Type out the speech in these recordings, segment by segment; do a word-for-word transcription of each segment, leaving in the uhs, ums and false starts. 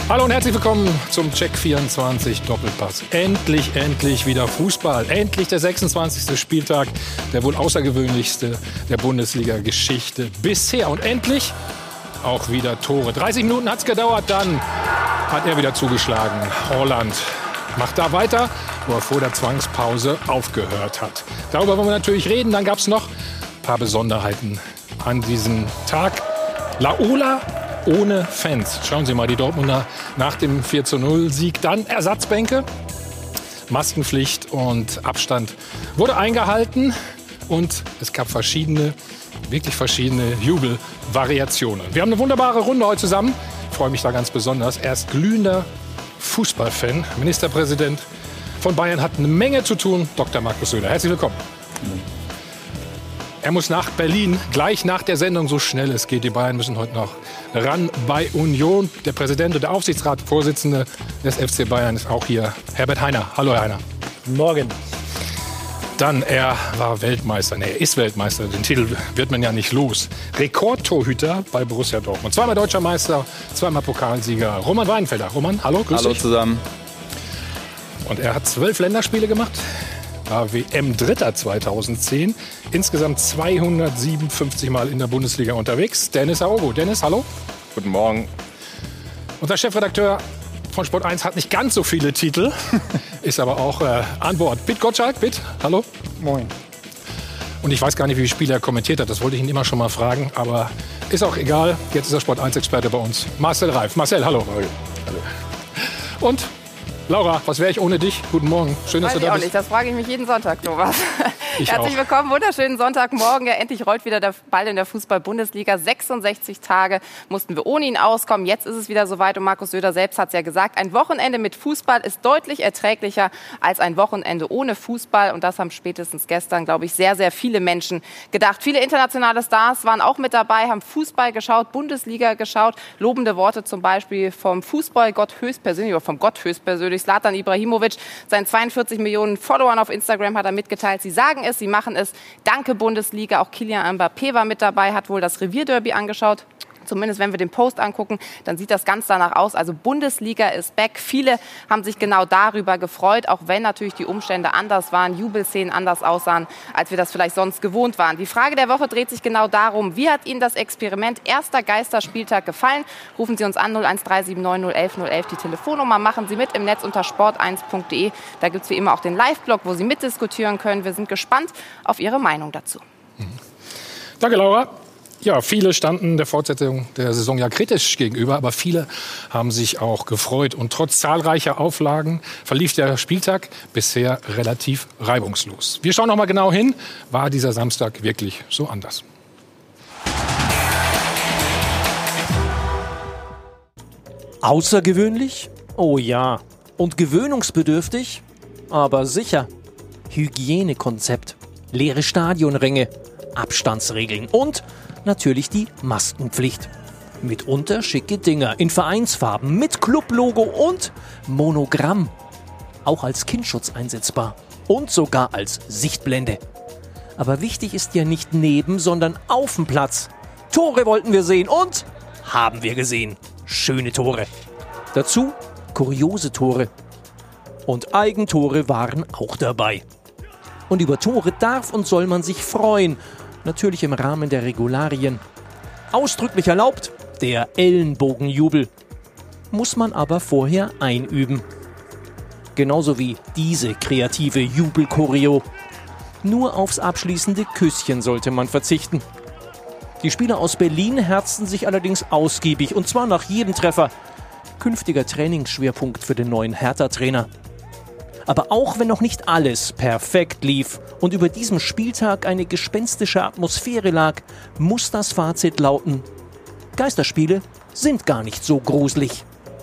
Hallo und herzlich willkommen zum Check vierundzwanzig Doppelpass. Endlich, endlich wieder Fußball. Endlich der sechsundzwanzigste Spieltag, der wohl außergewöhnlichste der Bundesliga-Geschichte bisher. Und endlich auch wieder Tore. dreißig Minuten hat es gedauert, dann hat er wieder zugeschlagen. Haaland macht da weiter, wo er vor der Zwangspause aufgehört hat. Darüber wollen wir natürlich reden. Dann gab es noch ein paar Besonderheiten an diesem Tag. Laola ohne Fans. Schauen Sie mal, die Dortmunder nach dem vier zu null Sieg. Dann Ersatzbänke, Maskenpflicht und Abstand wurde eingehalten. Und es gab verschiedene, wirklich verschiedene Jubelvariationen. Wir haben eine wunderbare Runde heute zusammen. Ich freue mich da ganz besonders. Er ist glühender Fußballfan. Ministerpräsident von Bayern hat eine Menge zu tun. Doktor Markus Söder, herzlich willkommen. Er muss nach Berlin, gleich nach der Sendung, so schnell es geht. Die Bayern müssen heute noch ran bei Union. Der Präsident und der Aufsichtsratsvorsitzende des F C Bayern ist auch hier. Herbert Hainer. Hallo, Herr Hainer. Guten Morgen. Dann, er war Weltmeister. Nee, er ist Weltmeister. Den Titel wird man ja nicht los. Rekordtorhüter bei Borussia Dortmund. Zweimal Deutscher Meister, zweimal Pokalsieger. Roman Weidenfelder. Roman, hallo, grüß Hallo dich. zusammen. Und er hat zwölf Länderspiele gemacht. War W M-Dritter zweitausendzehn. Insgesamt zweihundertsiebenundfünfzig Mal in der Bundesliga unterwegs. Dennis Aogo. Dennis, hallo. Guten Morgen. Unser Chefredakteur von Sport eins hat nicht ganz so viele Titel, ist aber auch äh, an Bord. Pitt Gottschalk, Pitt, hallo. Moin. Und ich weiß gar nicht, wie viele Spiele er kommentiert hat. Das wollte ich ihn immer schon mal fragen. Aber ist auch egal. Jetzt ist er Sport eins Experte bei uns. Marcel Reif. Marcel, hallo. Hallo. Und Laura, was wäre ich ohne dich? Guten Morgen. Schön, dass Weiß du da ich auch bist. nicht. Das frage ich mich jeden Sonntag, Thomas. Ich Herzlich auch. willkommen. Wunderschönen Sonntagmorgen. Ja, endlich rollt wieder der Ball in der Fußball-Bundesliga. sechsundsechzig Tage mussten wir ohne ihn auskommen. Jetzt ist es wieder soweit. Und Markus Söder selbst hat es ja gesagt. Ein Wochenende mit Fußball ist deutlich erträglicher als ein Wochenende ohne Fußball. Und das haben spätestens gestern, glaube ich, sehr, sehr viele Menschen gedacht. Viele internationale Stars waren auch mit dabei, haben Fußball geschaut, Bundesliga geschaut. Lobende Worte zum Beispiel vom Fußballgott höchstpersönlich, oder vom Gott höchstpersönlich, Zlatan Ibrahimovic. Seinen zweiundvierzig Millionen Followern auf Instagram hat er mitgeteilt. Sie sagen es, sie machen es. Danke Bundesliga. Auch Kylian Mbappé war mit dabei, hat wohl das Revierderby angeschaut. Zumindest wenn wir den Post angucken, dann sieht das ganz danach aus. Also Bundesliga ist back. Viele haben sich genau darüber gefreut, auch wenn natürlich die Umstände anders waren, Jubelszenen anders aussahen, als wir das vielleicht sonst gewohnt waren. Die Frage der Woche dreht sich genau darum, wie hat Ihnen das Experiment erster Geisterspieltag gefallen? Rufen Sie uns an null eins drei sieben neun null eins null eins, die Telefonnummer. Machen Sie mit im Netz unter sport eins punkt de. Da gibt es wie immer auch den Live-Blog, wo Sie mitdiskutieren können. Wir sind gespannt auf Ihre Meinung dazu. Mhm. Danke, Laura. Ja, viele standen der Fortsetzung der Saison ja kritisch gegenüber, aber viele haben sich auch gefreut. Und trotz zahlreicher Auflagen verlief der Spieltag bisher relativ reibungslos. Wir schauen noch mal genau hin. War dieser Samstag wirklich so anders? Außergewöhnlich? Oh ja. Und gewöhnungsbedürftig? Aber sicher. Hygienekonzept, leere Stadionränge, Abstandsregeln und natürlich die Maskenpflicht. Mitunter schicke Dinger in Vereinsfarben mit Clublogo und Monogramm. Auch als Kindschutz einsetzbar und sogar als Sichtblende. Aber wichtig ist ja nicht neben, sondern auf dem Platz. Tore wollten wir sehen und haben wir gesehen. Schöne Tore. Dazu kuriose Tore. Und Eigentore waren auch dabei. Und über Tore darf und soll man sich freuen. Natürlich im Rahmen der Regularien. Ausdrücklich erlaubt der Ellenbogenjubel. Muss man aber vorher einüben. Genauso wie diese kreative Jubelchoreo. Nur aufs abschließende Küsschen sollte man verzichten. Die Spieler aus Berlin herzten sich allerdings ausgiebig, und zwar nach jedem Treffer. Künftiger Trainingsschwerpunkt für den neuen Hertha-Trainer. Aber auch wenn noch nicht alles perfekt lief und über diesem Spieltag eine gespenstische Atmosphäre lag, muss das Fazit lauten: Geisterspiele sind gar nicht so gruselig.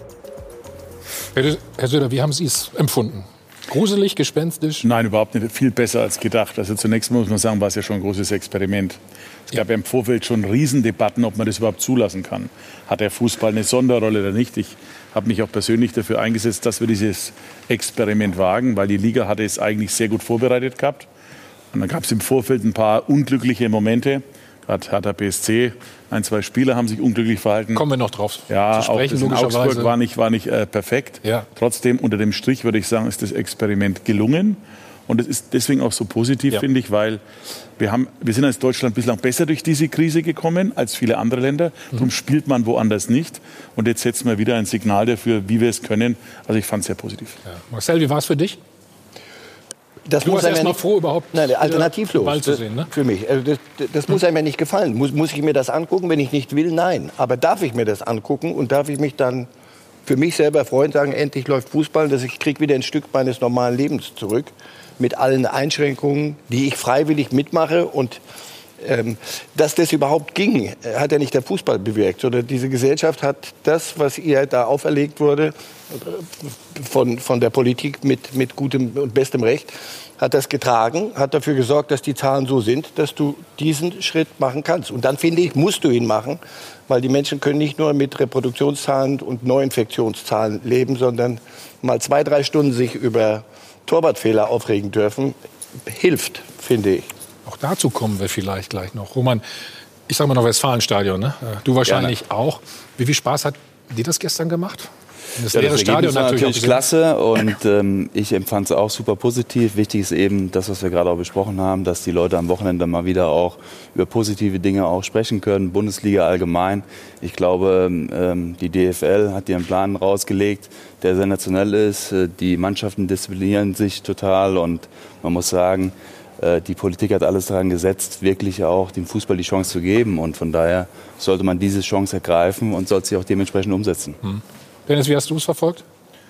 Herr Söder, wie haben Sie es empfunden? Gruselig, gespenstisch? Nein, überhaupt nicht. Viel besser als gedacht. Also zunächst muss man sagen, war es ja schon ein großes Experiment. Es gab ja im Vorfeld schon Riesendebatten, ob man das überhaupt zulassen kann. Hat der Fußball eine Sonderrolle oder nicht? Ich habe mich auch persönlich dafür eingesetzt, dass wir dieses Experiment wagen, weil die Liga hatte es eigentlich sehr gut vorbereitet gehabt. Und dann gab es im Vorfeld ein paar unglückliche Momente, Gerade Hertha B S C, ein, zwei Spieler haben sich unglücklich verhalten. Kommen wir noch drauf ja, zu sprechen, auch das in Augsburg war nicht, war nicht äh, perfekt. Ja. Trotzdem, unter dem Strich würde ich sagen, ist das Experiment gelungen. Und es ist deswegen auch so positiv, ja. finde ich, weil wir, haben, wir sind als Deutschland bislang besser durch diese Krise gekommen als viele andere Länder. Mhm. Darum spielt man woanders nicht. Und jetzt setzen wir wieder ein Signal dafür, wie wir es können. Also ich fand es sehr positiv. Ja. Marcel, wie war es für dich? Das du warst erst mal froh, überhaupt nein, alternativlos Ball zu sehen, ne? Für mich. Also das, das muss einem ja nicht gefallen. Muss, muss ich mir das angucken, wenn ich nicht will? Nein. Aber darf ich mir das angucken und darf ich mich dann für mich selber freuen, sagen, endlich läuft Fußball, dass ich kriege wieder ein Stück meines normalen Lebens zurück mit allen Einschränkungen, die ich freiwillig mitmache. Und ähm, dass das überhaupt ging, hat ja nicht der Fußball bewirkt, sondern diese Gesellschaft hat das, was ihr da auferlegt wurde, von, von der Politik mit, mit gutem und bestem Recht, hat das getragen, hat dafür gesorgt, dass die Zahlen so sind, dass du diesen Schritt machen kannst. Und dann, finde ich, musst du ihn machen, weil die Menschen können nicht nur mit Reproduktionszahlen und Neuinfektionszahlen leben, sondern mal zwei, drei Stunden sich über Torwartfehler aufregen dürfen, hilft, finde ich. Auch dazu kommen wir vielleicht gleich noch. Roman, ich sage mal noch Westfalenstadion, ne? Du wahrscheinlich Gerne. auch. Wie viel Spaß hat dir das gestern gemacht? Das, ja, leere das Stadion war natürlich, natürlich klasse und ähm, ich empfand es auch super positiv. Wichtig ist eben das, was wir gerade auch besprochen haben, dass die Leute am Wochenende mal wieder auch über positive Dinge auch sprechen können. Bundesliga allgemein. Ich glaube, ähm, die D F L hat ihren Plan rausgelegt, der sensationell ist. Die Mannschaften disziplinieren sich total und man muss sagen, äh, die Politik hat alles daran gesetzt, wirklich auch dem Fußball die Chance zu geben. Und von daher sollte man diese Chance ergreifen und sollte sie auch dementsprechend umsetzen. Hm. Dennis, wie hast du es verfolgt?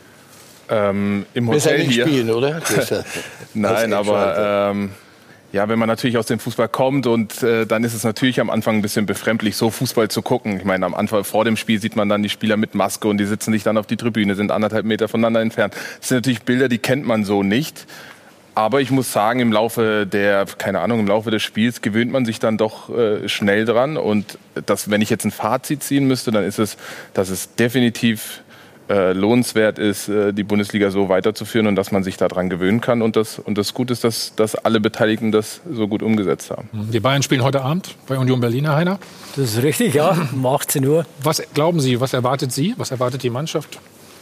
Ähm, Im Hotel nicht hier. Spielen, oder? Nein, aber ähm, ja, wenn man natürlich aus dem Fußball kommt und äh, dann ist es natürlich am Anfang ein bisschen befremdlich, so Fußball zu gucken. Ich meine, am Anfang vor dem Spiel sieht man dann die Spieler mit Maske und die sitzen sich dann auf die Tribüne, sind anderthalb Meter voneinander entfernt. Das sind natürlich Bilder, die kennt man so nicht. Aber ich muss sagen, im Laufe der, keine Ahnung, im Laufe des Spiels gewöhnt man sich dann doch äh, schnell dran. Und das, wenn ich jetzt ein Fazit ziehen müsste, dann ist es, dass es definitiv äh, lohnenswert ist, äh, die Bundesliga so weiterzuführen und dass man sich daran gewöhnen kann. Und das, und das Gute ist, dass, dass alle Beteiligten das so gut umgesetzt haben. Die Bayern spielen heute Abend bei Union Berlin, Herr Heiner. Das ist richtig, ja, um achtzehn Uhr. Was glauben Sie, was erwartet Sie, was erwartet die Mannschaft?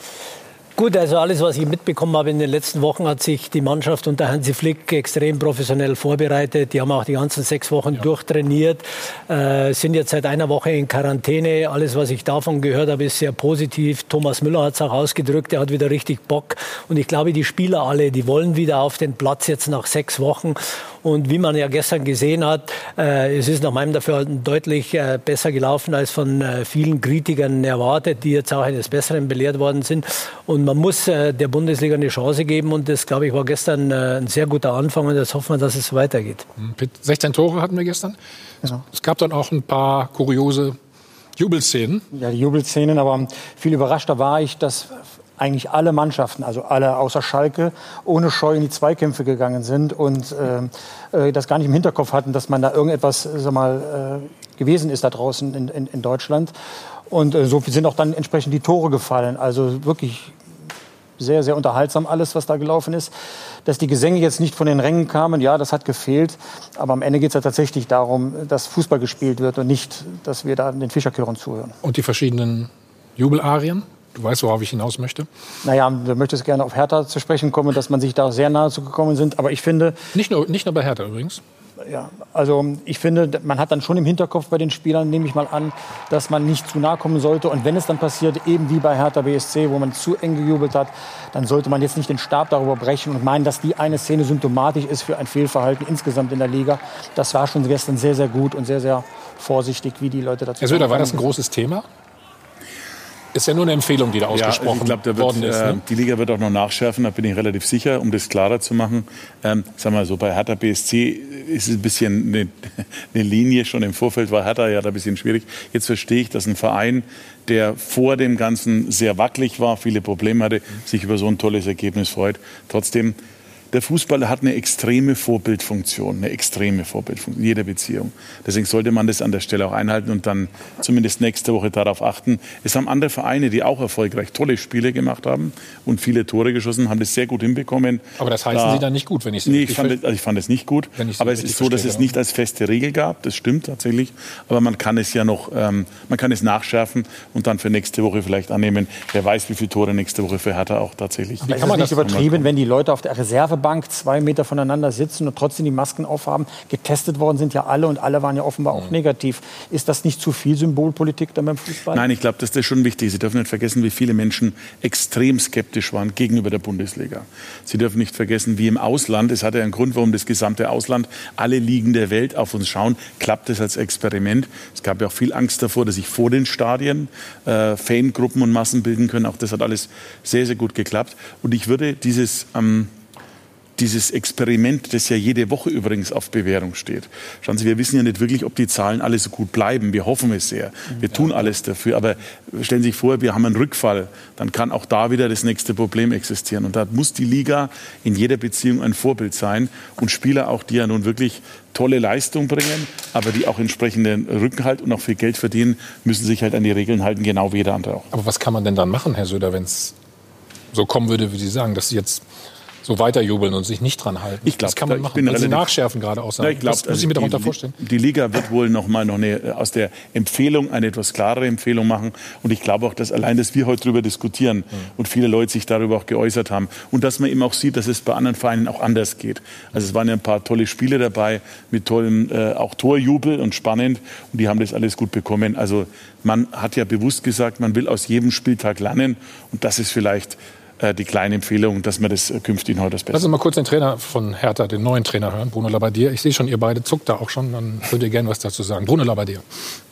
Gut, also alles, was ich mitbekommen habe in den letzten Wochen, hat sich die Mannschaft unter Hansi Flick extrem professionell vorbereitet. Die haben auch die ganzen sechs Wochen ja. durchtrainiert, äh, sind jetzt seit einer Woche in Quarantäne. Alles, was ich davon gehört habe, ist sehr positiv. Thomas Müller hat es auch ausgedrückt, er hat wieder richtig Bock. Und ich glaube, die Spieler alle, die wollen wieder auf den Platz jetzt nach sechs Wochen. Und wie man ja gestern gesehen hat, äh, es ist nach meinem Dafürhalten deutlich äh, besser gelaufen als von äh, vielen Kritikern erwartet, die jetzt auch eines Besseren belehrt worden sind. Und man muss äh, der Bundesliga eine Chance geben. Und das, glaube ich, war gestern äh, ein sehr guter Anfang. Und jetzt hoffen wir, dass es weitergeht. sechzehn Tore hatten wir gestern. Genau. Es gab dann auch ein paar kuriose Jubelszenen. Ja, die Jubelszenen. Aber viel überraschter war ich, dass eigentlich alle Mannschaften, also alle außer Schalke, ohne Scheu in die Zweikämpfe gegangen sind und äh, das gar nicht im Hinterkopf hatten, dass man da irgendetwas sag mal, äh, gewesen ist da draußen in, in, in Deutschland. Und äh, so sind auch dann entsprechend die Tore gefallen. Also wirklich sehr, sehr unterhaltsam alles, was da gelaufen ist. Dass die Gesänge jetzt nicht von den Rängen kamen, ja, das hat gefehlt. Aber am Ende geht es ja tatsächlich darum, dass Fußball gespielt wird und nicht, dass wir da den Fischerchören zuhören. Und die verschiedenen Jubelarien? Du weißt, worauf ich hinaus möchte? Naja, du möchtest gerne auf Hertha zu sprechen kommen, dass man sich da sehr nahe zugekommen sind. Aber ich finde... Nicht nur, nicht nur bei Hertha übrigens. Ja, also ich finde, man hat dann schon im Hinterkopf bei den Spielern, nehme ich mal an, dass man nicht zu nahe kommen sollte. Und wenn es dann passiert, eben wie bei Hertha B S C, wo man zu eng gejubelt hat, dann sollte man jetzt nicht den Stab darüber brechen und meinen, dass die eine Szene symptomatisch ist für ein Fehlverhalten insgesamt in der Liga. Das war schon gestern sehr, sehr gut und sehr, sehr vorsichtig, wie die Leute dazu... Herr Söder, war das ein großes Thema? Ist ja nur eine Empfehlung, die da ausgesprochen ja, ich glaub, da wird, worden ist. Ne? Äh, die Liga wird auch noch nachschärfen, da bin ich relativ sicher, um das klarer zu machen. Ähm, sag mal so, bei Hertha B S C ist es ein bisschen eine, eine Linie, schon im Vorfeld war Hertha ja da ein bisschen schwierig. Jetzt verstehe ich, dass ein Verein, der vor dem Ganzen sehr wackelig war, viele Probleme hatte, sich über so ein tolles Ergebnis freut. Trotzdem, der Fußball hat eine extreme Vorbildfunktion, eine extreme Vorbildfunktion in jeder Beziehung. Deswegen sollte man das an der Stelle auch einhalten und dann zumindest nächste Woche darauf achten. Es haben andere Vereine, die auch erfolgreich tolle Spiele gemacht haben und viele Tore geschossen, haben das sehr gut hinbekommen. Aber das heißen da, Sie dann nicht gut, wenn ich es Nee, ich fand, das, also ich fand es nicht gut. Aber es ist so, dass es nicht als feste Regel gab. Das stimmt tatsächlich. Aber man kann es ja noch, ähm, man kann es nachschärfen und dann für nächste Woche vielleicht annehmen. Wer weiß, wie viele Tore nächste Woche für Hertha auch tatsächlich. Aber ist es nicht übertrieben, wenn die Leute auf der Reservebank zwei Meter voneinander sitzen und trotzdem die Masken aufhaben? Getestet worden sind ja alle und alle waren ja offenbar auch negativ. Ist das nicht zu viel Symbolpolitik dann beim Fußball? Nein, ich glaube, dass das schon wichtig ist. Sie dürfen nicht vergessen, wie viele Menschen extrem skeptisch waren gegenüber der Bundesliga. Sie dürfen nicht vergessen, wie im Ausland, es hat ja einen Grund, warum das gesamte Ausland, alle Ligen der Welt auf uns schauen, klappt das als Experiment. Es gab ja auch viel Angst davor, dass sich vor den Stadien äh, Fangruppen und Massen bilden können. Auch das hat alles sehr, sehr gut geklappt. Und ich würde dieses... Ähm, Dieses Experiment, das ja jede Woche übrigens auf Bewährung steht. Schauen Sie, wir wissen ja nicht wirklich, ob die Zahlen alle so gut bleiben. Wir hoffen es sehr. Wir tun alles dafür. Aber stellen Sie sich vor, wir haben einen Rückfall. Dann kann auch da wieder das nächste Problem existieren. Und da muss die Liga in jeder Beziehung ein Vorbild sein. Und Spieler auch, die ja nun wirklich tolle Leistung bringen, aber die auch entsprechenden Rückenhalt und auch viel Geld verdienen, müssen sich halt an die Regeln halten, genau wie jeder andere auch. Aber was kann man denn dann machen, Herr Söder, wenn es so kommen würde, wie Sie sagen, dass Sie jetzt so weiterjubeln und sich nicht dran halten? Ich glaube, das kann man machen. Weil Sie nachschärfen gerade auch sagen. Ja, ich glaub, das muss ich mir also darunter die, vorstellen. Die Liga wird wohl noch mal noch eine, aus der Empfehlung eine etwas klarere Empfehlung machen. Und ich glaube auch, dass allein, dass wir heute darüber diskutieren mhm. und viele Leute sich darüber auch geäußert haben und dass man eben auch sieht, dass es bei anderen Vereinen auch anders geht. Also es waren ja ein paar tolle Spiele dabei mit tollem äh, auch Torjubel und spannend und die haben das alles gut bekommen. Also man hat ja bewusst gesagt, man will aus jedem Spieltag lernen und das ist vielleicht die kleine Empfehlung, dass wir das künftig heute das Beste. Lass uns mal kurz den Trainer von Hertha, den neuen Trainer hören, Bruno Labbadia. Ich sehe schon, ihr beide zuckt da auch schon, dann könnt ihr gerne was dazu sagen. Bruno Labbadia.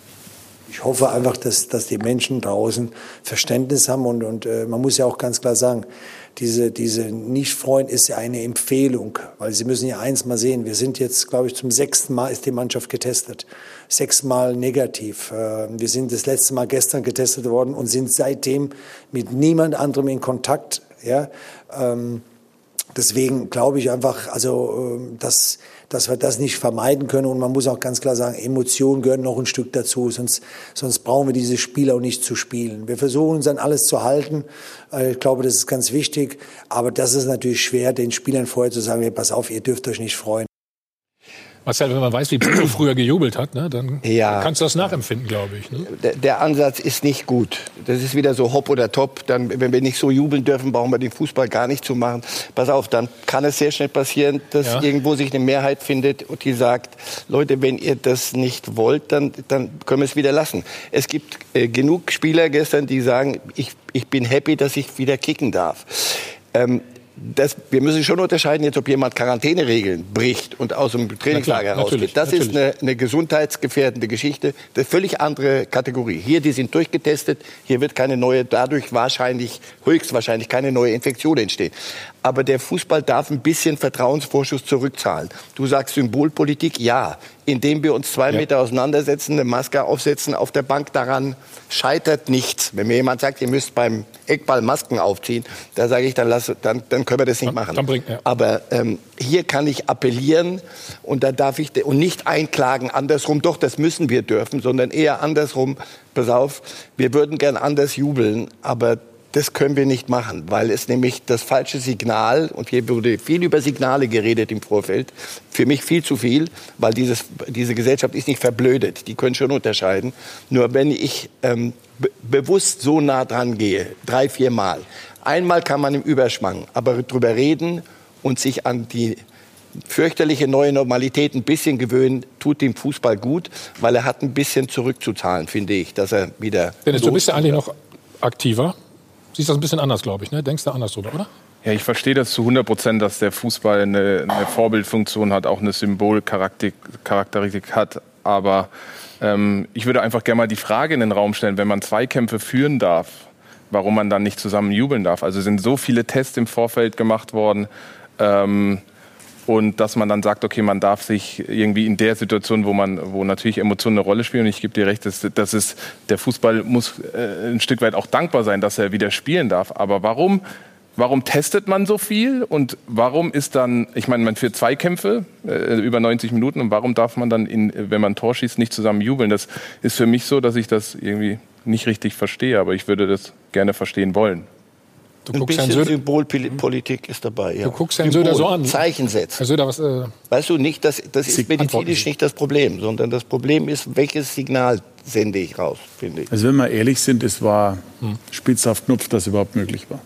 Ich hoffe einfach, dass, dass die Menschen draußen Verständnis haben und, und äh, man muss ja auch ganz klar sagen, diese, diese Nicht-Freund ist ja eine Empfehlung, weil Sie müssen ja eins mal sehen, wir sind jetzt, glaube ich, zum sechsten Mal ist die Mannschaft getestet. Sechsmal negativ. Äh, wir sind das letzte Mal gestern getestet worden und sind seitdem mit niemand anderem in Kontakt. Ja? Ähm, deswegen glaube ich einfach, also, äh, dass dass wir das nicht vermeiden können. Und man muss auch ganz klar sagen, Emotionen gehören noch ein Stück dazu, sonst, sonst brauchen wir diese Spiele auch nicht zu spielen. Wir versuchen uns an alles zu halten. Ich glaube, das ist ganz wichtig. Aber das ist natürlich schwer, den Spielern vorher zu sagen, hey, pass auf, ihr dürft euch nicht freuen. Marcel, wenn man weiß, wie Bruno früher gejubelt hat, ne, dann ja. kannst du das nachempfinden, glaube ich. Ne? Der, der Ansatz ist nicht gut. Das ist wieder so hopp oder top. Dann, wenn wir nicht so jubeln dürfen, brauchen wir den Fußball gar nicht zu machen. Pass auf, dann kann es sehr schnell passieren, dass ja. irgendwo sich eine Mehrheit findet und die sagt, Leute, wenn ihr das nicht wollt, dann, dann können wir es wieder lassen. Es gibt äh, genug Spieler gestern, die sagen, ich, ich bin happy, dass ich wieder kicken darf. Ähm, Das, wir müssen schon unterscheiden, jetzt, ob jemand Quarantäneregeln bricht und aus dem Trainingslager rausgeht. Das natürlich. ist eine, eine gesundheitsgefährdende Geschichte. Das ist eine völlig andere Kategorie. Hier, die sind durchgetestet. Hier wird keine neue, dadurch wahrscheinlich, höchstwahrscheinlich keine neue Infektion entstehen. Aber der Fußball darf ein bisschen Vertrauensvorschuss zurückzahlen. Du sagst Symbolpolitik, ja. Indem wir uns zwei ja. Meter auseinandersetzen, eine Maske aufsetzen auf der Bank, daran scheitert nichts. Wenn mir jemand sagt, ihr müsst beim Eckball Masken aufziehen, da sage ich, dann, lass, dann, dann können wir das nicht machen. Dann bringt, ja. Aber ähm, hier kann ich appellieren und da darf ich und nicht einklagen andersrum. Doch, das müssen wir dürfen, sondern eher andersrum. Pass auf, wir würden gern anders jubeln, aber das können wir nicht machen, weil es nämlich das falsche Signal, und hier wurde viel über Signale geredet im Vorfeld, für mich viel zu viel, weil dieses, diese Gesellschaft ist nicht verblödet, die können schon unterscheiden. Nur wenn ich ähm, be- bewusst so nah dran gehe, drei, vier Mal, einmal kann man im Überschwang, aber drüber reden und sich an die fürchterliche neue Normalität ein bisschen gewöhnen, tut dem Fußball gut, weil er hat ein bisschen zurückzuzahlen, finde ich, dass er wieder... Dennis, du bist ja eigentlich noch aktiver. Siehst das ein bisschen anders, glaube ich, ne? Denkst du anders drüber, oder? Ja, ich verstehe das zu hundert Prozent, dass der Fußball eine, eine Vorbildfunktion hat, auch eine Symbolcharakteristik hat. Aber ähm, ich würde einfach gerne mal die Frage in den Raum stellen, wenn man Zweikämpfe führen darf, warum man dann nicht zusammen jubeln darf. Also sind so viele Tests im Vorfeld gemacht worden, ähm, und dass man dann sagt, okay, man darf sich irgendwie in der Situation, wo man, wo natürlich Emotionen eine Rolle spielen, und ich gebe dir recht, dass, dass es, der Fußball muss äh, ein Stück weit auch dankbar sein, dass er wieder spielen darf. Aber warum warum testet man so viel und warum ist dann, ich meine, man führt Zweikämpfe äh, über neunzig Minuten und warum darf man dann, in, wenn man ein Tor schießt, nicht zusammen jubeln? Das ist für mich so, dass ich das irgendwie nicht richtig verstehe, aber ich würde das gerne verstehen wollen. Du ein bisschen Söder, Symbolpolitik ist dabei. Ja. Du guckst Herrn Söder so an. Zeichen setzen. Herr Söder, was, äh, weißt du, nicht, das, das ist medizinisch nicht das Problem, sondern das Problem ist, welches Signal sende ich raus, finde ich. Also wenn wir ehrlich sind, es war hm. spitz auf Knopf, dass überhaupt möglich war.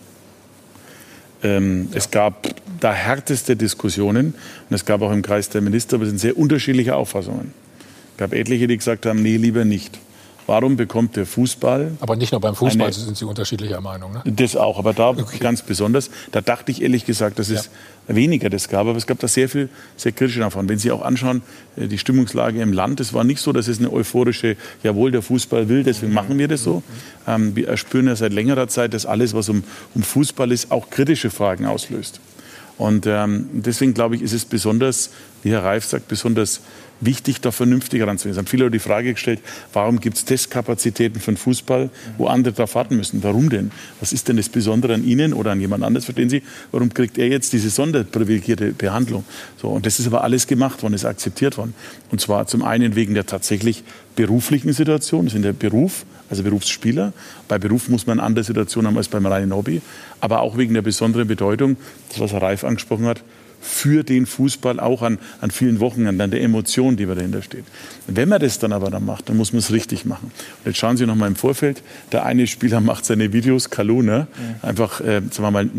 Ähm, ja. Es gab da härteste Diskussionen und es gab auch im Kreis der Minister, aber es sind sehr unterschiedliche Auffassungen. Es gab etliche, die gesagt haben, nee, lieber nicht. Warum bekommt der Fußball... Aber nicht nur beim Fußball eine, sind Sie unterschiedlicher Meinung, ne? Das auch, aber da okay. ganz besonders. Da dachte ich ehrlich gesagt, dass es ja. weniger das gab. Aber es gab da sehr viel, sehr kritische davon. Wenn Sie auch anschauen, die Stimmungslage im Land, es war nicht so, dass es eine euphorische, jawohl, der Fußball will, deswegen machen wir das so. Ähm, wir spüren ja seit längerer Zeit, dass alles, was um, um Fußball ist, auch kritische Fragen auslöst. Und ähm, deswegen, glaube ich, ist es besonders, wie Herr Reif sagt, besonders wichtig, da vernünftig heranzugehen. Es haben viele Leute die Frage gestellt, warum gibt es Testkapazitäten für den Fußball, wo andere darauf warten müssen? Warum denn? Was ist denn das Besondere an Ihnen oder an jemand anderes, verstehen Sie? Warum kriegt er jetzt diese sonderprivilegierte Behandlung? So, und das ist aber alles gemacht worden, ist akzeptiert worden. Und zwar zum einen wegen der tatsächlich beruflichen Situation, das ist in der Beruf, also Berufsspieler. Bei Beruf muss man eine andere Situation haben als beim reinen Hobby. Aber auch wegen der besonderen Bedeutung, das was Herr Reif angesprochen hat, für den Fußball auch an, an vielen Wochenenden, an der Emotion, die dahinter steht. Wenn man das dann aber dann macht, dann muss man es richtig machen. Und jetzt schauen Sie noch mal im Vorfeld, der eine Spieler macht seine Videos, Kalou, ne? Ja. Einfach, äh, sagen wir mal,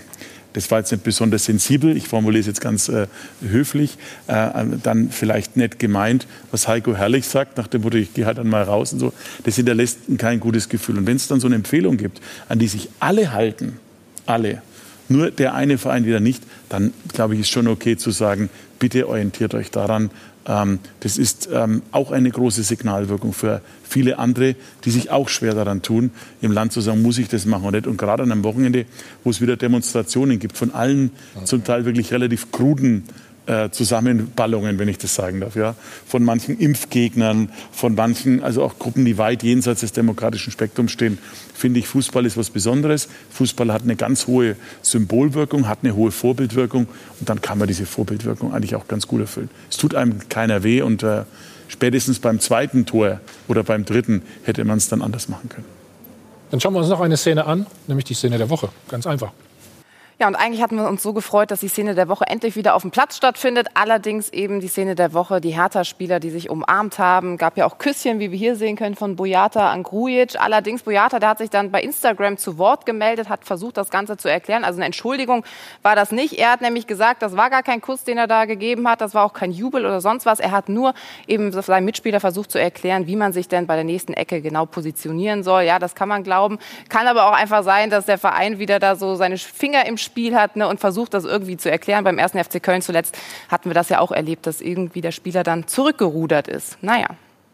das war jetzt nicht besonders sensibel, ich formuliere es jetzt ganz äh, höflich, äh, dann vielleicht nett gemeint, was Heiko Herrlich sagt, nach dem Motto, ich gehe halt dann mal raus und so, das hinterlässt kein gutes Gefühl. Und wenn es dann so eine Empfehlung gibt, an die sich alle halten, alle, nur der eine Verein wieder nicht, dann glaube ich, ist schon okay zu sagen, bitte orientiert euch daran. Ähm, das ist ähm, auch eine große Signalwirkung für viele andere, die sich auch schwer daran tun, im Land zu sagen, muss ich das machen oder nicht. Und gerade an einem Wochenende, wo es wieder Demonstrationen gibt, von allen okay. zum Teil wirklich relativ kruden Äh, Zusammenballungen, wenn ich das sagen darf, ja, von manchen Impfgegnern, von manchen, also auch Gruppen, die weit jenseits des demokratischen Spektrums stehen, finde ich, Fußball ist was Besonderes. Fußball hat eine ganz hohe Symbolwirkung, hat eine hohe Vorbildwirkung und dann kann man diese Vorbildwirkung eigentlich auch ganz gut erfüllen. Es tut einem keiner weh und äh, spätestens beim zweiten Tor oder beim dritten hätte man es dann anders machen können. Dann schauen wir uns noch eine Szene an, nämlich die Szene der Woche. Ganz einfach. Ja, und eigentlich hatten wir uns so gefreut, dass die Szene der Woche endlich wieder auf dem Platz stattfindet. Allerdings eben die Szene der Woche, die Hertha-Spieler, die sich umarmt haben. Gab ja auch Küsschen, wie wir hier sehen können, von Boyata an Grujic. Allerdings, Boyata, der hat sich dann bei Instagram zu Wort gemeldet, hat versucht, das Ganze zu erklären. Also eine Entschuldigung war das nicht. Er hat nämlich gesagt, das war gar kein Kuss, den er da gegeben hat. Das war auch kein Jubel oder sonst was. Er hat nur eben seinem Mitspieler versucht zu erklären, wie man sich denn bei der nächsten Ecke genau positionieren soll. Ja, das kann man glauben. Kann aber auch einfach sein, dass der Verein wieder da so seine Finger im Spiel hat, ne, und versucht, das irgendwie zu erklären. Beim ersten F C Köln zuletzt hatten wir das ja auch erlebt, dass irgendwie der Spieler dann zurückgerudert ist. Naja.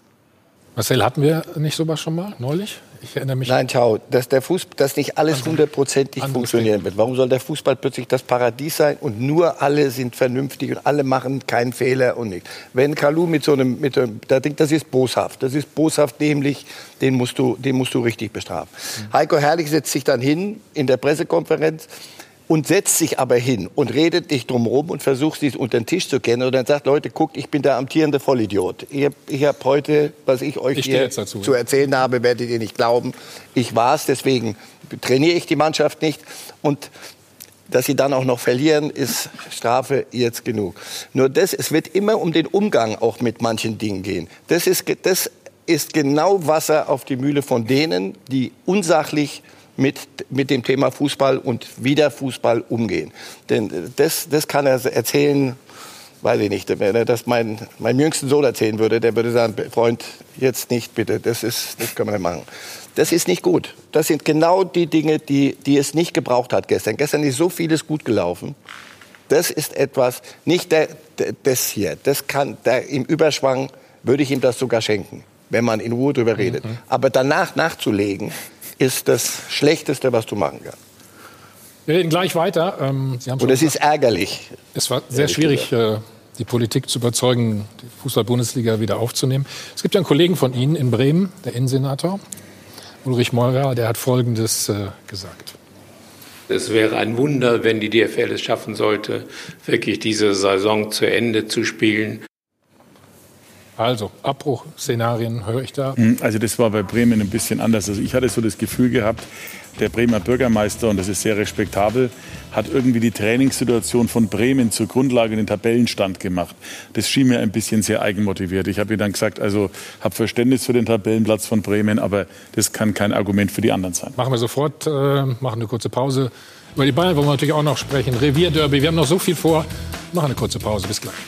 Marcel, hatten wir nicht sowas schon mal neulich? Ich erinnere mich. Nein, schau, dass, der Fußball, dass nicht alles hundertprozentig funktionieren wird. Warum soll der Fußball plötzlich das Paradies sein und nur alle sind vernünftig und alle machen keinen Fehler und nichts? Wenn Kalou mit so einem, mit einem, da denkt, das ist boshaft, das ist boshaft dämlich, den musst du, den musst du richtig bestrafen. Mhm. Heiko Herrlich setzt sich dann hin in der Pressekonferenz und setzt sich aber hin und redet nicht drum rum und versucht, sie unter den Tisch zu kennen. Und dann sagt, Leute, guckt, ich bin der amtierende Vollidiot. Ich habe hab heute, was ich euch ich hier dazu, zu erzählen habe, werdet ihr nicht glauben. Ich war's, deswegen trainiere ich die Mannschaft nicht. Und dass sie dann auch noch verlieren, ist Strafe jetzt genug. Nur das, es wird immer um den Umgang auch mit manchen Dingen gehen. Das ist, das ist genau Wasser auf die Mühle von denen, die unsachlich Mit, mit dem Thema Fußball und wieder Fußball umgehen. Denn das, das kann er erzählen, weiß ich nicht, wenn er das mein, meinem jüngsten Sohn erzählen würde, der würde sagen, Freund, jetzt nicht bitte, das, ist, das können wir nicht machen. Das ist nicht gut. Das sind genau die Dinge, die, die es nicht gebraucht hat gestern. Gestern ist so vieles gut gelaufen. Das ist etwas, nicht der, der, das hier, das kann, der, im Überschwang würde ich ihm das sogar schenken, wenn man in Ruhe drüber redet. Mhm. Aber danach nachzulegen, ist das Schlechteste, was du machen kannst. Wir reden gleich weiter. Ähm, Sie haben schon Und es ist ärgerlich. Es war sehr schwierig, äh, die Politik zu überzeugen, die Fußball-Bundesliga wieder aufzunehmen. Es gibt ja einen Kollegen von Ihnen in Bremen, der Innensenator, Ulrich Meurer, der hat Folgendes äh, gesagt. Es wäre ein Wunder, wenn die D F L es schaffen sollte, wirklich diese Saison zu Ende zu spielen. Also, Abbruchszenarien höre ich da. Also das war bei Bremen ein bisschen anders. Also ich hatte so das Gefühl gehabt, der Bremer Bürgermeister, und das ist sehr respektabel, hat irgendwie die Trainingssituation von Bremen zur Grundlage in den Tabellenstand gemacht. Das schien mir ein bisschen sehr eigenmotiviert. Ich habe ihr dann gesagt, also habe Verständnis für den Tabellenplatz von Bremen, aber das kann kein Argument für die anderen sein. Machen wir sofort, äh, machen eine kurze Pause. Über die Bayern wollen wir natürlich auch noch sprechen. Revierderby, wir haben noch so viel vor. Machen eine kurze Pause, bis gleich.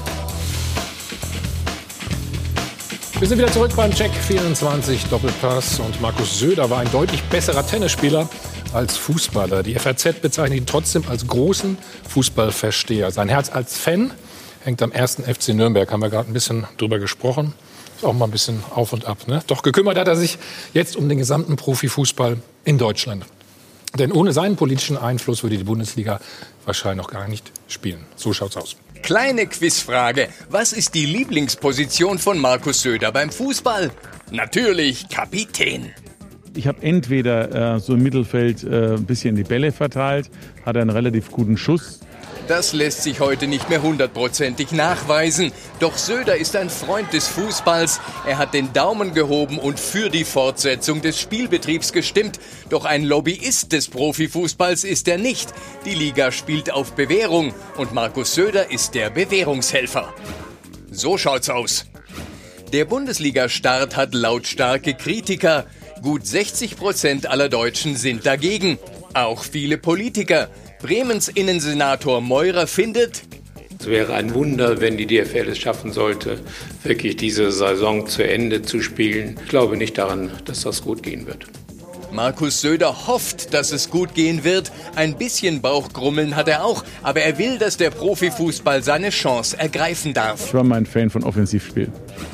Wir sind wieder zurück beim Check vierundzwanzig Doppelpass und Markus Söder war ein deutlich besserer Tennisspieler als Fußballer. Die F A Z bezeichnet ihn trotzdem als großen Fußballversteher. Sein Herz als Fan hängt am ersten F C Nürnberg, haben wir gerade ein bisschen drüber gesprochen. Ist auch mal ein bisschen auf und ab, ne? Doch gekümmert hat er sich jetzt um den gesamten Profifußball in Deutschland. Denn ohne seinen politischen Einfluss würde die Bundesliga wahrscheinlich noch gar nicht spielen. So schaut's aus. Kleine Quizfrage. Was ist die Lieblingsposition von Markus Söder beim Fußball? Natürlich Kapitän. Ich habe entweder äh, so im Mittelfeld äh, ein bisschen die Bälle verteilt, hatte einen relativ guten Schuss. Das lässt sich heute nicht mehr hundertprozentig nachweisen. Doch Söder ist ein Freund des Fußballs. Er hat den Daumen gehoben und für die Fortsetzung des Spielbetriebs gestimmt. Doch ein Lobbyist des Profifußballs ist er nicht. Die Liga spielt auf Bewährung und Markus Söder ist der Bewährungshelfer. So schaut's aus. Der Bundesliga-Start hat lautstarke Kritiker. Gut sechzig Prozent aller Deutschen sind dagegen. Auch viele Politiker. Bremens Innensenator Meurer findet: Es wäre ein Wunder, wenn die D F L es schaffen sollte, wirklich diese Saison zu Ende zu spielen. Ich glaube nicht daran, dass das gut gehen wird. Markus Söder hofft, dass es gut gehen wird. Ein bisschen Bauchgrummeln hat er auch. Aber er will, dass der Profifußball seine Chance ergreifen darf. Ich war mal ein Fan von Offensivspiel.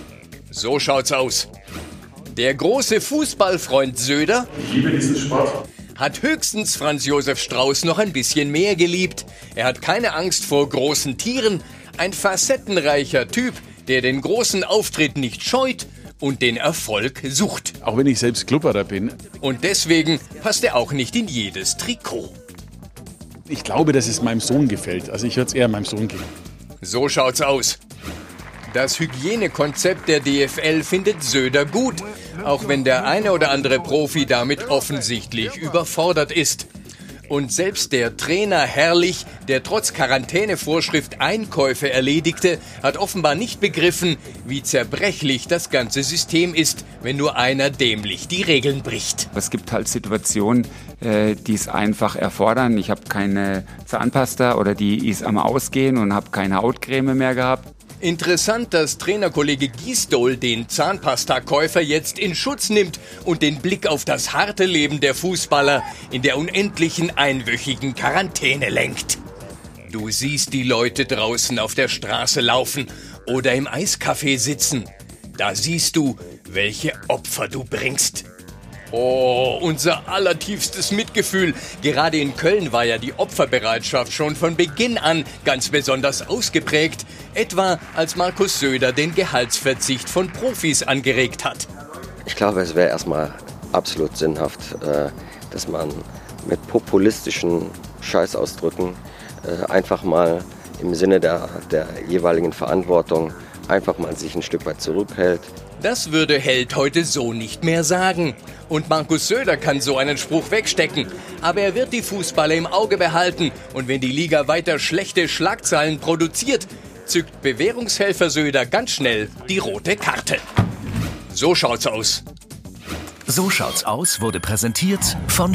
So schaut's aus. Der große Fußballfreund Söder, ich liebe diesen Sport, hat höchstens Franz Josef Strauß noch ein bisschen mehr geliebt. Er hat keine Angst vor großen Tieren. Ein facettenreicher Typ, der den großen Auftritt nicht scheut und den Erfolg sucht. Auch wenn ich selbst Klubberer bin. Und deswegen passt er auch nicht in jedes Trikot. Ich glaube, dass es meinem Sohn gefällt. Also ich würde es eher meinem Sohn geben. So schaut's aus. Das Hygienekonzept der D F L findet Söder gut, auch wenn der eine oder andere Profi damit offensichtlich überfordert ist. Und selbst der Trainer Herrlich, der trotz Quarantänevorschrift Einkäufe erledigte, hat offenbar nicht begriffen, wie zerbrechlich das ganze System ist, wenn nur einer dämlich die Regeln bricht. Es gibt halt Situationen, äh, die es einfach erfordern. Ich habe keine Zahnpasta oder die ist am Ausgehen und habe keine Hautcreme mehr gehabt. Interessant, dass Trainerkollege Gisdol den Zahnpastakäufer jetzt in Schutz nimmt und den Blick auf das harte Leben der Fußballer in der unendlichen einwöchigen Quarantäne lenkt. Du siehst die Leute draußen auf der Straße laufen oder im Eiscafé sitzen. Da siehst du, welche Opfer du bringst. Oh, unser allertiefstes Mitgefühl. Gerade in Köln war ja die Opferbereitschaft schon von Beginn an ganz besonders ausgeprägt. Etwa als Markus Söder den Gehaltsverzicht von Profis angeregt hat. Ich glaube, es wäre erstmal absolut sinnhaft, dass man mit populistischen Scheißausdrücken einfach mal im Sinne der, der jeweiligen Verantwortung einfach mal sich ein Stück weit zurückhält. Das würde Held heute so nicht mehr sagen. Und Markus Söder kann so einen Spruch wegstecken. Aber er wird die Fußballer im Auge behalten. Und wenn die Liga weiter schlechte Schlagzeilen produziert, zückt Bewährungshelfer Söder ganz schnell die rote Karte. So schaut's aus. So schaut's aus wurde präsentiert von...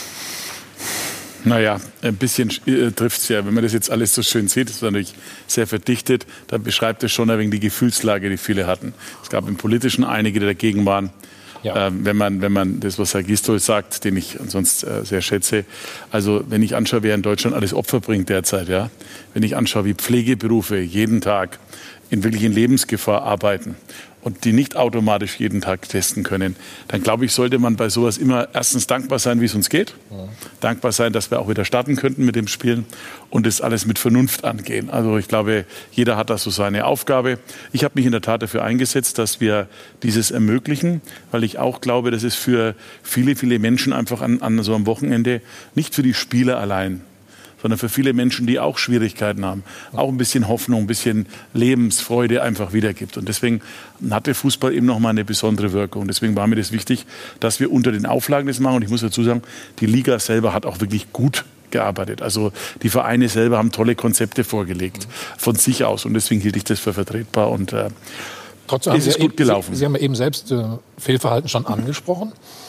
Naja, ein bisschen äh, trifft es ja. Wenn man das jetzt alles so schön sieht, ist natürlich sehr verdichtet, dann beschreibt es schon ein wenig die Gefühlslage, die viele hatten. Es gab im Politischen einige, die dagegen waren. Ja. Ähm, wenn man, wenn man das, was Herr Gisdol sagt, den ich ansonsten äh, sehr schätze, also wenn ich anschaue, wer in Deutschland alles Opfer bringt derzeit, ja, wenn ich anschaue, wie Pflegeberufe jeden Tag in wirklichen Lebensgefahr arbeiten und die nicht automatisch jeden Tag testen können, dann glaube ich, sollte man bei sowas immer erstens dankbar sein, wie es uns geht. Ja. Dankbar sein, dass wir auch wieder starten könnten mit dem Spielen und das alles mit Vernunft angehen. Also ich glaube, jeder hat da so seine Aufgabe. Ich habe mich in der Tat dafür eingesetzt, dass wir dieses ermöglichen, weil ich auch glaube, dass es für viele, viele Menschen einfach an, an so einem Wochenende, nicht für die Spieler allein, sondern für viele Menschen, die auch Schwierigkeiten haben, auch ein bisschen Hoffnung, ein bisschen Lebensfreude einfach wiedergibt. Und deswegen hatte Fußball eben noch mal eine besondere Wirkung. Deswegen war mir das wichtig, dass wir unter den Auflagen das machen. Und ich muss dazu sagen, die Liga selber hat auch wirklich gut gearbeitet. Also die Vereine selber haben tolle Konzepte vorgelegt, von sich aus. Und deswegen hielt ich das für vertretbar. Und äh, Trotzdem ist es gut gelaufen. Sie, Sie haben ja eben selbst äh, Fehlverhalten schon angesprochen.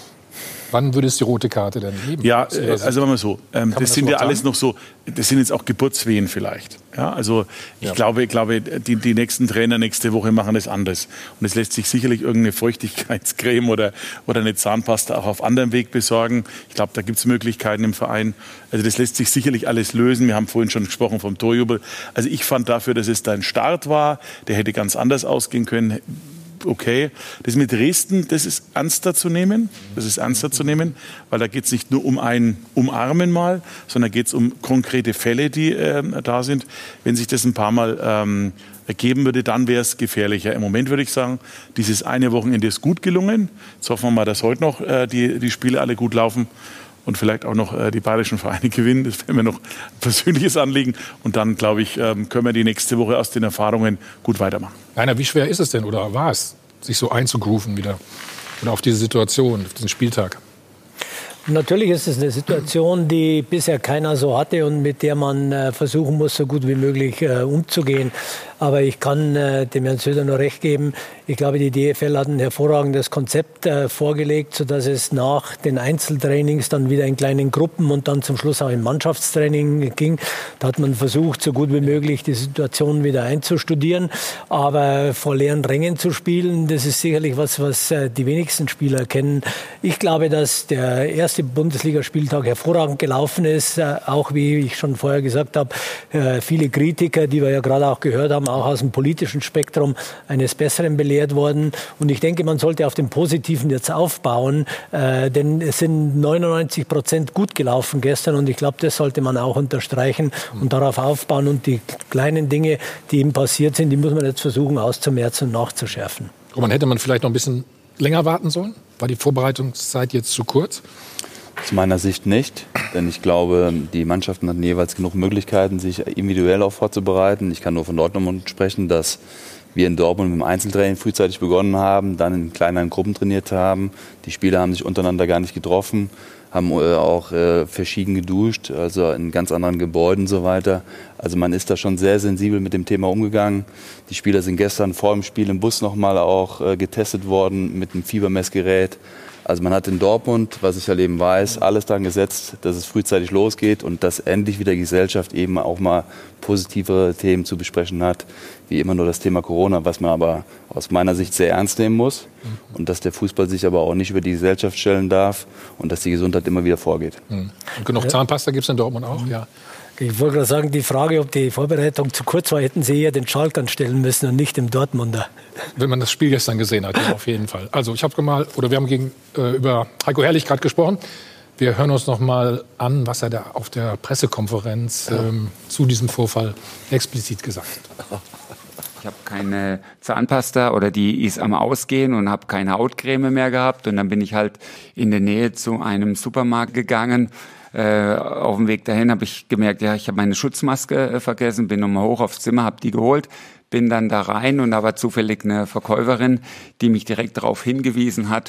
Wann würde es die rote Karte denn geben? Ja, also machen wir so. Ähm, das, das sind ja alles noch so, das sind jetzt auch Geburtswehen vielleicht. Ja, also ich ja. glaube, ich glaube die, die nächsten Trainer nächste Woche machen das anders. Und es lässt sich sicherlich irgendeine Feuchtigkeitscreme oder, oder eine Zahnpasta auch auf anderem Weg besorgen. Ich glaube, da gibt es Möglichkeiten im Verein. Also das lässt sich sicherlich alles lösen. Wir haben vorhin schon gesprochen vom Torjubel. Also ich fand dafür, dass es da ein Start war, der hätte ganz anders ausgehen können. Okay, das mit Dresden, das ist ernster zu nehmen, das ist ernster zu nehmen, weil da geht es nicht nur um ein Umarmen mal, sondern geht es um konkrete Fälle, die äh, da sind. Wenn sich das ein paar Mal ähm, ergeben würde, dann wäre es gefährlicher. Im Moment würde ich sagen, dieses eine Wochenende ist gut gelungen. Jetzt hoffen wir mal, dass heute noch äh, die, die Spiele alle gut laufen und vielleicht auch noch äh, die bayerischen Vereine gewinnen. Das wäre mir noch ein persönliches Anliegen. Und dann, glaube ich, ähm, können wir die nächste Woche aus den Erfahrungen gut weitermachen. Rainer, wie schwer ist es denn oder war es, sich so einzugrooven wieder oder auf diese Situation, auf diesen Spieltag? Natürlich ist es eine Situation, die bisher keiner so hatte und mit der man äh, versuchen muss, so gut wie möglich äh, umzugehen. Aber ich kann äh, dem Herrn Söder nur recht geben. Ich glaube, die D F L hat ein hervorragendes Konzept äh, vorgelegt, sodass es nach den Einzeltrainings dann wieder in kleinen Gruppen und dann zum Schluss auch im Mannschaftstraining ging. Da hat man versucht, so gut wie möglich die Situation wieder einzustudieren. Aber vor leeren Rängen zu spielen, das ist sicherlich was, was äh, die wenigsten Spieler kennen. Ich glaube, dass der erste Bundesligaspieltag hervorragend gelaufen ist. Äh, auch wie ich schon vorher gesagt habe, äh, viele Kritiker, die wir ja gerade auch gehört haben, auch aus dem politischen Spektrum, eines Besseren belehrt worden. Und ich denke, man sollte auf dem Positiven jetzt aufbauen, äh, denn es sind neunundneunzig Prozent gut gelaufen gestern und ich glaube, das sollte man auch unterstreichen und darauf aufbauen. Und die kleinen Dinge, die ihm passiert sind, die muss man jetzt versuchen auszumerzen und nachzuschärfen. Und man hätte man vielleicht noch ein bisschen länger warten sollen? War die Vorbereitungszeit jetzt zu kurz? Aus meiner Sicht nicht, denn ich glaube, die Mannschaften hatten jeweils genug Möglichkeiten, sich individuell auch vorzubereiten. Ich kann nur von Dortmund sprechen, dass wir in Dortmund mit dem Einzeltraining frühzeitig begonnen haben, dann in kleineren Gruppen trainiert haben. Die Spieler haben sich untereinander gar nicht getroffen, haben äh, auch äh, verschieden geduscht, also in ganz anderen Gebäuden und so weiter. Also man ist da schon sehr sensibel mit dem Thema umgegangen. Die Spieler sind gestern vor dem Spiel im Bus nochmal auch äh, getestet worden mit einem Fiebermessgerät. Also man hat in Dortmund, was ich ja eben weiß, alles daran gesetzt, dass es frühzeitig losgeht und dass endlich wieder die Gesellschaft eben auch mal positivere Themen zu besprechen hat, wie immer nur das Thema Corona, was man aber aus meiner Sicht sehr ernst nehmen muss und dass der Fußball sich aber auch nicht über die Gesellschaft stellen darf und dass die Gesundheit immer wieder vorgeht. Und genug Zahnpasta gibt es in Dortmund auch? Ja. Ich wollte gerade sagen, die Frage, ob die Vorbereitung zu kurz war, hätten Sie eher den Schalkern stellen müssen und nicht dem Dortmunder. Wenn man das Spiel gestern gesehen hat, ja, auf jeden Fall. Also ich habe mal, oder wir haben gegen, äh, über Heiko Herrlich gerade gesprochen. Wir hören uns noch mal an, was er da auf der Pressekonferenz ähm, zu diesem Vorfall explizit gesagt hat. Ich habe keine Zahnpasta oder die ist am Ausgehen und habe keine Hautcreme mehr gehabt. Und dann bin ich halt in der Nähe zu einem Supermarkt gegangen. Äh, auf dem Weg dahin habe ich gemerkt, ja, ich habe meine Schutzmaske äh, vergessen, bin nochmal hoch aufs Zimmer, habe die geholt, bin dann da rein und da war zufällig eine Verkäuferin, die mich direkt darauf hingewiesen hat,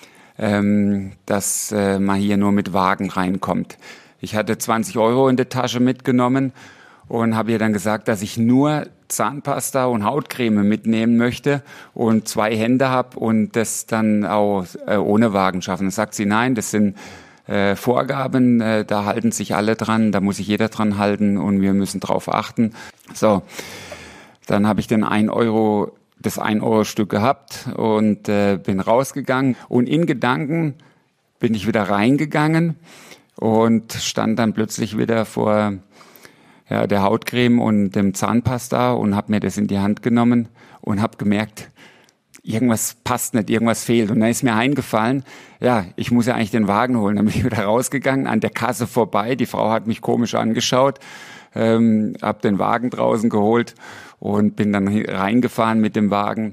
ähm, dass äh, man hier nur mit Wagen reinkommt. Ich hatte zwanzig Euro in der Tasche mitgenommen und habe ihr dann gesagt, dass ich nur Zahnpasta und Hautcreme mitnehmen möchte und zwei Hände habe und das dann auch äh, ohne Wagen schaffen. Dann sagt sie, nein, das sind Äh, Vorgaben, äh, da halten sich alle dran, da muss sich jeder dran halten und wir müssen drauf achten. So, dann habe ich den ein Euro, das ein Euro Stück gehabt und äh, bin rausgegangen und in Gedanken bin ich wieder reingegangen und stand dann plötzlich wieder vor ja, der Hautcreme und dem Zahnpasta und habe mir das in die Hand genommen und habe gemerkt, irgendwas passt nicht, irgendwas fehlt. Und dann ist mir eingefallen, ja, ich muss ja eigentlich den Wagen holen. Dann bin ich wieder rausgegangen, an der Kasse vorbei. Die Frau hat mich komisch angeschaut, ähm, hab den Wagen draußen geholt und bin dann reingefahren mit dem Wagen.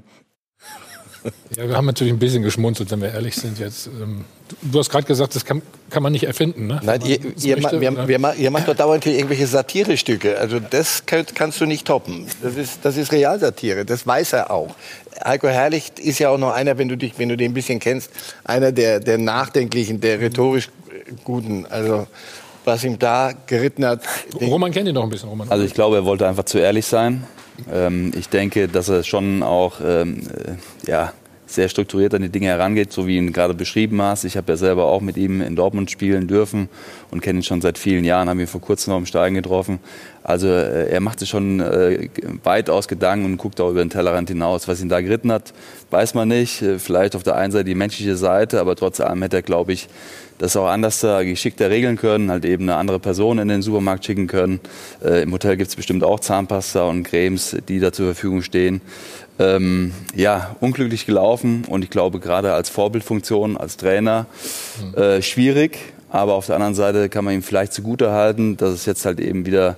Ja, wir haben natürlich ein bisschen geschmunzelt, wenn wir ehrlich sind jetzt. Du hast gerade gesagt, das kann, kann man nicht erfinden, ne? Nein, ihr, ihr, möchte, wir, wir, wir, ihr macht doch dauernd hier irgendwelche Satirestücke. Also das könnt, kannst du nicht toppen. Das ist, das ist Realsatire, das weiß er auch. Heiko Herrlich ist ja auch noch einer, wenn du, dich, wenn du den ein bisschen kennst, einer der, der Nachdenklichen, der rhetorisch Guten. Also was ihm da geritten hat. Roman kennt ihn noch ein bisschen, Roman. Also ich glaube, er wollte einfach zu ehrlich sein. Ähm, ich denke, dass er schon auch ähm, äh, ja, sehr strukturiert an die Dinge herangeht, so wie ihn gerade beschrieben hast. Ich habe ja selber auch mit ihm in Dortmund spielen dürfen und kenne ihn schon seit vielen Jahren, haben ihn vor kurzem noch im Stadion getroffen. Also äh, er macht sich schon äh, weitaus Gedanken und guckt auch über den Tellerrand hinaus. Was ihn da geritten hat, weiß man nicht. Äh, vielleicht auf der einen Seite die menschliche Seite, aber trotz allem hätte er, glaube ich, das auch anders geschickter regeln können, halt eben eine andere Person in den Supermarkt schicken können. Äh, Im Hotel gibt es bestimmt auch Zahnpasta und Cremes, die da zur Verfügung stehen. Ähm, ja, unglücklich gelaufen und ich glaube gerade als Vorbildfunktion, als Trainer äh, schwierig. Aber auf der anderen Seite kann man ihm vielleicht zugutehalten, dass es jetzt halt eben wieder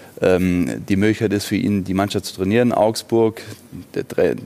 ähm, die Möglichkeit ist für ihn, die Mannschaft zu trainieren. Augsburg, der,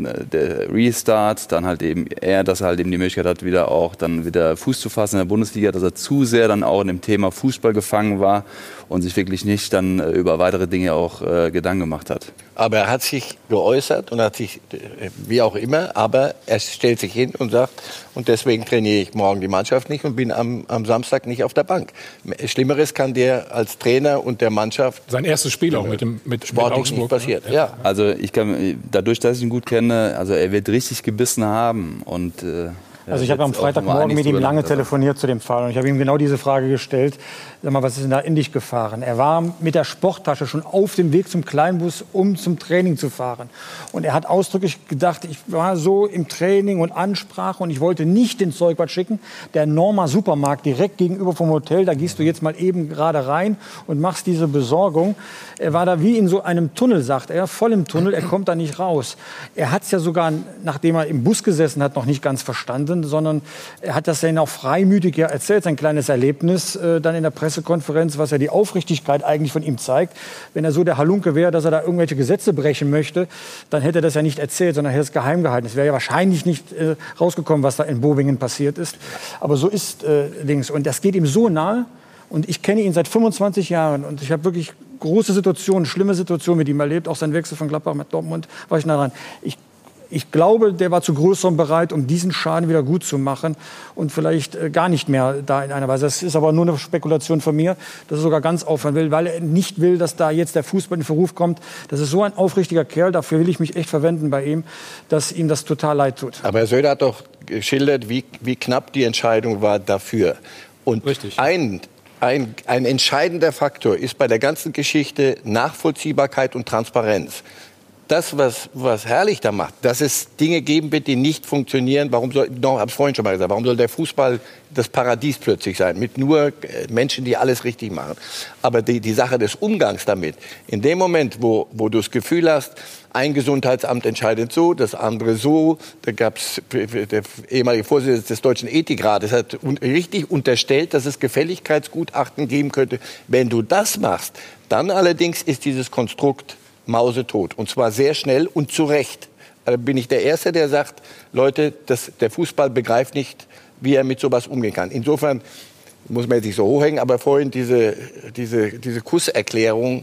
der Restart, dann halt eben er, dass er halt eben die Möglichkeit hat, wieder auch dann wieder Fuß zu fassen in der Bundesliga, dass er zu sehr dann auch in dem Thema Fußball gefangen war und sich wirklich nicht dann äh, über weitere Dinge auch äh, Gedanken gemacht hat. Aber er hat sich geäußert und hat sich, wie auch immer, aber er stellt sich hin und sagt, und deswegen trainiere ich morgen die Mannschaft nicht und bin am, am Samstag nicht auf der Bank. Schlimmeres kann der als Trainer und der Mannschaft... Sein erstes Spiel auch mit dem mit, mit Augsburg nicht passiert. Ja. Also ich kann, dadurch, dass ich ihn gut kenne, also er wird richtig gebissen haben und... Äh Also ich habe am Freitagmorgen mit ihm lange telefoniert zu dem Fall und ich habe ihm genau diese Frage gestellt, sag mal, was ist denn da in dich gefahren? Er war mit der Sporttasche schon auf dem Weg zum Kleinbus, um zum Training zu fahren. Und er hat ausdrücklich gedacht, ich war so im Training und Ansprache und ich wollte nicht den Zeugwart schicken. Der Norma Supermarkt direkt gegenüber vom Hotel, da gehst du jetzt mal eben gerade rein und machst diese Besorgung. Er war da wie in so einem Tunnel, sagt er, voll im Tunnel, er kommt da nicht raus. Er hat es ja sogar, nachdem er im Bus gesessen hat, noch nicht ganz verstanden, sondern er hat das dann auch freimütig ja erzählt, sein kleines Erlebnis äh, dann in der Pressekonferenz, was ja die Aufrichtigkeit eigentlich von ihm zeigt. Wenn er so der Halunke wäre, dass er da irgendwelche Gesetze brechen möchte, dann hätte er das ja nicht erzählt, sondern hätte es geheim gehalten. Es wäre ja wahrscheinlich nicht äh, rausgekommen, was da in Bovingen passiert ist. Aber so ist äh, Dings. Und das geht ihm so nahe. Und ich kenne ihn seit fünfundzwanzig Jahren und ich habe wirklich große Situationen, schlimme Situationen mit ihm erlebt. Auch sein Wechsel von Gladbach nach Dortmund war ich nah dran. Ich Ich glaube, der war zu größerem bereit, um diesen Schaden wieder gut zu machen und vielleicht äh, gar nicht mehr da in einer Weise. Das ist aber nur eine Spekulation von mir, dass er sogar ganz aufhören will, weil er nicht will, dass da jetzt der Fußball in Verruf kommt. Das ist so ein aufrichtiger Kerl, dafür will ich mich echt verwenden bei ihm, dass ihm das total leid tut. Aber Herr Söder hat doch geschildert, wie, wie knapp die Entscheidung war dafür. Und Richtig. ein Ein, ein entscheidender Faktor ist bei der ganzen Geschichte Nachvollziehbarkeit und Transparenz. Das, was, was Herrlich da macht, dass es Dinge geben wird, die nicht funktionieren. Warum soll, noch, hab's vorhin schon mal gesagt, warum soll der Fußball das Paradies plötzlich sein? Mit nur Menschen, die alles richtig machen. Aber die, die Sache des Umgangs damit, in dem Moment, wo, wo du das Gefühl hast, ein Gesundheitsamt entscheidet so, das andere so, da gab's der ehemalige Vorsitzende des Deutschen Ethikrates hat richtig unterstellt, dass es Gefälligkeitsgutachten geben könnte. Wenn du das machst, dann allerdings ist dieses Konstrukt mausetot. Und zwar sehr schnell und zu Recht. Da bin ich der Erste, der sagt, Leute, das, der Fußball begreift nicht, wie er mit sowas umgehen kann. Insofern muss man jetzt nicht so hochhängen, aber vorhin diese, diese, diese Kusserklärung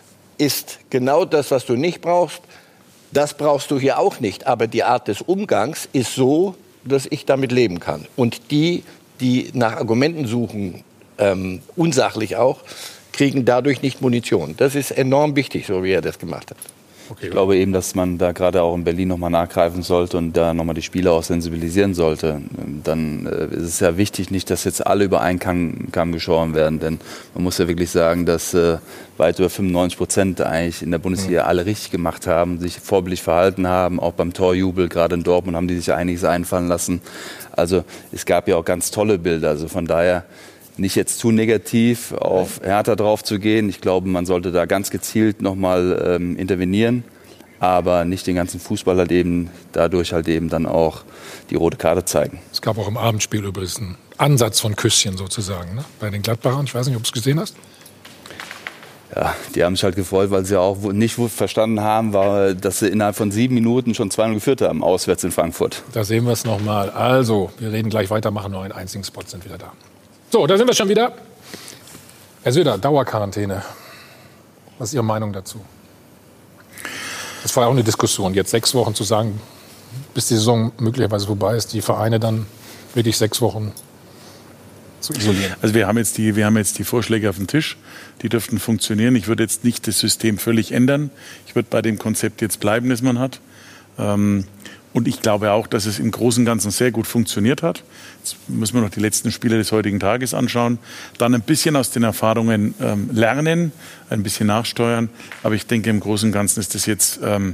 ist genau das, was du nicht brauchst. Das brauchst du hier auch nicht. Aber die Art des Umgangs ist so, dass ich damit leben kann. Und die, die nach Argumenten suchen, ähm, unsachlich auch, kriegen dadurch nicht Munition. Das ist enorm wichtig, so wie er das gemacht hat. Okay, ich glaube eben, dass man da gerade auch in Berlin nochmal nachgreifen sollte und da nochmal die Spieler auch sensibilisieren sollte. Dann äh, ist es ja wichtig, nicht, dass jetzt alle über einen Kamm, Kamm geschoren werden. Denn man muss ja wirklich sagen, dass äh, weit über fünfundneunzig Prozent eigentlich in der Bundesliga alle richtig gemacht haben, sich vorbildlich verhalten haben. Auch beim Torjubel, gerade in Dortmund, haben die sich einiges einfallen lassen. Also es gab ja auch ganz tolle Bilder. Also von daher nicht jetzt zu negativ auf Hertha drauf zu gehen. Ich glaube, man sollte da ganz gezielt nochmal ähm, intervenieren. aber nicht den ganzen Fußball halt eben dadurch halt eben dann auch die rote Karte zeigen. Es gab auch im Abendspiel übrigens einen Ansatz von Küsschen sozusagen, ne? Bei den Gladbachern. Ich weiß nicht, ob du es gesehen hast. Ja, die haben sich halt gefreut, weil sie auch nicht verstanden haben, war, dass sie innerhalb von sieben Minuten schon zwei null geführt haben, auswärts in Frankfurt. Da sehen wir es nochmal. Also, wir reden gleich weiter, machen noch einen einzigen Spot, sind wieder da. So, da sind wir schon wieder. Herr Söder, Dauerquarantäne. Was ist Ihre Meinung dazu? Das war ja auch eine Diskussion, jetzt sechs Wochen zu sagen, bis die Saison möglicherweise vorbei ist, die Vereine dann wirklich sechs Wochen zu isolieren. Also wir haben jetzt die, wir haben jetzt die Vorschläge auf dem Tisch, die dürften funktionieren. Ich würde jetzt nicht das System völlig ändern. Ich würde bei dem Konzept jetzt bleiben, das man hat. Ähm, und ich glaube auch, dass es im Großen und Ganzen sehr gut funktioniert hat. Jetzt müssen wir noch die letzten Spiele des heutigen Tages anschauen. Dann ein bisschen aus den Erfahrungen ähm, lernen, ein bisschen nachsteuern. Aber ich denke, im Großen und Ganzen ist das jetzt ähm,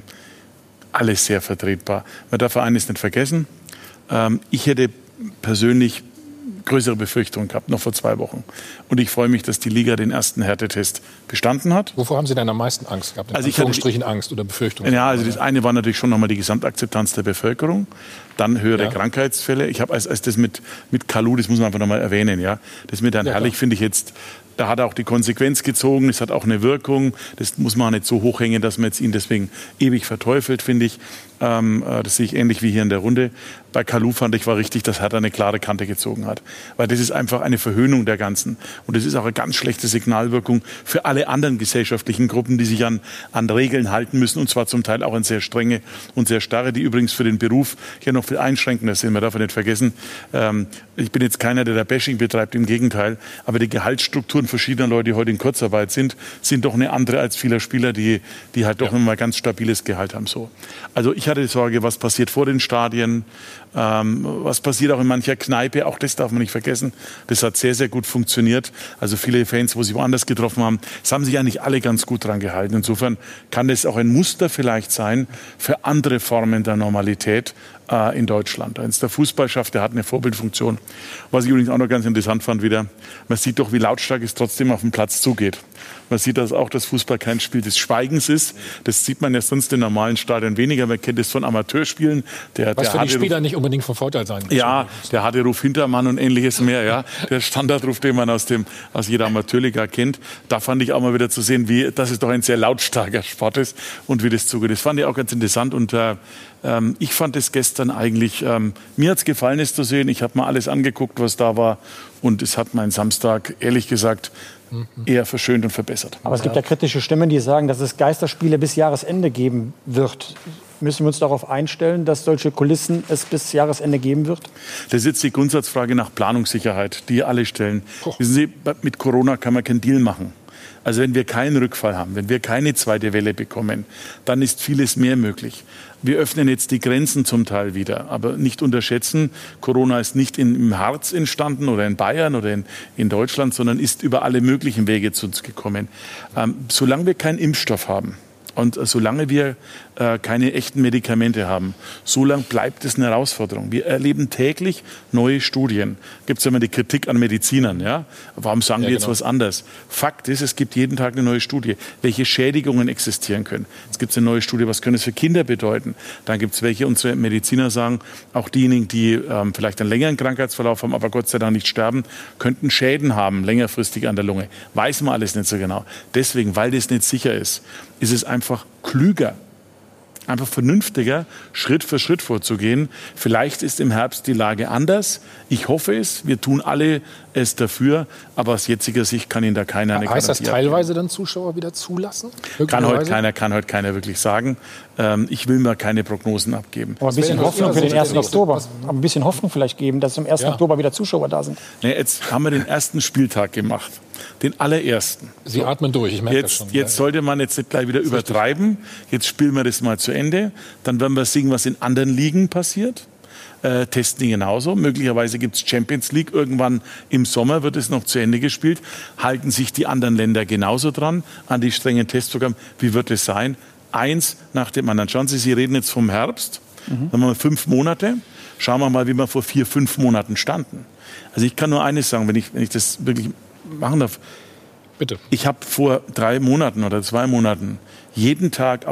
alles sehr vertretbar. Man darf eines nicht vergessen. Ähm, ich hätte persönlich größere Befürchtungen gehabt, noch vor zwei Wochen. Und ich freue mich, dass die Liga den ersten Härtetest bestanden hat. Wovor haben Sie denn am meisten Angst gehabt? In also ich hatte, Angst oder Befürchtungen? Ja, also das eine war natürlich schon nochmal die Gesamtakzeptanz der Bevölkerung. Dann höhere ja. Krankheitsfälle. Ich habe als, als das mit, mit Kalou, das muss man einfach nochmal erwähnen, ja. Das mit Herrn ja, Herrlich finde ich jetzt, da hat er auch die Konsequenz gezogen, es hat auch eine Wirkung. Das muss man nicht so hochhängen, dass man jetzt ihn deswegen ewig verteufelt, finde ich. Ähm, das sehe ich ähnlich wie hier in der Runde. Bei Kalou fand ich war richtig, dass Hertha eine klare Kante gezogen hat. Weil das ist einfach eine Verhöhnung der Ganzen. Und das ist auch eine ganz schlechte Signalwirkung für alle anderen gesellschaftlichen Gruppen, die sich an, an Regeln halten müssen. Und zwar zum Teil auch an sehr strenge und sehr starre, die übrigens für den Beruf hier noch viel einschränkender sind. Man darf ja nicht vergessen, ähm, ich bin jetzt keiner, der da Bashing betreibt, im Gegenteil. Aber die Gehaltsstrukturen verschiedener Leute, die heute in Kurzarbeit sind, sind doch eine andere als vieler Spieler, die, die halt doch ja. immer ganz stabiles Gehalt haben. So. Also ich hatte Sorge, was passiert vor den Stadien, ähm, was passiert auch in mancher Kneipe, auch das darf man nicht vergessen. Das hat sehr, sehr gut funktioniert. Also viele Fans, wo sie woanders getroffen haben, es haben sich eigentlich alle ganz gut dran gehalten. Insofern kann das auch ein Muster vielleicht sein für andere Formen der Normalität äh, in Deutschland. Eins der Fußball schafft, der hat eine Vorbildfunktion. Was ich übrigens auch noch ganz interessant fand wieder, man sieht doch, wie lautstark es trotzdem auf dem Platz zugeht. Man sieht das auch, dass Fußball kein Spiel des Schweigens ist. Das sieht man ja sonst in normalen Stadien weniger. Man kennt es von Amateurspielen. Der, Was der für die Spieler Ruf, nicht unbedingt von Vorteil sein muss. Ja, der harte Ruf Hintermann und ähnliches mehr. Ja, der Standardruf, den man aus, dem, aus jeder Amateurliga kennt. Da fand ich auch mal wieder zu sehen, wie, dass es doch ein sehr lautstarker Sport ist und wie das zugeht. Das fand ich auch ganz interessant. Und äh, ähm, ich fand es gestern eigentlich, ähm, mir hat es gefallen, es zu sehen. Ich habe mir alles angeguckt, was da war. Und es hat meinen Samstag, ehrlich gesagt, eher verschönt und verbessert. Aber es gibt ja kritische Stimmen, die sagen, dass es Geisterspiele bis Jahresende geben wird. Müssen wir uns darauf einstellen, dass solche Kulissen es bis Jahresende geben wird? Das ist jetzt die Grundsatzfrage nach Planungssicherheit, die alle stellen. Oh. Wissen Sie, mit Corona kann man keinen Deal machen. Also wenn wir keinen Rückfall haben, wenn wir keine zweite Welle bekommen, dann ist vieles mehr möglich. Wir öffnen jetzt die Grenzen zum Teil wieder, aber nicht unterschätzen, Corona ist nicht in, im Harz entstanden oder in Bayern oder in, in Deutschland, sondern ist über alle möglichen Wege zu uns gekommen. Ähm, solange wir keinen Impfstoff haben, und solange wir äh, keine echten Medikamente haben, solange bleibt es eine Herausforderung. Wir erleben täglich neue Studien. Gibt es ja immer die Kritik an Medizinern. Ja? Warum sagen ja, wir jetzt genau. was anderes? Fakt ist, es gibt jeden Tag eine neue Studie, welche Schädigungen existieren können. Es gibt eine neue Studie, was können es für Kinder bedeuten. Dann gibt es welche, unsere Mediziner sagen, auch diejenigen, die ähm, vielleicht einen längeren Krankheitsverlauf haben, aber Gott sei Dank nicht sterben, könnten Schäden haben, längerfristig an der Lunge. Weiß man alles nicht so genau. Deswegen, weil das nicht sicher ist, ist es einfach klüger, einfach vernünftiger, Schritt für Schritt vorzugehen. Vielleicht ist im Herbst die Lage anders. Ich hoffe es. Wir tun alle es dafür. Aber aus jetziger Sicht kann Ihnen da keiner eine Garantie Heißt das teilweise dann Zuschauer wieder zulassen? Kann heute keiner, kann heute keiner wirklich sagen. Ähm, ich will mir keine Prognosen abgeben. Aber ein bisschen Hoffnung für den ersten Oktober. Aber ein bisschen Hoffnung vielleicht geben, dass am ersten Ja. Oktober wieder Zuschauer da sind. Nee, jetzt haben wir den ersten Spieltag gemacht. Den allerersten. Sie so. atmen durch, ich merke jetzt, das schon. Jetzt sollte man jetzt nicht gleich wieder übertreiben. Jetzt spielen wir das mal zu Ende. Dann werden wir sehen, was in anderen Ligen passiert. Äh, testen die genauso. Möglicherweise gibt es Champions League. Irgendwann im Sommer wird es noch zu Ende gespielt. Halten sich die anderen Länder genauso dran an die strengen Testprogramme? Wie wird es sein? Eins nach dem anderen. Schauen Sie, Sie reden jetzt vom Herbst. Mhm. Dann haben wir fünf Monate. Schauen wir mal, wie wir vor vier, fünf Monaten standen. Also ich kann nur eines sagen, wenn ich, wenn ich das wirklich machen darf. Bitte. Ich habe vor drei Monaten oder zwei Monaten jeden Tag auch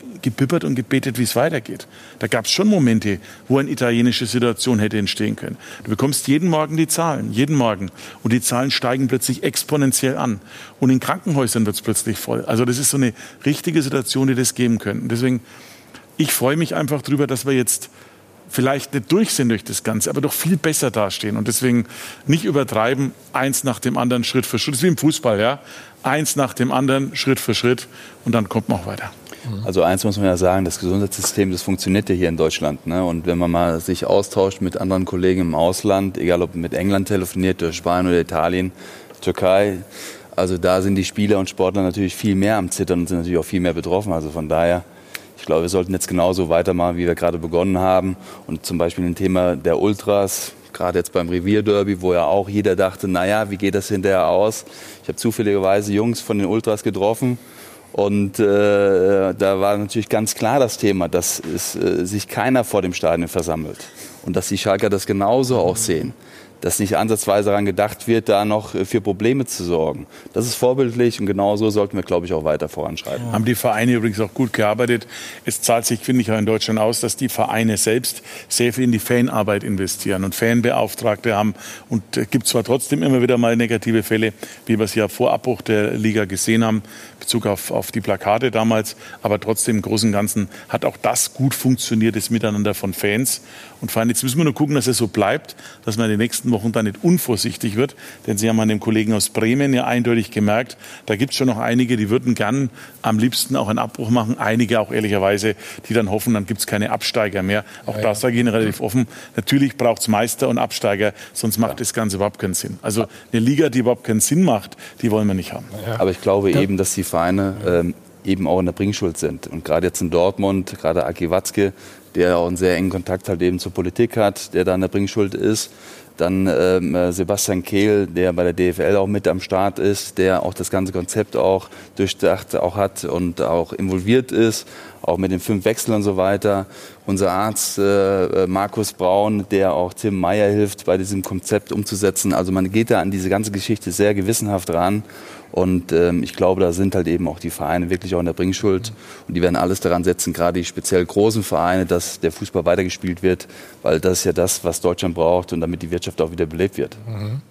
gebibbert und gebetet, wie es weitergeht. Da gab es schon Momente, wo eine italienische Situation hätte entstehen können. Du bekommst jeden Morgen die Zahlen, jeden Morgen. Und die Zahlen steigen plötzlich exponentiell an. Und in Krankenhäusern wird es plötzlich voll. Also das ist so eine richtige Situation, die das geben können. Und deswegen, ich freue mich einfach drüber, dass wir jetzt vielleicht nicht durch sind durch das Ganze, aber doch viel besser dastehen. Und deswegen nicht übertreiben, eins nach dem anderen, Schritt für Schritt. Das ist wie im Fußball, ja. Eins nach dem anderen, Schritt für Schritt. Und dann kommt man auch weiter. Also eins muss man ja sagen, das Gesundheitssystem, das funktioniert ja hier in Deutschland. Ne? Und wenn man mal sich austauscht mit anderen Kollegen im Ausland, egal ob mit England telefoniert, oder Spanien oder Italien, Türkei, also da sind die Spieler und Sportler natürlich viel mehr am Zittern und sind natürlich auch viel mehr betroffen. Also von daher, ich glaube, wir sollten jetzt genauso weitermachen, wie wir gerade begonnen haben. Und zum Beispiel ein Thema der Ultras, gerade jetzt beim Revierderby, wo ja auch jeder dachte, naja, wie geht das hinterher aus? Ich habe zufälligerweise Jungs von den Ultras getroffen. Und äh, da war natürlich ganz klar das Thema, dass es, äh, sich keiner vor dem Stadion versammelt. Und dass die Schalker das genauso auch sehen. Dass nicht ansatzweise daran gedacht wird, da noch für Probleme zu sorgen. Das ist vorbildlich und genauso sollten wir, glaube ich, auch weiter voranschreiten. Ja. Haben die Vereine übrigens auch gut gearbeitet. Es zahlt sich, finde ich, auch in Deutschland aus, dass die Vereine selbst sehr viel in die Fanarbeit investieren und Fanbeauftragte haben. Und es gibt zwar trotzdem immer wieder mal negative Fälle, wie wir es ja vor Abbruch der Liga gesehen haben, in Bezug auf, auf die Plakate damals, aber trotzdem im Großen und Ganzen hat auch das gut funktioniert, das Miteinander von Fans und Vereinen. Jetzt müssen wir nur gucken, dass es so bleibt, dass man in den nächsten Wochen dann nicht unvorsichtig wird, denn Sie haben an dem Kollegen aus Bremen ja eindeutig gemerkt, da gibt es schon noch einige, die würden gern am liebsten auch einen Abbruch machen, einige auch ehrlicherweise, die dann hoffen, dann gibt es keine Absteiger mehr. Auch ja, da sage ich Ihnen relativ offen, natürlich braucht es Meister und Absteiger, sonst macht das Ganze überhaupt keinen Sinn. Also eine Liga, die überhaupt keinen Sinn macht, die wollen wir nicht haben. Ja. Aber ich glaube ja. eben, dass die Vereine ähm, eben auch in der Bringschuld sind. Und gerade jetzt in Dortmund, gerade Aki Watzke, der auch einen sehr engen Kontakt halt eben zur Politik hat, der da in der Bringschuld ist. Dann ähm, Sebastian Kehl, der bei der D F L auch mit am Start ist, der auch das ganze Konzept auch durchdacht auch hat und auch involviert ist, auch mit den fünf Wechseln und so weiter. Unser Arzt äh, Markus Braun, der auch Tim Meyer hilft, bei diesem Konzept umzusetzen. Also man geht da an diese ganze Geschichte sehr gewissenhaft ran. Und ähm, ich glaube, da sind halt eben auch die Vereine wirklich auch in der Bringschuld. Und die werden alles daran setzen, gerade die speziell großen Vereine, dass der Fußball weitergespielt wird. Weil das ist ja das, was Deutschland braucht und damit die Wirtschaft auch wieder belebt wird. Mhm.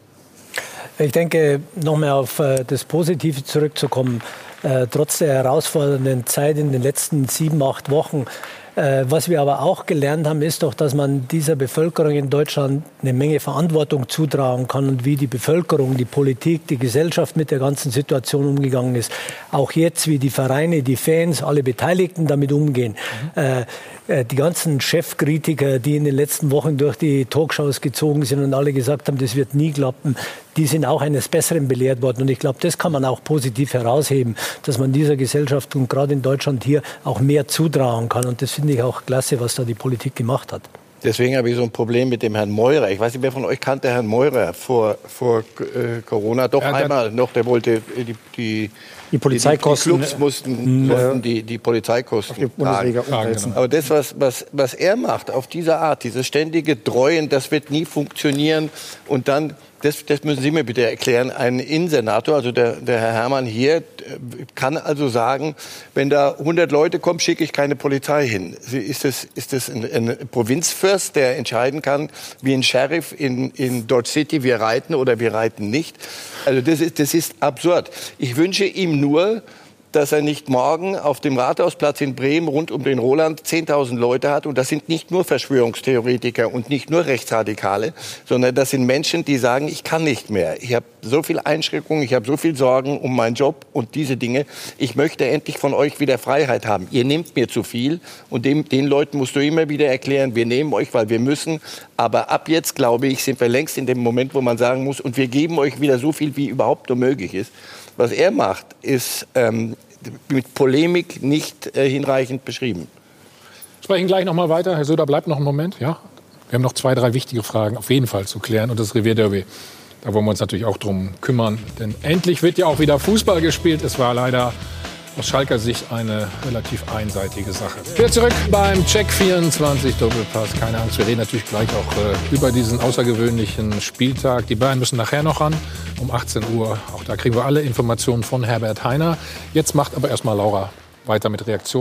Ich denke, noch mal auf äh, das Positive zurückzukommen. Äh, trotz der herausfordernden Zeit in den letzten sieben, acht Wochen. Äh, was wir aber auch gelernt haben, ist doch, dass man dieser Bevölkerung in Deutschland eine Menge Verantwortung zutrauen kann und wie die Bevölkerung, die Politik, die Gesellschaft mit der ganzen Situation umgegangen ist. Auch jetzt, wie die Vereine, die Fans, alle Beteiligten damit umgehen. Mhm. Äh, die ganzen Chefkritiker, die in den letzten Wochen durch die Talkshows gezogen sind und alle gesagt haben, das wird nie klappen, die sind auch eines Besseren belehrt worden. Und ich glaube, das kann man auch positiv herausheben, dass man dieser Gesellschaft und gerade in Deutschland hier auch mehr zutrauen kann. Und das finde ich auch klasse, was da die Politik gemacht hat. Deswegen habe ich so ein Problem mit dem Herrn Meurer. Ich weiß nicht, wer von euch kannte Herrn Meurer vor, vor äh, Corona. Doch ja, einmal noch, der wollte die, die, die Polizeikosten. Die, die Clubs mussten, mussten die, die Polizeikosten die tragen. Genau. Aber das, was, was, was er macht auf diese Art, dieses ständige Dreuen, das wird nie funktionieren. Und dann, das, das müssen Sie mir bitte erklären, ein Innensenator, also der, der Herr Herrmann hier, kann also sagen, wenn da hundert Leute kommen, schicke ich keine Polizei hin. Ist das, ist das ein, ein Provinzfürst, der entscheiden kann, wie ein Sheriff in, in Dodge City, wir reiten oder wir reiten nicht? Also das ist, das ist absurd. Ich wünsche ihm nur, dass er nicht morgen auf dem Rathausplatz in Bremen rund um den Roland zehntausend Leute hat. Und das sind nicht nur Verschwörungstheoretiker und nicht nur Rechtsradikale, sondern das sind Menschen, die sagen, ich kann nicht mehr. Ich habe so viel Einschränkungen, ich habe so viel Sorgen um meinen Job und diese Dinge. Ich möchte endlich von euch wieder Freiheit haben. Ihr nehmt mir zu viel und dem, den Leuten musst du immer wieder erklären, wir nehmen euch, weil wir müssen. Aber ab jetzt, glaube ich, sind wir längst in dem Moment, wo man sagen muss, und wir geben euch wieder so viel, wie überhaupt nur möglich ist. Was er macht, ist ähm, mit Polemik nicht äh, hinreichend beschrieben. Wir sprechen gleich noch mal weiter. Herr Söder, bleibt noch einen Moment. Ja? Wir haben noch zwei, drei wichtige Fragen auf jeden Fall zu klären. Und das Revierderby, da wollen wir uns natürlich auch drum kümmern. Denn endlich wird ja auch wieder Fußball gespielt. Es war leider aus Schalker Sicht eine relativ einseitige Sache. Wieder zurück beim Check vierundzwanzig Doppelpass. Keine Angst, wir reden natürlich gleich auch äh, über diesen außergewöhnlichen Spieltag. Die Bayern müssen nachher noch ran, um achtzehn Uhr. Auch da kriegen wir alle Informationen von Herbert Hainer. Jetzt macht aber erstmal Laura weiter mit Reaktionen.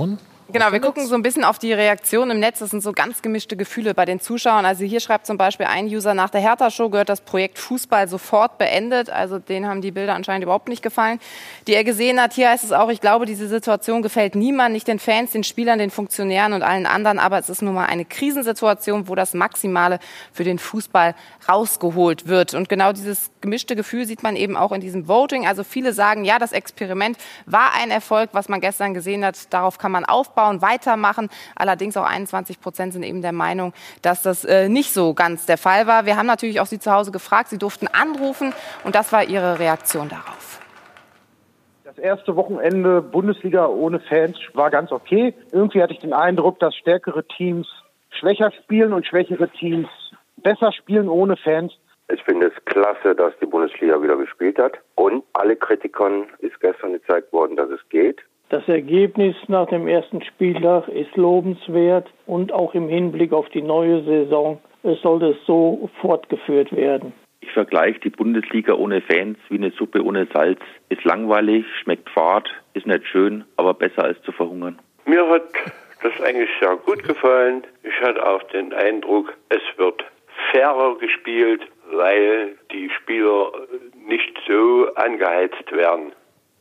Genau, wir gucken so ein bisschen auf die Reaktion im Netz. Das sind so ganz gemischte Gefühle bei den Zuschauern. Also hier schreibt zum Beispiel ein User, nach der Hertha-Show gehört das Projekt Fußball sofort beendet. Also denen haben die Bilder anscheinend überhaupt nicht gefallen, die er gesehen hat. Hier heißt es auch, ich glaube, diese Situation gefällt niemand, nicht den Fans, den Spielern, den Funktionären und allen anderen. Aber es ist nun mal eine Krisensituation, wo das Maximale für den Fußball rausgeholt wird. Und genau dieses gemischte Gefühl sieht man eben auch in diesem Voting. Also viele sagen, ja, das Experiment war ein Erfolg, was man gestern gesehen hat. Darauf kann man aufbauen, weitermachen. Allerdings auch einundzwanzig Prozent sind eben der Meinung, dass das äh, nicht so ganz der Fall war. Wir haben natürlich auch Sie zu Hause gefragt. Sie durften anrufen und das war Ihre Reaktion darauf. Das erste Wochenende Bundesliga ohne Fans war ganz okay. Irgendwie hatte ich den Eindruck, dass stärkere Teams schwächer spielen und schwächere Teams besser spielen ohne Fans. Ich finde es klasse, dass die Bundesliga wieder gespielt hat. Und alle Kritikern ist gestern gezeigt worden, dass es geht. Das Ergebnis nach dem ersten Spieltag ist lobenswert und auch im Hinblick auf die neue Saison es sollte es so fortgeführt werden. Ich vergleiche die Bundesliga ohne Fans wie eine Suppe ohne Salz. Ist langweilig, schmeckt fad, ist nicht schön, aber besser als zu verhungern. Mir hat das eigentlich sehr gut gefallen. Ich hatte auch den Eindruck, es wird fairer gespielt, weil die Spieler nicht so angeheizt werden.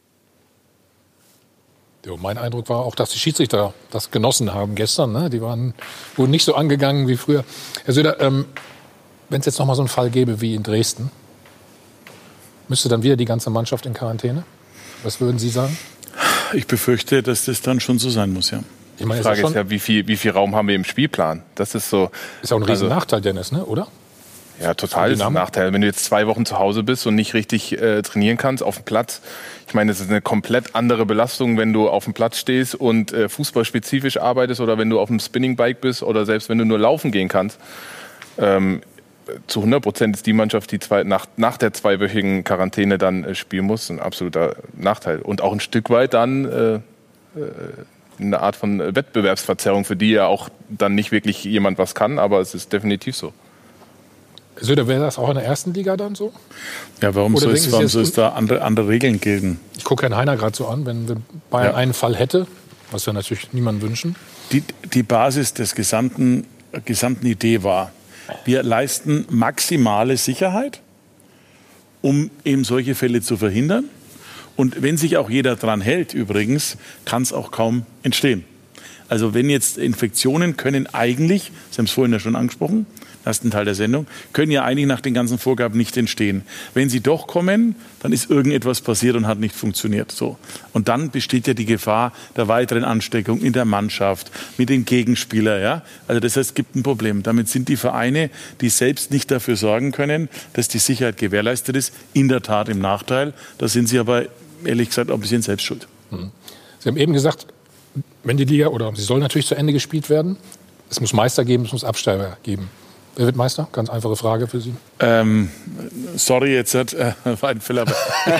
Ja, mein Eindruck war auch, dass die Schiedsrichter das genossen haben gestern. Ne? Die waren, wurden nicht so angegangen wie früher. Herr Söder, ähm, wenn es jetzt noch mal so einen Fall gäbe wie in Dresden, müsste dann wieder die ganze Mannschaft in Quarantäne? Was würden Sie sagen? Ich befürchte, dass das dann schon so sein muss, ja. Ich meine, die Frage ist ja, wie viel, wie viel Raum haben wir im Spielplan? Das ist so. Ist auch ein riesen also, Nachteil, Dennis, ne? Oder? Ja, total ist ein Nachteil. Wenn du jetzt zwei Wochen zu Hause bist und nicht richtig äh, trainieren kannst auf dem Platz. Ich meine, es ist eine komplett andere Belastung, wenn du auf dem Platz stehst und äh, fußballspezifisch arbeitest oder wenn du auf dem Spinningbike bist oder selbst wenn du nur laufen gehen kannst. Ähm, zu hundert Prozent ist die Mannschaft, die zwei, nach, nach der zweiwöchigen Quarantäne dann äh, spielen muss, ein absoluter Nachteil. Und auch ein Stück weit dann äh, äh, eine Art von Wettbewerbsverzerrung, für die ja auch dann nicht wirklich jemand was kann, aber es ist definitiv so. Söder, wäre das auch in der ersten Liga dann so? Ja, warum soll es, warum soll es da andere, andere Regeln gelten? Ich gucke Herrn Heiner gerade so an, wenn Bayern ja. einen Fall hätte, was wir natürlich niemandem wünschen. Die, die Basis des gesamten, gesamten Idee war, wir leisten maximale Sicherheit, um eben solche Fälle zu verhindern. Und wenn sich auch jeder dran hält, übrigens, kann es auch kaum entstehen. Also wenn jetzt Infektionen können eigentlich, Sie haben es vorhin ja schon angesprochen, das ist ein Teil der Sendung, können ja eigentlich nach den ganzen Vorgaben nicht entstehen. Wenn sie doch kommen, dann ist irgendetwas passiert und hat nicht funktioniert. So. Und dann besteht ja die Gefahr der weiteren Ansteckung in der Mannschaft, mit dem Gegenspieler. Ja? Also das heißt, es gibt ein Problem. Damit sind die Vereine, die selbst nicht dafür sorgen können, dass die Sicherheit gewährleistet ist, in der Tat im Nachteil. Da sind sie aber, ehrlich gesagt, auch ein bisschen selbst schuld. Sie haben eben gesagt, wenn die Liga, oder sie soll natürlich zu Ende gespielt werden, es muss Meister geben, es muss Absteiger geben. Wer wird Meister? Ganz einfache Frage für Sie. Ähm, sorry, jetzt hat äh, war ein Fehler.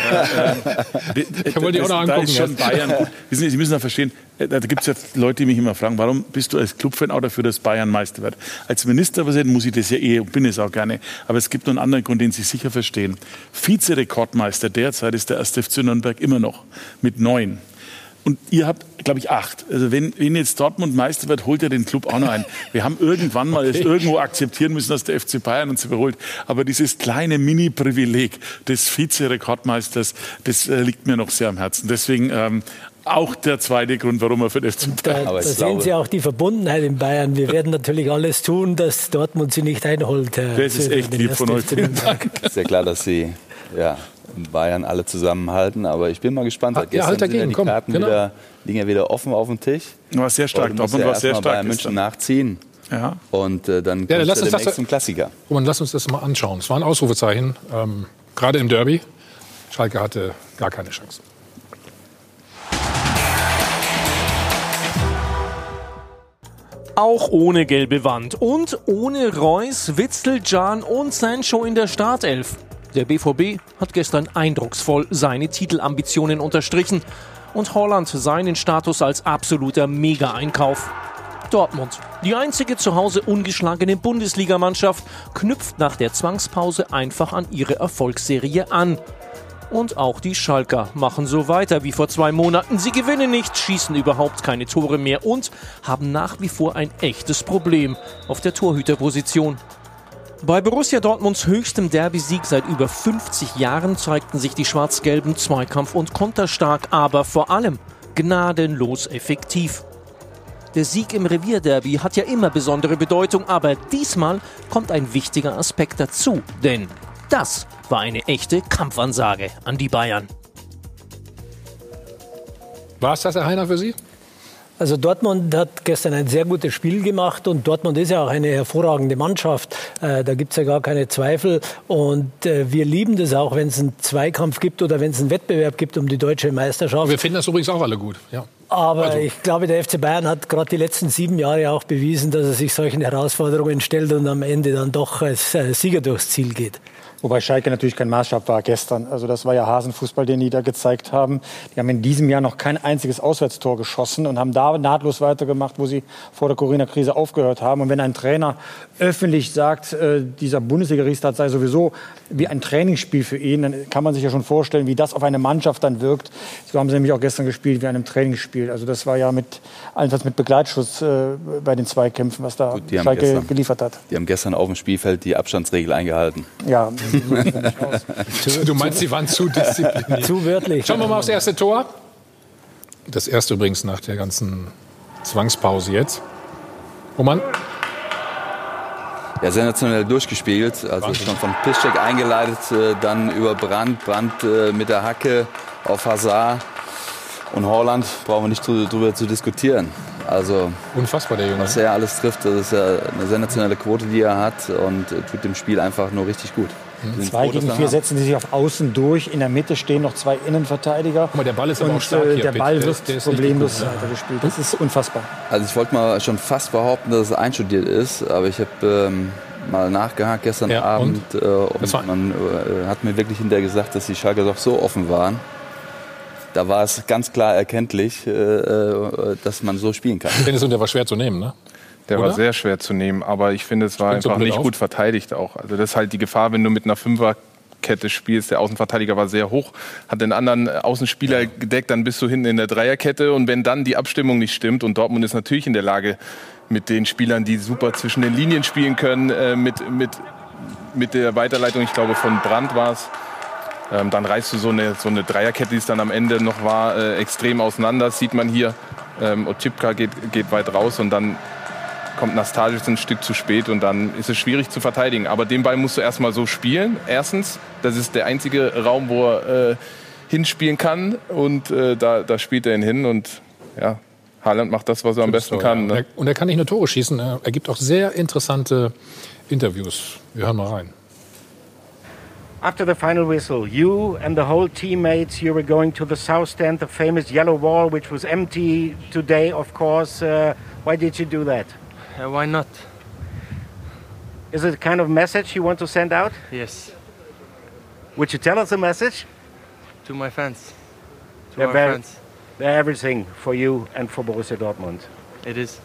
äh, ich wollte die auch noch angucken. Schon Bayern. Sie müssen ja verstehen, da gibt es ja Leute, die mich immer fragen, warum bist du als Clubfan auch dafür, dass Bayern Meister wird? Als Ministerpräsident muss ich das ja eh und bin es auch gerne. Aber es gibt noch einen anderen Grund, den Sie sicher verstehen. Vizerekordmeister derzeit ist der erste F C Nürnberg immer noch mit neun. Und ihr habt, glaube ich, acht. Also wenn, wenn jetzt Dortmund Meister wird, holt er den Club auch noch ein. Wir haben irgendwann mal okay. es irgendwo akzeptieren müssen, dass der F C Bayern uns überholt. Aber dieses kleine Mini-Privileg des Vizerekordmeisters, das äh, liegt mir noch sehr am Herzen. Deswegen ähm, auch der zweite Grund, warum er für den F C Bayern... Da, da sehen Sie auch die Verbundenheit in Bayern. Wir werden natürlich alles tun, dass Dortmund sie nicht einholt. Herr das ist echt lieb von euch. Ist ja klar, dass Sie... Ja. in Bayern alle zusammenhalten, aber ich bin mal gespannt. Ah, ja, halt dagegen, sind ja die komm, Karten genau. wieder, liegen ja wieder offen auf dem Tisch. War sehr stark. Dortmund war sehr stark. Bayern München nachziehen. Ja. Und äh, dann ja, kommt lass ja uns demnächst das, zum Klassiker. Roman, lass uns das mal anschauen. Es war ein Ausrufezeichen, ähm, gerade im Derby. Schalke hatte gar keine Chance. Auch ohne gelbe Wand und ohne Reus, Witzel, Can und Sancho in der Startelf. Der B V B hat gestern eindrucksvoll seine Titelambitionen unterstrichen und Haaland seinen Status als absoluter Mega-Einkauf. Dortmund, die einzige zu Hause ungeschlagene Bundesligamannschaft, knüpft nach der Zwangspause einfach an ihre Erfolgsserie an. Und auch die Schalker machen so weiter wie vor zwei Monaten. Sie gewinnen nicht, schießen überhaupt keine Tore mehr und haben nach wie vor ein echtes Problem auf der Torhüterposition. Bei Borussia Dortmunds höchstem Derby-Sieg seit über fünfzig Jahren zeigten sich die Schwarz-Gelben zweikampf- und konterstark, aber vor allem gnadenlos effektiv. Der Sieg im Revierderby hat ja immer besondere Bedeutung, aber diesmal kommt ein wichtiger Aspekt dazu, denn das war eine echte Kampfansage an die Bayern. War es das, Herr Heiner, für Sie? Also Dortmund hat gestern ein sehr gutes Spiel gemacht und Dortmund ist ja auch eine hervorragende Mannschaft. Äh, da gibt es ja gar keine Zweifel. Und äh, wir lieben das auch, wenn es einen Zweikampf gibt oder wenn es einen Wettbewerb gibt um die deutsche Meisterschaft. Wir finden das übrigens auch alle gut, ja. Aber also. ich glaube, der F C Bayern hat gerade die letzten sieben Jahre auch bewiesen, dass er sich solchen Herausforderungen stellt und am Ende dann doch als äh, Sieger durchs Ziel geht. Wobei Schalke natürlich kein Maßstab war gestern. Also das war ja Hasenfußball, den die da gezeigt haben. Die haben in diesem Jahr noch kein einziges Auswärtstor geschossen und haben da nahtlos weitergemacht, wo sie vor der Corona-Krise aufgehört haben. Und wenn ein Trainer öffentlich sagt, äh, dieser Bundesliga-Restart sei sowieso wie ein Trainingsspiel für ihn, dann kann man sich ja schon vorstellen, wie das auf eine Mannschaft dann wirkt. So haben sie nämlich auch gestern gespielt, wie einem Trainingsspiel. Also das war ja mit allenfalls mit Begleitschutz äh, bei den Zweikämpfen, was da Gut, Schalke gestern, geliefert hat. Die haben gestern auf dem Spielfeld die Abstandsregel eingehalten. Ja. Du meinst, sie waren zu diszipliniert. Zu wörtlich. Schauen wir mal aufs erste Tor. Das erste übrigens nach der ganzen Zwangspause jetzt. Roman? Ja, sensationell durchgespielt. Also schon von Piszczek eingeleitet, dann über Brandt, Brandt mit der Hacke auf Hazard. Und Haaland brauchen wir nicht drüber zu diskutieren. Also unfassbar, der Junge. Was er alles trifft, das ist ja eine sensationelle Quote, die er hat und tut dem Spiel einfach nur richtig gut. Zwei gegen vier setzen sie sich auf Außen durch. In der Mitte stehen noch zwei Innenverteidiger. Guck mal, der Ball ist aber und, auch stark äh, hier. Der Ball wird der, der problemlos weitergespielt. Das ist unfassbar. Also ich wollte mal schon fast behaupten, dass es einstudiert ist, aber ich habe ähm, mal nachgehakt gestern ja, Abend und, äh, und man äh, hat mir wirklich hinterher gesagt, dass die Schalker doch so offen waren. Da war es ganz klar erkenntlich, äh, dass man so spielen kann. Ich finde, der war schwer zu nehmen, ne? Der Oder? war sehr schwer zu nehmen, aber ich finde, es war einfach so nicht auf. gut verteidigt auch. Also das ist halt die Gefahr, wenn du mit einer Fünferkette spielst. Der Außenverteidiger war sehr hoch, hat den anderen Außenspieler ja. gedeckt, dann bist du hinten in der Dreierkette. Und wenn dann die Abstimmung nicht stimmt, und Dortmund ist natürlich in der Lage, mit den Spielern, die super zwischen den Linien spielen können, äh, mit, mit, mit der Weiterleitung, ich glaube von Brandt war es, ähm, dann reißt du so eine, so eine Dreierkette, die es dann am Ende noch war, äh, extrem auseinander. Das sieht man hier. Ähm, Otschipka geht, geht weit raus und dann kommt Nastasic ein Stück zu spät und dann ist es schwierig zu verteidigen. Aber den Ball musst du erstmal so spielen. Erstens, das ist der einzige Raum, wo er äh, hinspielen kann und äh, da, da spielt er ihn hin und ja, Haaland macht das, was er am besten so, kann. Ja. Ne? Und er kann nicht nur Tore schießen, er gibt auch sehr interessante Interviews. Wir hören mal rein. After the final whistle, you and the whole teammates, you were going to the south stand, the famous yellow wall, which was empty today, of course. Uh, why did you do that? Uh, why not? Is it a kind of message you want to send out? Yes. Would you tell us a message? To my fans. To they're our very, friends. They're everything for you and for Borussia Dortmund. It is.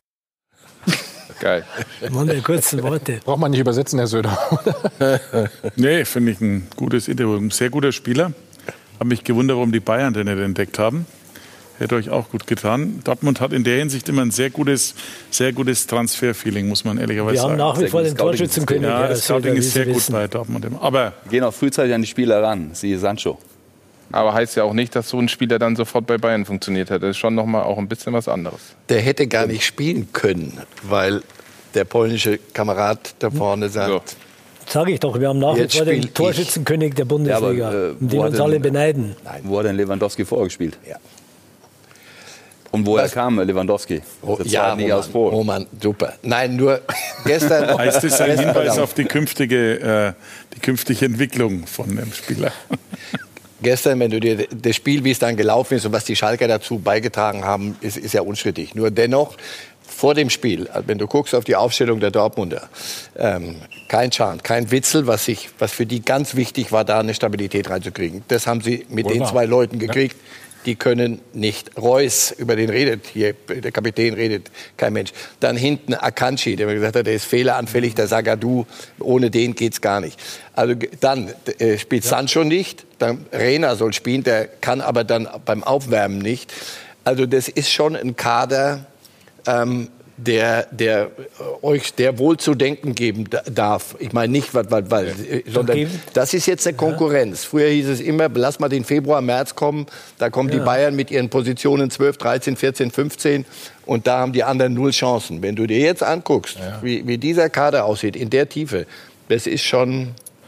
Geil. Mann, der kurzen Worte. Braucht man nicht übersetzen, Herr Söder. Nee, finde ich ein gutes Interview. Ein sehr guter Spieler. Habe mich gewundert, warum die Bayern den nicht entdeckt haben. Hätte euch auch gut getan. Dortmund hat in der Hinsicht immer ein sehr gutes, sehr gutes Transferfeeling, muss man ehrlicherweise sagen. Wir haben nach wie vor den Torschützenkönig. Ja, das Scouting ist sehr gut bei Dortmund. Aber wir gehen auch frühzeitig an die Spieler ran. Siehe Sancho. Aber heißt ja auch nicht, dass so ein Spieler dann sofort bei Bayern funktioniert hat. Das ist schon noch mal auch ein bisschen was anderes. Der hätte gar nicht spielen können, weil der polnische Kamerad da vorne sagt... So. Sage ich doch, wir haben nach wie vor den Torschützenkönig der Bundesliga, ja, aber, äh, um den uns denn, alle beneiden. Nein. Wo hat denn Lewandowski vorgespielt? Ja. Und woher Was? kam Lewandowski? Oh, ja, Roman, aus Roman, super. Nein, nur gestern... Heißt das ein Hinweis auf die künftige, äh, die künftige Entwicklung von dem Spieler? Gestern, wenn du dir das Spiel, wie es dann gelaufen ist und was die Schalker dazu beigetragen haben, ist, ist ja unstrittig. Nur dennoch, vor dem Spiel, wenn du guckst auf die Aufstellung der Dortmunder, ähm, kein Can, kein Witzel, was, sich, was für die ganz wichtig war, da eine Stabilität reinzukriegen. Das haben sie mit Wohl den war. zwei Leuten gekriegt. Ja. die können nicht. Reus, über den redet hier, der Kapitän redet kein Mensch. Dann hinten Akanji, der mir gesagt hat, der ist fehleranfällig, der Zagadou, ohne den geht's gar nicht. Also dann äh, spielt ja. Sancho nicht, dann Reina soll spielen, der kann aber dann beim Aufwärmen nicht. Also das ist schon ein Kader, ähm, der, der äh, euch der wohl zu denken geben darf. Ich meine nicht, weil, weil, weil, äh, sondern das ist jetzt eine Konkurrenz. Früher hieß es immer, lass mal den Februar, März kommen, da kommen ja. die Bayern mit ihren Positionen zwölf, dreizehn, vierzehn, fünfzehn und da haben die anderen null Chancen. Wenn du dir jetzt anguckst, ja. wie, wie dieser Kader aussieht, in der Tiefe, das ist schon...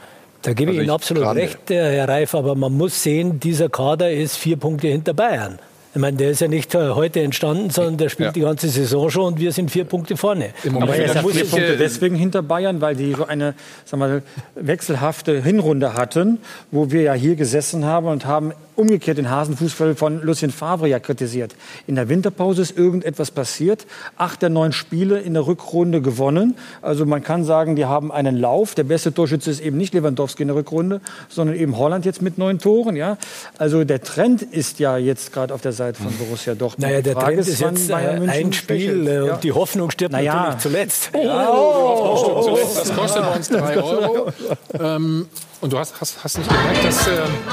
Da gebe ich also Ihnen absolut grande. recht, Herr Reif, aber man muss sehen, dieser Kader ist vier Punkte hinter Bayern. Ich meine, der ist ja nicht heute entstanden, sondern der spielt ja. die ganze Saison schon und wir sind vier Punkte vorne. Aber er ist ja vier Punkte deswegen hinter Bayern, weil die so eine sagen wir mal, wechselhafte Hinrunde hatten, wo wir ja hier gesessen haben und haben umgekehrt den Hasenfußball von Lucien Favre ja kritisiert. In der Winterpause ist irgendetwas passiert. Acht der neun Spiele in der Rückrunde gewonnen. Also man kann sagen, die haben einen Lauf. Der beste Torschütze ist eben nicht Lewandowski in der Rückrunde, sondern eben Holland jetzt mit neun Toren. Ja? Also der Trend ist ja jetzt gerade auf der Seite von Borussia Dortmund. Naja, der Trend ist jetzt äh, ein Spiel äh, ja. und die Hoffnung stirbt naja. natürlich zuletzt. Oh, ja, oh, oh, oh, zuletzt. Das kostet uns drei Euro. ähm, und du hast, hast, hast nicht gemerkt, dass... Äh,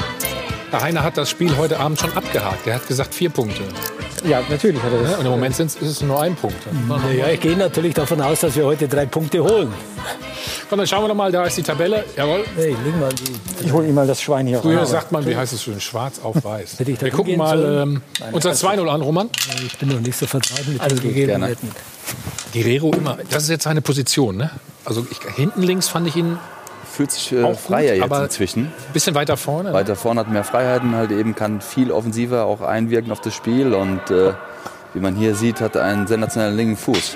Herr Heiner hat das Spiel heute Abend schon abgehakt. Er hat gesagt, vier Punkte. Ja, natürlich hat er das. Und im Moment ist es nur ein Punkt. Ja, ich gehe natürlich davon aus, dass wir heute drei Punkte holen. Komm, dann schauen wir noch mal, da ist die Tabelle. Jawohl. Hey, leg mal die. Ich hole ihm mal das Schwein hier. Früher sagt man, wie heißt es schön, schwarz auf weiß. Wir gucken mal ähm, unser zwei null an, Roman. Ich bin noch nicht so vertraut mit den Gegebenheiten. Guerrero immer, das ist jetzt seine Position, ne? Also ich, hinten links fand ich ihn... Fühlt sich äh, freier jetzt inzwischen. Ein bisschen weiter vorne. Weiter vorne, hat mehr Freiheiten, halt eben kann viel offensiver auch einwirken auf das Spiel. Und äh, wie man hier sieht, hat er einen sensationellen linken Fuß.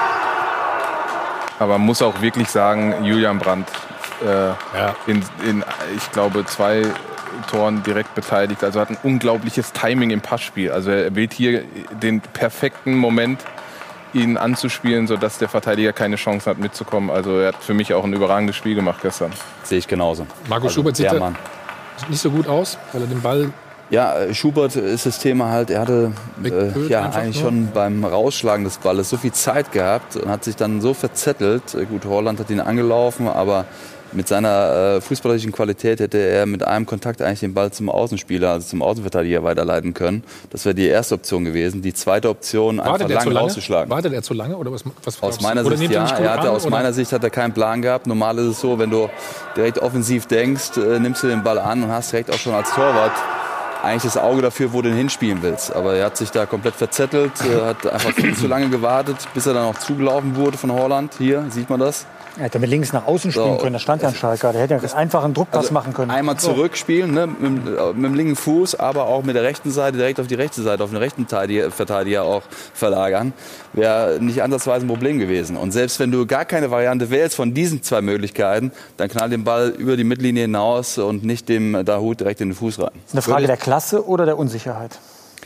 Aber man muss auch wirklich sagen, Julian Brandt äh, ja. in, in, ich glaube, zwei Toren direkt beteiligt. Also hat ein unglaubliches Timing im Passspiel. Also er wählt hier den perfekten Moment, ihn anzuspielen, sodass der Verteidiger keine Chance hat mitzukommen. Also er hat für mich auch ein überragendes Spiel gemacht gestern. Sehe ich genauso. Marco also, Schubert sieht ja, nicht so gut aus, weil er den Ball... Ja, Schubert ist das Thema halt, er hatte äh, ja eigentlich nur. schon beim Rausschlagen des Balles so viel Zeit gehabt und hat sich dann so verzettelt. Gut, Holland hat ihn angelaufen, aber mit seiner äh, fußballerischen Qualität hätte er mit einem Kontakt eigentlich den Ball zum Außenspieler, also zum Außenverteidiger weiterleiten können. Das wäre die erste Option gewesen. Die zweite Option, Wartet einfach lang rauszuschlagen. Wartet er zu lange oder was? was aus meiner Sicht ja. Er hatte, an, aus meiner Sicht hat er keinen Plan gehabt. Normal ist es so, wenn du direkt offensiv denkst, äh, nimmst du den Ball an und hast direkt auch schon als Torwart eigentlich das Auge dafür, wo du den hinspielen willst. Aber er hat sich da komplett verzettelt, äh, hat einfach viel zu lange gewartet, bis er dann auch zugelaufen wurde von Holland. Hier sieht man das. Er hätte mit links nach außen spielen so. können, da stand ja ein Schalker. Der hätte ja einfach einen Druckpass also machen können. Einmal zurückspielen, ne, mit, mit dem linken Fuß, aber auch mit der rechten Seite direkt auf die rechte Seite, auf den rechten Verteidiger auch verlagern. Wäre nicht ansatzweise ein Problem gewesen. Und selbst wenn du gar keine Variante wählst von diesen zwei Möglichkeiten, dann knall den Ball über die Mittellinie hinaus und nicht dem Dahoud direkt in den Fuß rein. Ist eine Frage der Klasse oder der Unsicherheit?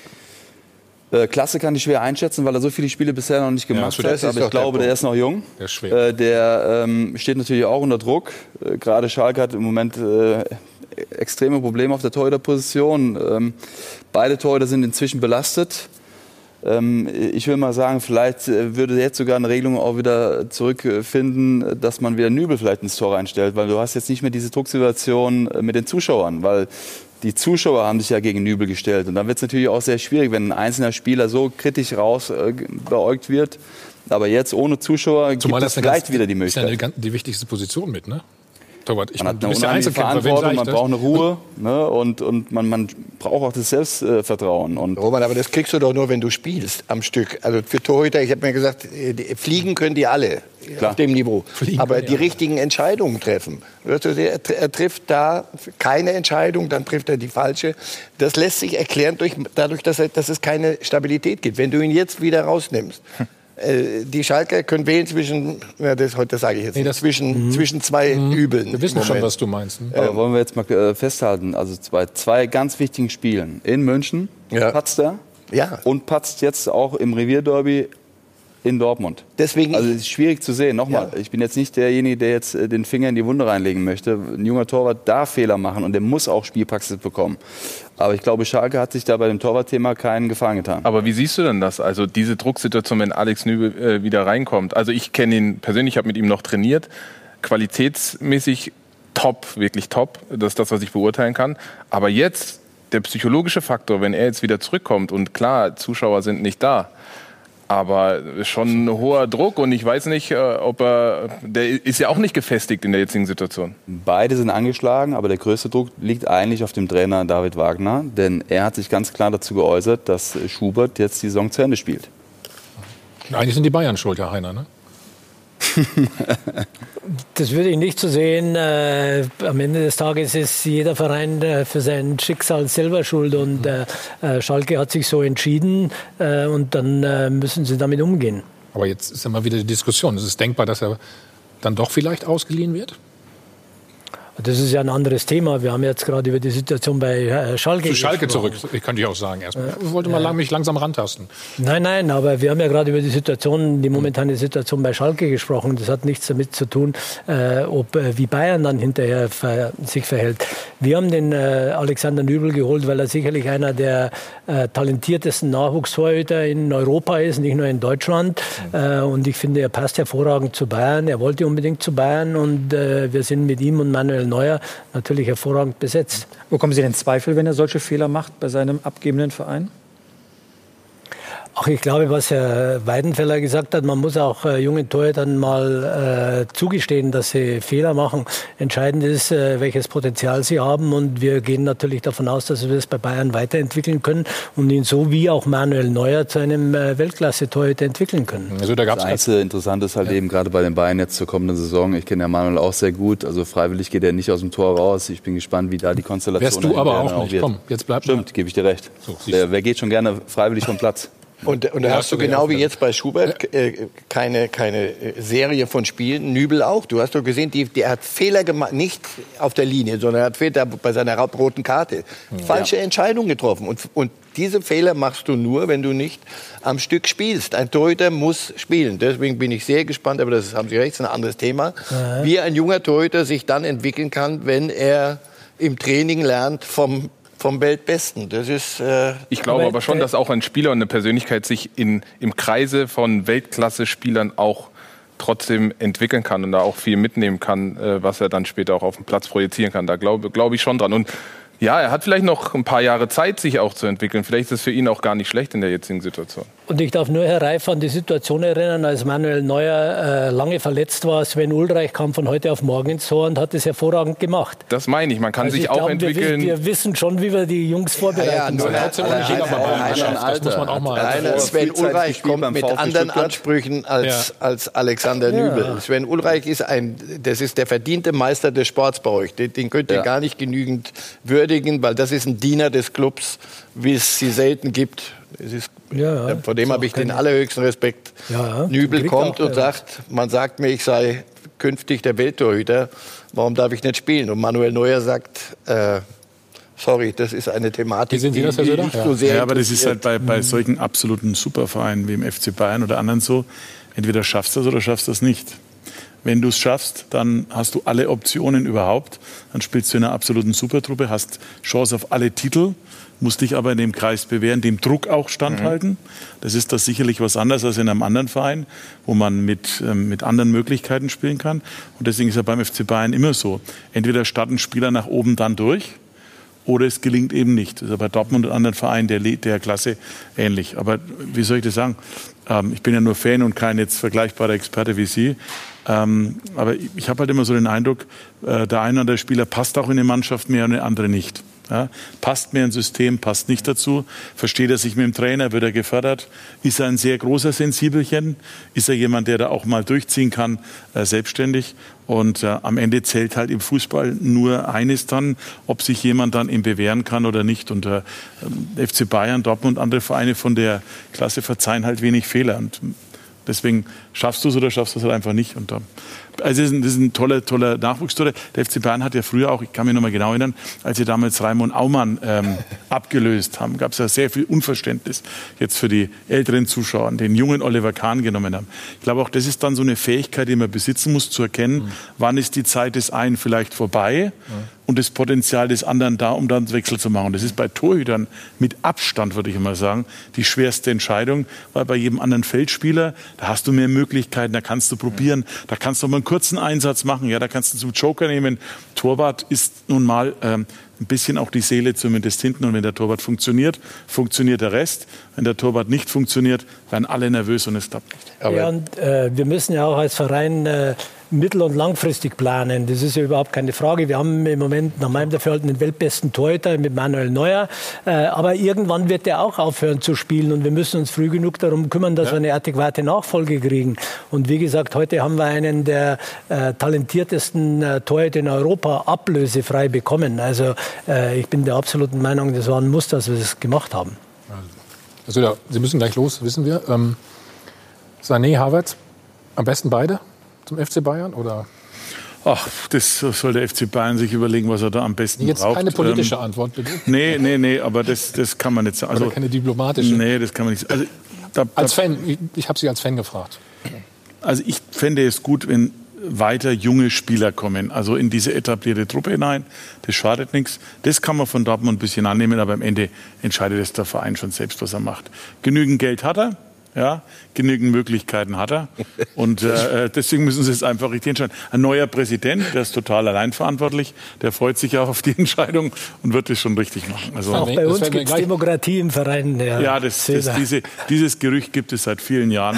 Klasse kann ich schwer einschätzen, weil er so viele Spiele bisher noch nicht gemacht ja, hat. Aber ich glaube, der, der ist noch jung. Der ist schwer. Äh, der ähm, steht natürlich auch unter Druck. Äh, gerade Schalke hat im Moment äh, extreme Probleme auf der Torhüterposition. Ähm, beide Torhüter sind inzwischen belastet. Ähm, ich will mal sagen, vielleicht würde jetzt sogar eine Regelung auch wieder zurückfinden, dass man wieder Nübel vielleicht ins Tor reinstellt. Weil du hast jetzt nicht mehr diese Drucksituation mit den Zuschauern. Weil die Zuschauer haben sich ja gegen Nübel gestellt. Und dann wird es natürlich auch sehr schwierig, wenn ein einzelner Spieler so kritisch raus äh, beäugt wird. Aber jetzt ohne Zuschauer Zumal gibt es vielleicht ganz, wieder die Möglichkeit. Das ist ja eine, die wichtigste Position mit, ne? Torwart. Ich man hat eine unheimliche Verantwortung, man braucht eine Ruhe, ne? und, und man, man braucht auch das Selbstvertrauen. Und Roman, aber das kriegst du doch nur, wenn du spielst am Stück. Also für Torhüter, ich habe mir gesagt, die, fliegen können die alle. Klar. Auf dem Niveau. Fliegen aber die ja. richtigen Entscheidungen treffen. Er trifft da keine Entscheidung, dann trifft er die falsche. Das lässt sich erklären durch, dadurch, dass, er, dass es keine Stabilität gibt. Wenn du ihn jetzt wieder rausnimmst, äh, die Schalker können wählen zwischen, ja, das, das sage ich jetzt, nee, das, zwischen, mhm. zwischen zwei mhm. Übeln. Wir wissen Moment. schon, was du meinst. Ne? Aber wollen wir jetzt mal äh, festhalten, also bei zwei ganz wichtigen Spielen in München ja. patzt er ja. und patzt jetzt auch im Revierderby in Dortmund. Deswegen also es ist schwierig zu sehen. Nochmal, Ja. ich bin jetzt nicht derjenige, der jetzt äh, den Finger in die Wunde reinlegen möchte. Ein junger Torwart darf Fehler machen und der muss auch Spielpraxis bekommen. Aber ich glaube, Schalke hat sich da bei dem Torwartthema keinen Gefallen getan. Aber wie siehst du denn das? Also diese Drucksituation, wenn Alex Nübel äh, wieder reinkommt. Also ich kenne ihn persönlich, habe mit ihm noch trainiert. Qualitätsmäßig top, wirklich top. Das ist das, was ich beurteilen kann. Aber jetzt, der psychologische Faktor, wenn er jetzt wieder zurückkommt und klar, Zuschauer sind nicht da, aber schon ein hoher Druck und ich weiß nicht, ob er, der ist ja auch nicht gefestigt in der jetzigen Situation. Beide sind angeschlagen, aber der größte Druck liegt eigentlich auf dem Trainer David Wagner, denn er hat sich ganz klar dazu geäußert, dass Schubert jetzt die Saison zu Ende spielt. Eigentlich sind die Bayern schuld, Herr Heiner, ne? Das würde ich nicht so sehen. Äh, am Ende des Tages ist jeder Verein äh, für sein Schicksal selber schuld und äh, äh, Schalke hat sich so entschieden äh, und dann äh, müssen sie damit umgehen. Aber jetzt ist ja mal wieder die Diskussion. Es ist denkbar, dass er dann doch vielleicht ausgeliehen wird? Das ist ja ein anderes Thema. Wir haben jetzt gerade über die Situation bei äh, Schalke Zu Schalke gesprochen. zurück, ich könnte ich auch sagen erstmal. Äh, Ich wollte mal ja. lang, mich langsam rantasten. Nein, nein, aber wir haben ja gerade über die Situation, die momentane Situation bei Schalke gesprochen. Das hat nichts damit zu tun, äh, ob äh, wie Bayern dann hinterher ver sich verhält. Wir haben den äh, Alexander Nübel geholt, weil er sicherlich einer der äh, talentiertesten Nachwuchstorhüter in Europa ist, nicht nur in Deutschland. Äh, und ich finde, er passt hervorragend zu Bayern. Er wollte unbedingt zu Bayern und äh, wir sind mit ihm und Manuel Neuer natürlich hervorragend besetzt. Wo kommen Sie denn in Zweifel, wenn er solche Fehler macht bei seinem abgebenden Verein? Ach, ich glaube, was Herr Weidenfeller gesagt hat, man muss auch äh, jungen Torhütern mal äh, zugestehen, dass sie Fehler machen. Entscheidend ist, äh, welches Potenzial sie haben und wir gehen natürlich davon aus, dass wir es bei Bayern weiterentwickeln können und ihn so wie auch Manuel Neuer zu einem äh, Weltklasse-Torhüter entwickeln können. Also da gab's das Einzige Interessante ist halt ja. eben gerade bei den Bayern jetzt zur kommenden Saison. Ich kenne ja Manuel auch sehr gut. Also freiwillig geht er nicht aus dem Tor raus. Ich bin gespannt, wie da die Konstellation Wärst du aber auch nicht. Wird. Komm, jetzt bleib Stimmt, gebe ich dir recht. So, wer, wer geht schon gerne freiwillig vom Platz? Und, und da Ja, hast du hast du genau recht. wie jetzt bei Schubert äh, keine, keine Serie von Spielen. Nübel auch. Du hast doch gesehen, die, der hat Fehler gemacht, nicht auf der Linie, sondern er hat Fehler bei seiner roten Karte. Falsche Ja. Entscheidung getroffen. Und, und diese Fehler machst du nur, wenn du nicht am Stück spielst. Ein Torhüter muss spielen. Deswegen bin ich sehr gespannt, aber das haben Sie recht, ist ein anderes Thema, Ja. wie ein junger Torhüter sich dann entwickeln kann, wenn er im Training lernt vom vom Weltbesten. Das ist, äh Ich glaube aber, aber schon, dass auch ein Spieler und eine Persönlichkeit sich in, im Kreise von Weltklasse-Spielern auch trotzdem entwickeln kann und da auch viel mitnehmen kann, äh, was er dann später auch auf dem Platz projizieren kann. Da glaube glaube ich schon dran. Und ja, er hat vielleicht noch ein paar Jahre Zeit, sich auch zu entwickeln. Vielleicht ist es für ihn auch gar nicht schlecht in der jetzigen Situation. Und ich darf nur, Herr Reif, an die Situation erinnern, als Manuel Neuer äh, lange verletzt war. Sven Ulreich kam von heute auf morgen ins Tor und hat es hervorragend gemacht. Das meine ich. Man kann Also sich ich auch glaube, entwickeln. Wir, wir wissen schon, wie wir die Jungs vorbereiten. Ja, ja, nur sollen. trotzdem nicht jeder bei Bayern geschafft. Das muss man auch mal. Einer, Sven Ulreich kommt mit anderen Ansprüchen als, Ja. als Alexander Ja. Nübel. Sven Ulreich ist ein, das ist der verdiente Meister des Sports bei euch. Den, den könnt ihr Ja. gar nicht genügend würdigen, weil das ist ein Diener des Clubs, wie es sie selten gibt. Es ist, Ja, ja. vor dem Ist habe auch ich den keine- allerhöchsten Respekt. Ja, ja. Nübel Kriegt kommt auch, und ja. sagt, man sagt mir, ich sei künftig der Welttorhüter. Warum darf ich nicht spielen? Und Manuel Neuer sagt, äh, sorry, das ist eine Thematik, Wie sehen Sie das, Herr Söder? nicht Ja. so sehr Ja, aber das ist halt interessiert. bei, bei solchen absoluten Supervereinen wie im F C Bayern oder anderen so, entweder schaffst du es oder schaffst du es nicht. Wenn du es schaffst, dann hast du alle Optionen überhaupt. Dann spielst du in einer absoluten Supertruppe, hast Chance auf alle Titel, musst dich aber in dem Kreis bewähren, dem Druck auch standhalten. Das ist das sicherlich was anderes als in einem anderen Verein, wo man mit, ähm, mit anderen Möglichkeiten spielen kann. Und deswegen ist ja beim F C Bayern immer so. Entweder starten Spieler nach oben dann durch, oder es gelingt eben nicht. Das ist ja bei Dortmund und anderen Vereinen der, der Klasse ähnlich. Aber wie soll ich das sagen? Ähm, ich bin ja nur Fan und kein jetzt vergleichbarer Experte wie Sie. Ähm, aber ich, ich habe halt immer so den Eindruck, äh, der eine oder andere Spieler passt auch in die Mannschaft mehr und der andere nicht. Ja, passt mehr ins System, passt nicht dazu. Versteht er sich mit dem Trainer, wird er gefördert? Ist er ein sehr großer Sensibelchen? Ist er jemand, der da auch mal durchziehen kann, äh, selbstständig? Und äh, am Ende zählt halt im Fußball nur eines dann, ob sich jemand dann ihm bewähren kann oder nicht. Und äh, F C Bayern, Dortmund und andere Vereine von der Klasse verzeihen halt wenig Fehler. Und Deswegen schaffst du es oder schaffst du es halt einfach nicht. Und da, also das ist ein, das ist ein toller, toller Nachwuchstor. Der F C Bayern hat ja früher auch, ich kann mich noch mal genau erinnern, als sie damals Raimund Aumann ähm, abgelöst haben, gab es ja sehr viel Unverständnis jetzt für die älteren Zuschauer, den jungen Oliver Kahn genommen haben. Ich glaube auch, das ist dann so eine Fähigkeit, die man besitzen muss, zu erkennen, mhm. wann ist die Zeit des einen vielleicht vorbei mhm. und das Potenzial des anderen da, um dann einen Wechsel zu machen. Das ist bei Torhütern mit Abstand, würde ich mal sagen, die schwerste Entscheidung, weil bei jedem anderen Feldspieler, da hast du mehr Möglichkeiten, da kannst du probieren, da kannst du mal einen kurzen Einsatz machen, ja, da kannst du zum Joker nehmen. Torwart ist nun mal ähm, ein bisschen auch die Seele zumindest hinten, und wenn der Torwart funktioniert, funktioniert der Rest. Wenn der Torwart nicht funktioniert, werden alle nervös und es klappt nicht. Aber ja, und äh, wir müssen ja auch als Verein äh, mittel- und langfristig planen. Das ist ja überhaupt keine Frage. Wir haben im Moment nach meinem Dafürhalten den weltbesten Torhüter mit Manuel Neuer. Äh, aber irgendwann wird er auch aufhören zu spielen. Und wir müssen uns früh genug darum kümmern, dass ja. wir eine adäquate Nachfolge kriegen. Und wie gesagt, heute haben wir einen der äh, talentiertesten äh, Torhüter in Europa ablösefrei bekommen. Also äh, ich bin der absoluten Meinung, das war ein Muss, dass wir das gemacht haben. Also, ja, Sie müssen gleich los, wissen wir. Ähm, Sané, Havertz, am besten beide zum F C Bayern, oder? Ach, das soll der F C Bayern sich überlegen, was er da am besten Jetzt braucht. Jetzt keine politische ähm, Antwort, bitte. Nee, nee, nee, aber das, das kann man nicht sagen. Also, oder keine diplomatische? Nee, das kann man nicht sagen. Also, da, als da, Fan, ich, ich habe Sie als Fan gefragt. Also ich fände es gut, wenn weiter junge Spieler kommen, also in diese etablierte Truppe hinein. Das schadet nichts. Das kann man von Dortmund ein bisschen annehmen, aber am Ende entscheidet es der Verein schon selbst, was er macht. Genügend Geld hat er. Ja, genügend Möglichkeiten hat er. Und äh, deswegen müssen sie es einfach richtig entscheiden. Ein neuer Präsident, der ist total allein verantwortlich, der freut sich auch auf die Entscheidung und wird es schon richtig machen. Also, auch bei uns gibt es Demokratie im Verein. Ja, ja das, das, diese, dieses Gerücht gibt es seit vielen Jahren.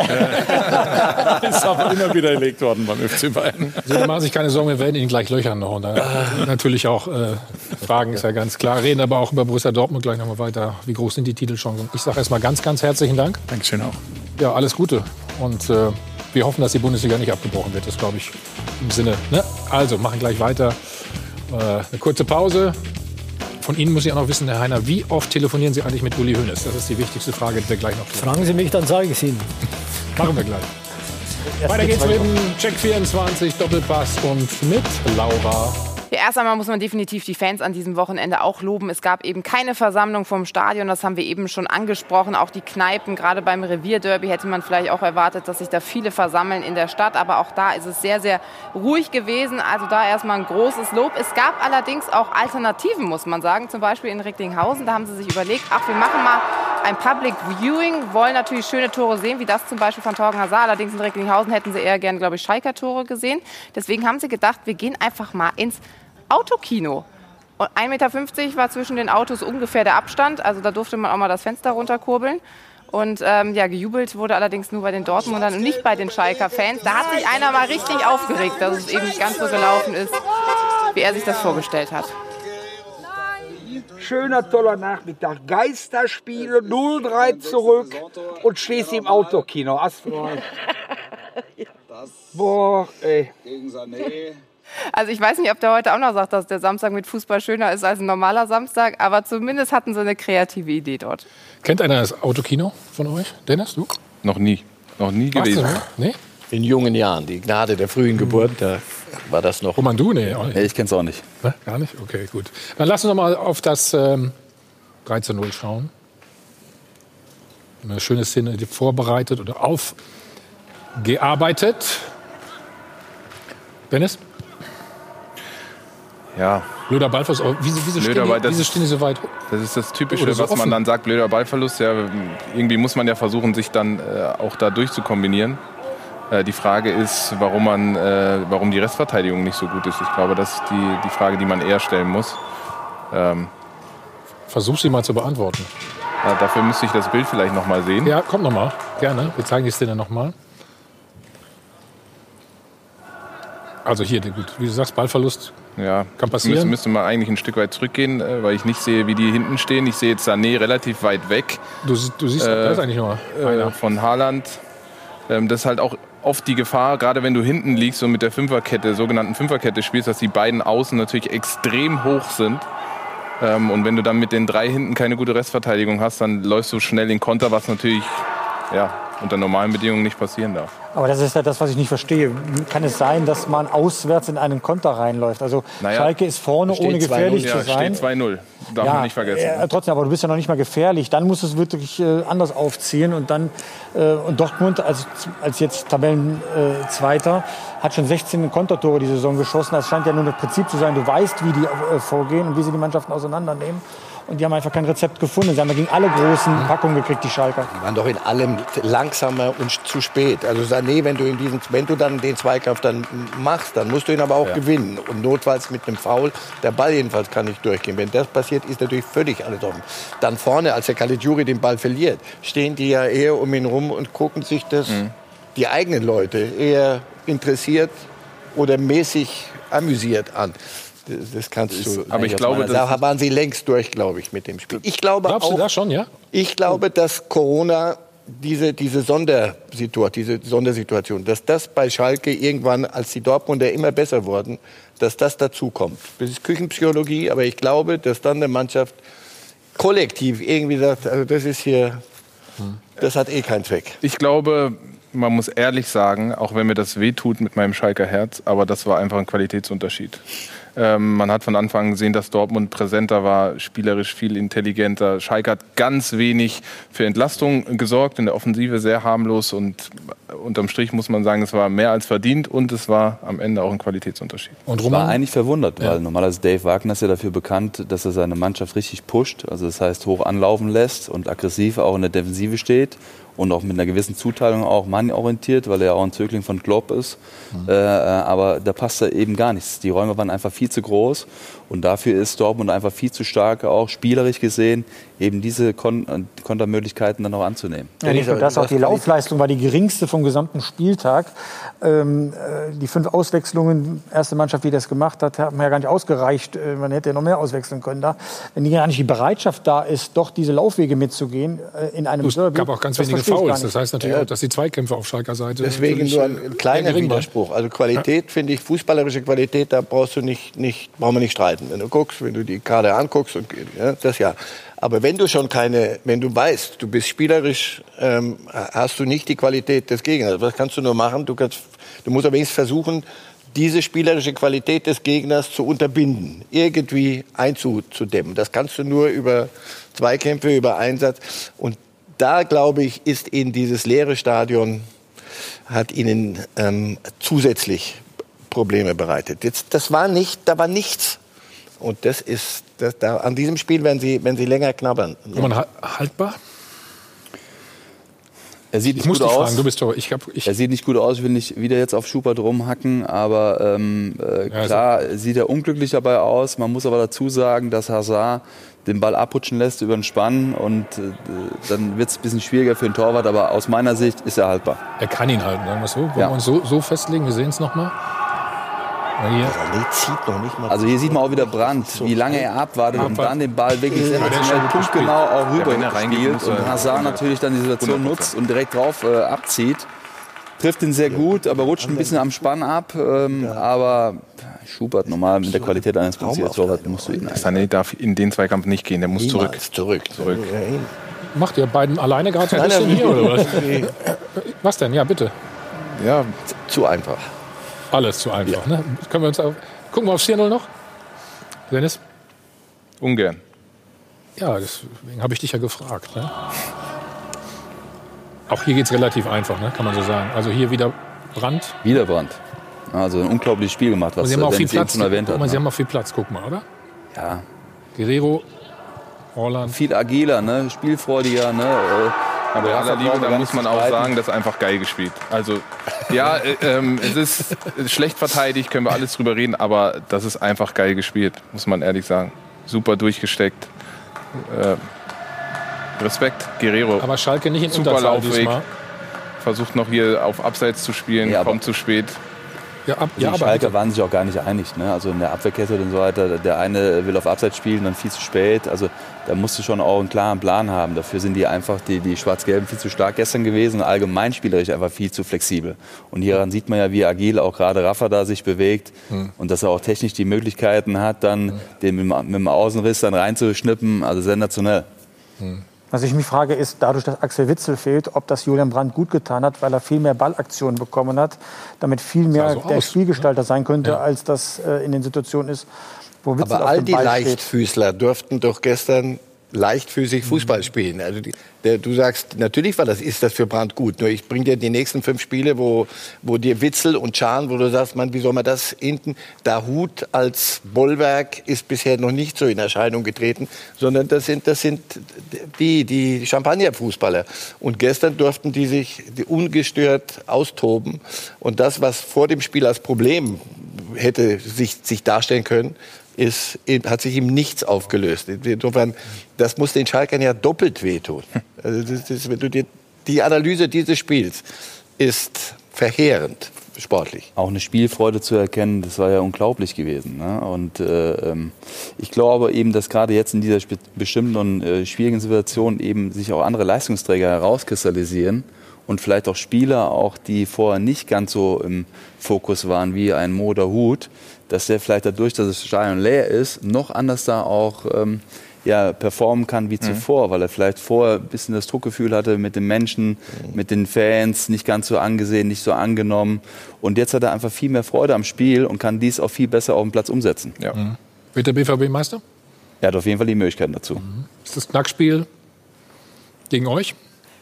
Ist aber immer wieder erlegt worden beim F C Bayern. Also, da machen sich keine Sorgen, wir werden ihn gleich löchern noch. Und dann natürlich auch äh, Fragen, ist ja ganz klar. Reden aber auch über Borussia Dortmund gleich nochmal weiter. Wie groß sind die Titelchancen? Ich sage erstmal ganz, ganz herzlichen Dank. Dankeschön auch. Ja, alles Gute. Und äh, wir hoffen, dass die Bundesliga nicht abgebrochen wird. Das glaube ich im Sinne. Ne? Also, machen gleich weiter. Äh, eine kurze Pause. Von Ihnen muss ich auch noch wissen, Herr Heiner, wie oft telefonieren Sie eigentlich mit Uli Hoeneß? Das ist die wichtigste Frage, die wir gleich noch tun. Fragen Sie mich, dann sage ich es Ihnen. Machen wir gleich. Weiter geht's mit dem Check vierundzwanzig Doppelpass und mit Laura. Ja, erst einmal muss man definitiv die Fans an diesem Wochenende auch loben. Es gab eben keine Versammlung vom Stadion, das haben wir eben schon angesprochen. Auch die Kneipen, gerade beim Revierderby hätte man vielleicht auch erwartet, dass sich da viele versammeln in der Stadt. Aber auch da ist es sehr, sehr ruhig gewesen. Also da erstmal ein großes Lob. Es gab allerdings auch Alternativen, muss man sagen. Zum Beispiel in Recklinghausen, da haben sie sich überlegt, ach, wir machen mal ein Public Viewing, wollen natürlich schöne Tore sehen, wie das zum Beispiel von Thorgan Hazard. Allerdings in Recklinghausen hätten sie eher gerne, glaube ich, Schalker Tore gesehen. Deswegen haben sie gedacht, wir gehen einfach mal ins Autokino. Und ein Meter fünfzig war zwischen den Autos ungefähr der Abstand. Also da durfte man auch mal das Fenster runterkurbeln. Und ähm, ja, gejubelt wurde allerdings nur bei den Dortmundern und nicht bei den Schalker Fans. Da hat sich einer mal richtig aufgeregt, dass es eben nicht ganz so gelaufen ist, wie er sich das vorgestellt hat. Schöner, toller Nachmittag. Geisterspiele, null drei zurück und stehst im Autokino. Astral. Boah, ey. Also ich weiß nicht, ob der heute auch noch sagt, dass der Samstag mit Fußball schöner ist als ein normaler Samstag, aber zumindest hatten sie eine kreative Idee dort. Kennt einer das Autokino von euch? Dennis, du? Noch nie. Noch nie gewesen. Nee? In jungen Jahren, die Gnade der frühen Geburt, da war das noch. Roman, du? Nee, nee ich kenn's auch nicht. Ne? Gar nicht? Okay, gut. Dann lass uns noch mal auf das ähm, drei zu null schauen. Eine schöne Szene vorbereitet oder aufgearbeitet. Dennis? Ja. Blöder Ballverlust. Wieso, wieso, blöder stehen, Ball, die, wieso stehen die so weit? Das ist das Typische, Oder so was man offen. dann sagt, blöder Ballverlust. Ja, irgendwie muss man ja versuchen, sich dann äh, auch da durchzukombinieren. Äh, die Frage ist, warum, man, äh, warum die Restverteidigung nicht so gut ist. Ich glaube, das ist die, die Frage, die man eher stellen muss. Ähm, Versuch sie mal zu beantworten. Ja, dafür müsste ich das Bild vielleicht noch mal sehen. Ja, komm noch mal. Gerne. Wir zeigen die Szene noch mal. Also hier, gut, wie du sagst, Ballverlust ja, kann passieren. Müsste, müsste man eigentlich ein Stück weit zurückgehen, weil ich nicht sehe, wie die hinten stehen. Ich sehe jetzt Sané relativ weit weg. Du, du siehst, äh, da ist eigentlich nur einer. Äh, von Haaland. Ähm, das ist halt auch oft die Gefahr, gerade wenn du hinten liegst und mit der Fünferkette, sogenannten Fünferkette spielst, dass die beiden Außen natürlich extrem hoch sind. Ähm, und wenn du dann mit den drei hinten keine gute Restverteidigung hast, dann läufst du schnell in Konter, was natürlich ja, unter normalen Bedingungen nicht passieren darf. Aber das ist ja das, was ich nicht verstehe. Kann es sein, dass man auswärts in einen Konter reinläuft? Also naja, Schalke ist vorne, ohne gefährlich ja, zu sein. Steht zwei null, darf ja, man nicht vergessen. Äh, trotzdem, aber du bist ja noch nicht mal gefährlich. Dann musst du es wirklich äh, anders aufziehen. Und dann äh, und Dortmund als, als jetzt Tabellenzweiter äh, hat schon sechzehn Kontertore die Saison geschossen. Das scheint ja nur das Prinzip zu sein. Du weißt, wie die äh, vorgehen und wie sie die Mannschaften auseinandernehmen. Und die haben einfach kein Rezept gefunden. Sie haben gegen alle großen Packungen gekriegt, die Schalker. Die waren doch in allem langsamer und zu spät. Also Sané, wenn du, in diesen, wenn du dann den Zweikampf dann machst, dann musst du ihn aber auch ja. gewinnen. Und notfalls mit einem Foul, der Ball jedenfalls kann nicht durchgehen. Wenn das passiert, ist natürlich völlig alles offen. Dann vorne, als der Caligiuri den Ball verliert, stehen die ja eher um ihn rum und gucken sich das, mhm. die eigenen Leute, eher interessiert oder mäßig amüsiert an. Das, das kannst du. Aber ich glaube, da waren sie längst durch, glaube ich, mit dem Spiel. Ich glaube Glaubst auch, du das schon, ja? Ich glaube, dass Corona diese diese Sondersituation, diese Sondersituation, dass das bei Schalke irgendwann, als die Dortmunder immer besser wurden, dass das dazu kommt. Das ist Küchenpsychologie, aber ich glaube, dass dann der Mannschaft kollektiv irgendwie sagt, also das ist hier, das hat eh keinen Zweck. Ich glaube, man muss ehrlich sagen, auch wenn mir das wehtut mit meinem Schalker Herz, aber das war einfach ein Qualitätsunterschied. Ähm, man hat von Anfang an gesehen, dass Dortmund präsenter war, spielerisch viel intelligenter. Schalke hat ganz wenig für Entlastung gesorgt, in der Offensive sehr harmlos und unterm Strich muss man sagen, es war mehr als verdient und es war am Ende auch ein Qualitätsunterschied. Und ich war eigentlich verwundert, weil ja. normalerweise Dave Wagner ist ja dafür bekannt, dass er seine Mannschaft richtig pusht, also das heißt hoch anlaufen lässt und aggressiv auch in der Defensive steht. Und auch mit einer gewissen Zuteilung auch mannorientiert, weil er ja auch ein Zögling von Klopp ist. Mhm. Äh, aber da passt da eben gar nichts. Die Räume waren einfach viel zu groß. Und dafür ist Dortmund einfach viel zu stark, auch spielerisch gesehen, eben diese Kon- Kontermöglichkeiten dann auch anzunehmen. Ja, nicht nur das, auch die Laufleistung war die geringste vom gesamten Spieltag. Ähm, die fünf Auswechslungen, erste Mannschaft, die das gemacht hat, haben ja gar nicht ausgereicht. Man hätte ja noch mehr auswechseln können da. Wenn gar nicht die Bereitschaft da ist, doch diese Laufwege mitzugehen in einem es Derby. Es gab auch ganz wenige Fouls. Das heißt natürlich ja. auch, dass die Zweikämpfe auf Schalker Seite... Deswegen nur ein kleiner Widerspruch. Also Qualität, ja. finde ich, fußballerische Qualität, da brauchst du nicht, nicht, brauchen wir nicht streiten. Wenn du guckst, wenn du die Kader anguckst, und, ja, das ja. Aber wenn du schon keine, wenn du weißt, du bist spielerisch, ähm, hast du nicht die Qualität des Gegners. Was kannst du nur machen? Du, kannst, du musst aber wenigstens versuchen, diese spielerische Qualität des Gegners zu unterbinden, irgendwie einzudämmen. Das kannst du nur über Zweikämpfe, über Einsatz. Und da, glaube ich, ist Ihnen dieses leere Stadion, hat Ihnen ähm, zusätzlich Probleme bereitet. Jetzt, das war nicht, da war nichts. Und das ist, das, da, an diesem Spiel werden Sie, werden Sie länger knabbern. Man haltbar? Er sieht nicht ich muss gut dich aus. Fragen, du bist doch, ich hab, ich er sieht nicht gut aus, ich will nicht wieder jetzt auf Schubert rumhacken, aber ähm, äh, ja, klar also. sieht er unglücklich dabei aus. Man muss aber dazu sagen, dass Hazard den Ball abrutschen lässt über den Spann und äh, dann wird es ein bisschen schwieriger für den Torwart, aber aus meiner Sicht ist er haltbar. Er kann ihn halten, sagen wir es so. Wollen ja. wir uns so, so festlegen? Wir sehen es nochmal. Hier. Zieht noch nicht mal also hier sieht man auch wieder Brandt, wie lange er abwartet und dann den Ball wirklich sensationell punktgenau auch rüber spielt und Hazard natürlich dann die Situation nutzt und direkt drauf äh, abzieht. Trifft ihn sehr gut, aber rutscht ein bisschen am Spann ab. Ähm, aber Schubert normal mit der Qualität eines Bundesliga-Torwarts musst du ihn Sané darf in den Zweikampf nicht gehen, der muss zurück. zurück. zurück. Macht ihr beiden alleine gerade so ein bisschen hier oder was? Was denn? Ja, bitte. Ja, zu einfach. Alles zu einfach, ja. ne? Können wir uns auf, gucken wir aufs vier null noch? Dennis? Ungern. Ja, deswegen habe ich dich ja gefragt. Ne? Auch hier geht es relativ einfach, ne? Kann man so sagen. Also hier wieder Brandt. Wieder Brandt. Also ein unglaubliches Spiel gemacht, was Sie haben auch viel Platz. Schon erwähnt hat, mal, ne? Sie haben auch viel Platz, guck mal, oder? Ja. Guerrero, Holland. Viel agiler, ne? Spielfreudiger, ne? Aber bei aller Liebe, da muss man auch sagen, das ist einfach geil gespielt. Also, ja, äh, ähm, es ist schlecht verteidigt, können wir alles drüber reden, aber das ist einfach geil gespielt, muss man ehrlich sagen. Super durchgesteckt. Äh, Respekt, Guerrero. Aber Schalke nicht in Super Unterzahl Laufweg. diesmal. Versucht noch hier auf Abseits zu spielen, ja, kommt zu spät. Ja, ab, die ja, Schalker waren sich auch gar nicht einig. Ne? Also in der Abwehrkette und so weiter. Der eine will auf Abseits spielen, dann viel zu spät. Also da musst du schon auch einen klaren Plan haben. Dafür sind die einfach, die, die Schwarz-Gelben, viel zu stark gestern gewesen. Und allgemein spielerisch einfach viel zu flexibel. Und hieran sieht man ja, wie agil auch gerade Rafa da sich bewegt. Hm. Und dass er auch technisch die Möglichkeiten hat, dann hm. den mit, mit dem Außenriss dann reinzuschnippen. Also sensationell. Hm. Was ich mich frage, ist, dadurch, dass Axel Witsel fehlt, ob das Julian Brandt gut getan hat, weil er viel mehr Ballaktionen bekommen hat, damit viel mehr sah so der aus, Spielgestalter sein könnte, Ja. als das äh, in den Situationen ist, wo Witsel Aber auf all dem die Ball steht. Leichtfüßler durften doch gestern leichtfüßig Fußball spielen. Also die, der, du sagst, natürlich war das, ist das für Brandt gut. Nur ich bringe dir die nächsten fünf Spiele, wo, wo dir Witzel und Can, wo du sagst, man, wie soll man das hinten? Da Hut als Bollwerk ist bisher noch nicht so in Erscheinung getreten, sondern das sind, das sind die, die Champagnerfußballer. Und gestern durften die sich ungestört austoben. Und das, was vor dem Spiel als Problem hätte sich, sich darstellen können, ist, hat sich ihm nichts aufgelöst. Insofern, das muss den Schalkern ja doppelt wehtun. Also das, das, wenn du dir, die Analyse dieses Spiels ist verheerend sportlich. Auch eine Spielfreude zu erkennen, das war ja unglaublich gewesen. Ne? Und äh, ich glaube eben, dass gerade jetzt in dieser bestimmten und äh, schwierigen Situation eben sich auch andere Leistungsträger herauskristallisieren und vielleicht auch Spieler, auch die vorher nicht ganz so im Fokus waren wie ein Mo oder Hut, dass der vielleicht dadurch, dass das Stadion leer ist, noch anders da auch ähm, ja, performen kann wie zuvor, mhm. weil er vielleicht vorher ein bisschen das Druckgefühl hatte mit den Menschen, mhm. mit den Fans, nicht ganz so angesehen, nicht so angenommen. Und jetzt hat er einfach viel mehr Freude am Spiel und kann dies auch viel besser auf dem Platz umsetzen. Ja. Mhm. Wird der B V B Meister? Er hat auf jeden Fall die Möglichkeiten dazu. Mhm. Ist das Knackspiel gegen euch?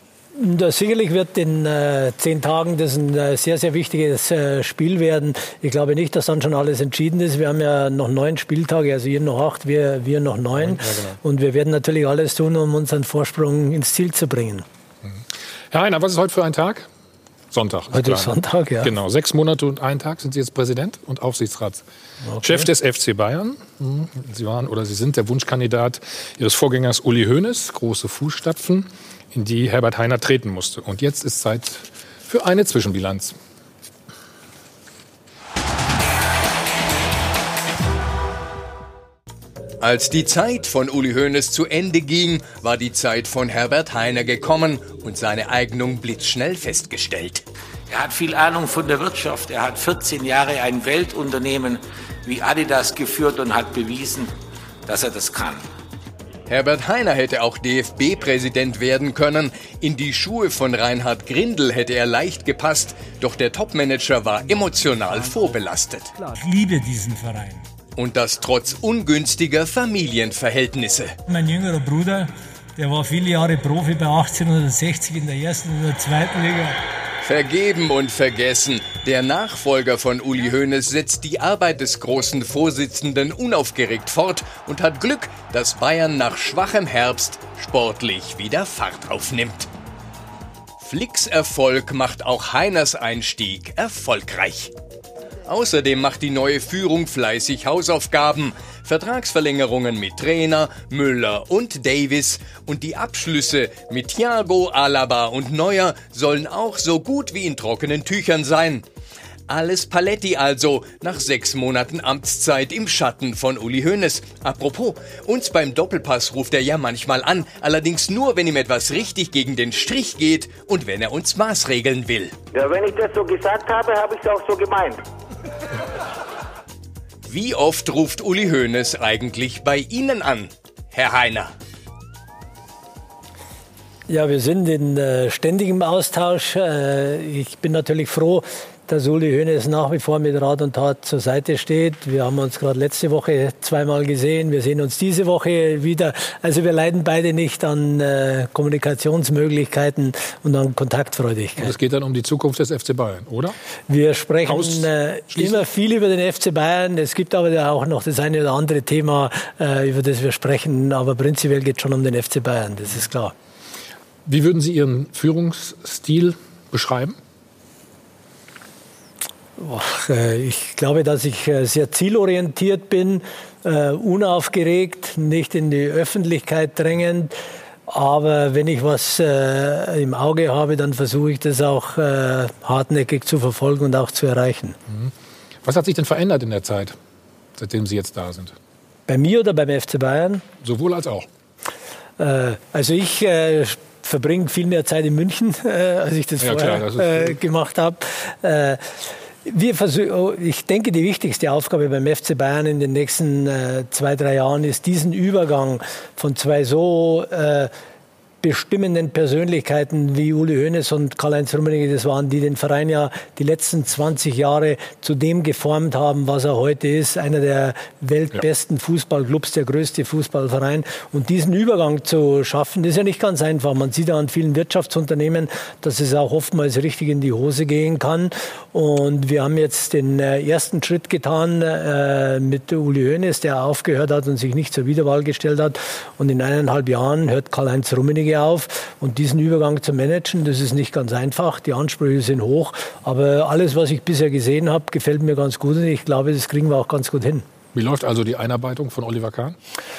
Das sicherlich wird in äh, zehn Tagen das ein äh, sehr, sehr wichtiges äh, Spiel werden. Ich glaube nicht, dass dann schon alles entschieden ist. Wir haben ja noch neun Spieltage, also ihr noch acht, wir, wir noch neun. Ja, genau. Und wir werden natürlich alles tun, um unseren Vorsprung ins Ziel zu bringen. Herr Heiner, was ist heute für ein Tag? Sonntag. Ist heute klar, ist Sonntag, ja. Genau, sechs Monate und einen Tag sind Sie jetzt Präsident und Aufsichtsratschef okay. des F C Bayern. Sie waren oder Sie sind der Wunschkandidat Ihres Vorgängers Uli Hoeneß, große Fußstapfen, in die Herbert Heiner treten musste. Und jetzt ist Zeit für eine Zwischenbilanz. Als die Zeit von Uli Hoeneß zu Ende ging, war die Zeit von Herbert Heiner gekommen und seine Eignung blitzschnell festgestellt. Er hat viel Ahnung von der Wirtschaft. Er hat vierzehn Jahre ein Weltunternehmen wie Adidas geführt und hat bewiesen, dass er das kann. Herbert Heiner hätte auch D F B-Präsident werden können. In die Schuhe von Reinhard Grindel hätte er leicht gepasst. Doch der Topmanager war emotional vorbelastet. Ich liebe diesen Verein. Und das trotz ungünstiger Familienverhältnisse. Mein jüngerer Bruder, der war viele Jahre Profi bei achtzehnhundertsechzig in der ersten und der zweiten Liga. Vergeben und vergessen. Der Nachfolger von Uli Hoeneß setzt die Arbeit des großen Vorsitzenden unaufgeregt fort und hat Glück, dass Bayern nach schwachem Herbst sportlich wieder Fahrt aufnimmt. Flicks Erfolg macht auch Heiners Einstieg erfolgreich. Außerdem macht die neue Führung fleißig Hausaufgaben. Vertragsverlängerungen mit Trainer, Müller und Davis und die Abschlüsse mit Thiago, Alaba und Neuer sollen auch so gut wie in trockenen Tüchern sein. Alles Paletti also, nach sechs Monaten Amtszeit im Schatten von Uli Hoeneß. Apropos, uns beim Doppelpass ruft er ja manchmal an, allerdings nur, wenn ihm etwas richtig gegen den Strich geht und wenn er uns maßregeln will. Ja, wenn ich das so gesagt habe, habe ich es auch so gemeint. Wie oft ruft Uli Hoeneß eigentlich bei Ihnen an, Herr Heiner? Ja, wir sind in äh, ständigem Austausch. Äh, ich bin natürlich froh, dass Uli Hoeneß nach wie vor mit Rat und Tat zur Seite steht. Wir haben uns gerade letzte Woche zweimal gesehen. Wir sehen uns diese Woche wieder. Also wir leiden beide nicht an äh, Kommunikationsmöglichkeiten und an Kontaktfreudigkeit. Und es geht dann um die Zukunft des F C Bayern, oder? Wir sprechen äh, immer viel über den F C Bayern. Es gibt aber auch noch das eine oder andere Thema, äh, über das wir sprechen. Aber prinzipiell geht es schon um den F C Bayern, das ist klar. Wie würden Sie Ihren Führungsstil beschreiben? Ich glaube, dass ich sehr zielorientiert bin, unaufgeregt, nicht in die Öffentlichkeit drängend. Aber wenn ich was im Auge habe, dann versuche ich das auch hartnäckig zu verfolgen und auch zu erreichen. Was hat sich denn verändert in der Zeit, seitdem Sie jetzt da sind? Bei mir oder beim F C Bayern? Sowohl als auch. Also ich verbringe viel mehr Zeit in München, als ich das ja, vorher klar, das ist gemacht habe. Wir versuchen, ich denke, die wichtigste Aufgabe beim F C Bayern in den nächsten äh, zwei, drei Jahren ist, diesen Übergang von zwei so äh, bestimmenden Persönlichkeiten wie Uli Hoeneß und Karl-Heinz Rummenigge das waren, die den Verein ja die letzten zwanzig Jahre zu dem geformt haben, was er heute ist. Einer der weltbesten ja. Fußballclubs, der größte Fußballverein. Und diesen Übergang zu schaffen, das ist ja nicht ganz einfach. Man sieht ja an vielen Wirtschaftsunternehmen, dass es auch oftmals richtig in die Hose gehen kann. Und wir haben jetzt den äh, ersten Schritt getan äh, mit Uli Hoeneß, der aufgehört hat und sich nicht zur Wiederwahl gestellt hat. Und in eineinhalb Jahren hört Karl-Heinz Rummenigge auf. Und diesen Übergang zu managen, das ist nicht ganz einfach. Die Ansprüche sind hoch. Aber alles, was ich bisher gesehen habe, gefällt mir ganz gut. Und ich glaube, das kriegen wir auch ganz gut hin. Wie läuft also die Einarbeitung von Oliver Kahn?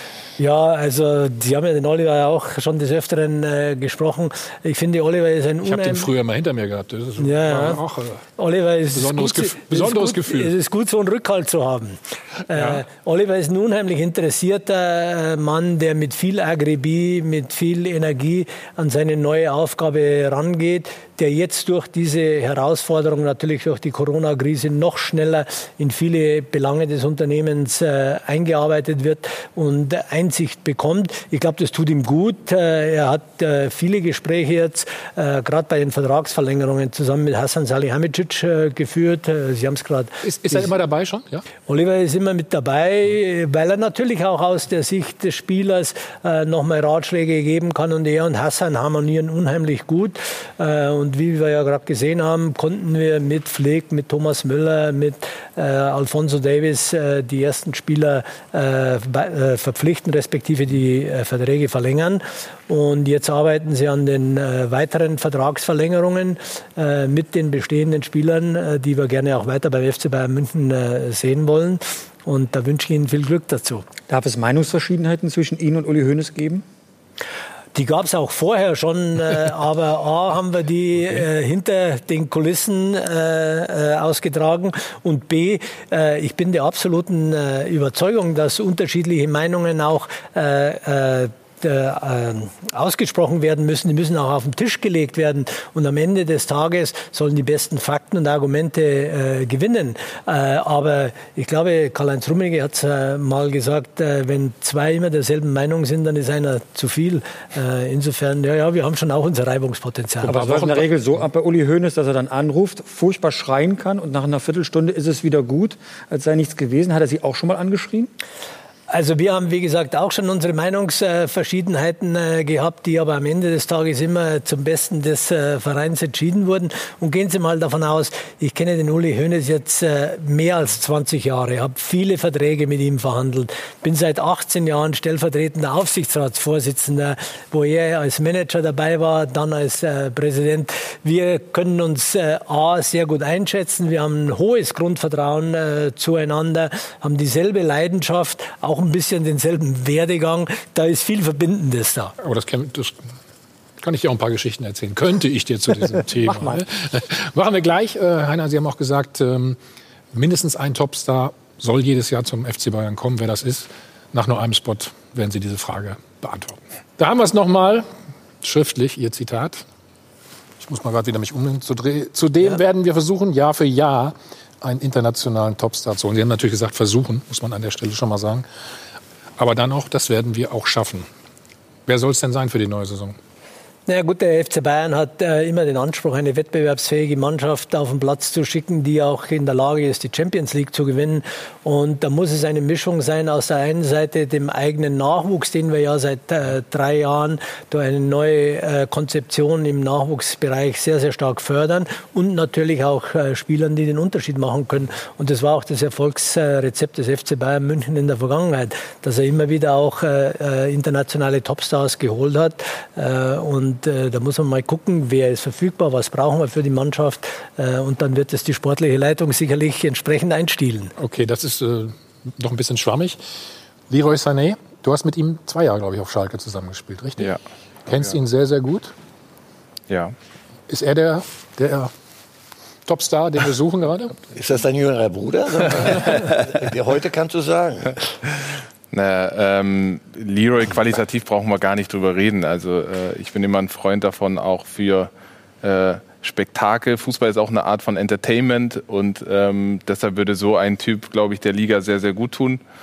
Ja, also Sie haben ja den Oliver ja auch schon des Öfteren äh, gesprochen. Ich finde, Oliver ist ein Ich habe den früher mal hinter mir gehabt. Das ist ja, ja. auch äh, Oliver ist besonderes, gut, Gef besonderes ist gut, Gefühl. Es ist gut, so einen Rückhalt zu haben. Ja. Äh, Oliver ist ein unheimlich interessierter Mann, der mit viel Akribie, mit viel Energie an seine neue Aufgabe rangeht, der jetzt durch diese Herausforderung, natürlich durch die Corona-Krise, noch schneller in viele Belange des Unternehmens äh, eingearbeitet wird und Einsicht bekommt. Ich glaube, das tut ihm gut. Äh, er hat äh, viele Gespräche jetzt, äh, gerade bei den Vertragsverlängerungen, zusammen mit Hasan Salihamidzic äh, geführt. Äh, Sie haben es gerade. Ist, ist er immer dabei schon? Ja? Oliver ist immer mit dabei, weil er natürlich auch aus der Sicht des Spielers äh, nochmal Ratschläge geben kann. Und er und Hasan harmonieren unheimlich gut. Äh, und wie wir ja gerade gesehen haben, konnten wir mit Flick, mit Thomas Müller, mit äh, Alphonso Davies äh, die ersten Spieler äh, äh, verpflichten, respektive die äh, Verträge verlängern. Und jetzt arbeiten sie an den äh, weiteren Vertragsverlängerungen äh, mit den bestehenden Spielern, äh, die wir gerne auch weiter beim F C Bayern München äh, sehen wollen. Und da wünsche ich Ihnen viel Glück dazu. Darf es Meinungsverschiedenheiten zwischen Ihnen und Uli Hoeneß geben? Die gab es auch vorher schon, äh, aber A, haben wir die äh, hinter den Kulissen äh, äh, ausgetragen und B, äh, ich bin der absoluten äh, Überzeugung, dass unterschiedliche Meinungen auch äh, äh, Äh, ausgesprochen werden müssen, die müssen auch auf den Tisch gelegt werden und am Ende des Tages sollen die besten Fakten und Argumente äh, gewinnen. Äh, aber ich glaube, Karl-Heinz Rummenigge hat äh, mal gesagt, äh, wenn zwei immer derselben Meinung sind, dann ist einer zu viel. Äh, insofern, ja, ja, wir haben schon auch unser Reibungspotenzial. Aber es läuft in der Regel so ab bei Uli Hoeneß, dass er dann anruft, furchtbar schreien kann und nach einer Viertelstunde ist es wieder gut, als sei nichts gewesen. Hat er Sie auch schon mal angeschrien? Also wir haben, wie gesagt, auch schon unsere Meinungsverschiedenheiten äh, gehabt, die aber am Ende des Tages immer zum Besten des äh, Vereins entschieden wurden. Und gehen Sie mal davon aus, ich kenne den Uli Hoeneß jetzt äh, mehr als zwanzig Jahre, habe viele Verträge mit ihm verhandelt, bin seit achtzehn Jahren stellvertretender Aufsichtsratsvorsitzender, wo er als Manager dabei war, dann als äh, Präsident. Wir können uns äh, A, sehr gut einschätzen, wir haben ein hohes Grundvertrauen äh, zueinander, haben dieselbe Leidenschaft, auch ein bisschen denselben Werdegang. Da ist viel Verbindendes da. Aber das kann, das kann ich dir auch ein paar Geschichten erzählen. Könnte ich dir zu diesem Thema. Mach mal. Machen wir gleich. Äh, Heiner, Sie haben auch gesagt, ähm, mindestens ein Topstar soll jedes Jahr zum F C Bayern kommen. Wer das ist, nach nur einem Spot werden Sie diese Frage beantworten. Da haben wir es nochmal. Schriftlich, Ihr Zitat. Ich muss mal gerade wieder mich umdrehen. Zudem ja. werden wir versuchen, Jahr für Jahr einen internationalen Topstar zu holen. Sie haben natürlich gesagt, versuchen, muss man an der Stelle schon mal sagen. Aber dann auch, das werden wir auch schaffen. Wer soll es denn sein für die neue Saison? Na ja, gut, der F C Bayern hat äh, immer den Anspruch, eine wettbewerbsfähige Mannschaft auf den Platz zu schicken, die auch in der Lage ist, die Champions League zu gewinnen. Und da muss es eine Mischung sein aus der einen Seite dem eigenen Nachwuchs, den wir ja seit äh, drei Jahren durch eine neue äh, Konzeption im Nachwuchsbereich sehr, sehr stark fördern und natürlich auch äh, Spielern, die den Unterschied machen können. Und das war auch das Erfolgsrezept des F C Bayern München in der Vergangenheit, dass er immer wieder auch äh, internationale Topstars geholt hat. Äh, und Und äh, da muss man mal gucken, wer ist verfügbar, was brauchen wir für die Mannschaft. Äh, und dann wird es die sportliche Leitung sicherlich entsprechend einstielen. Okay, das ist äh, noch ein bisschen schwammig. Leroy Sané, du hast mit ihm zwei Jahre, glaube ich, auf Schalke zusammengespielt, richtig? Ja. Kennst ja. ihn sehr, sehr gut? Ja. Ist er der, der Topstar, den wir suchen gerade? Ist das dein jüngerer Bruder? Heute kannst du sagen. Na, ähm, Leroy, qualitativ brauchen wir gar nicht drüber reden. Also äh, ich bin immer ein Freund davon, auch für äh, Spektakel. Fußball ist auch eine Art von Entertainment und ähm, deshalb würde so ein Typ, glaube ich, der Liga sehr, sehr gut tun.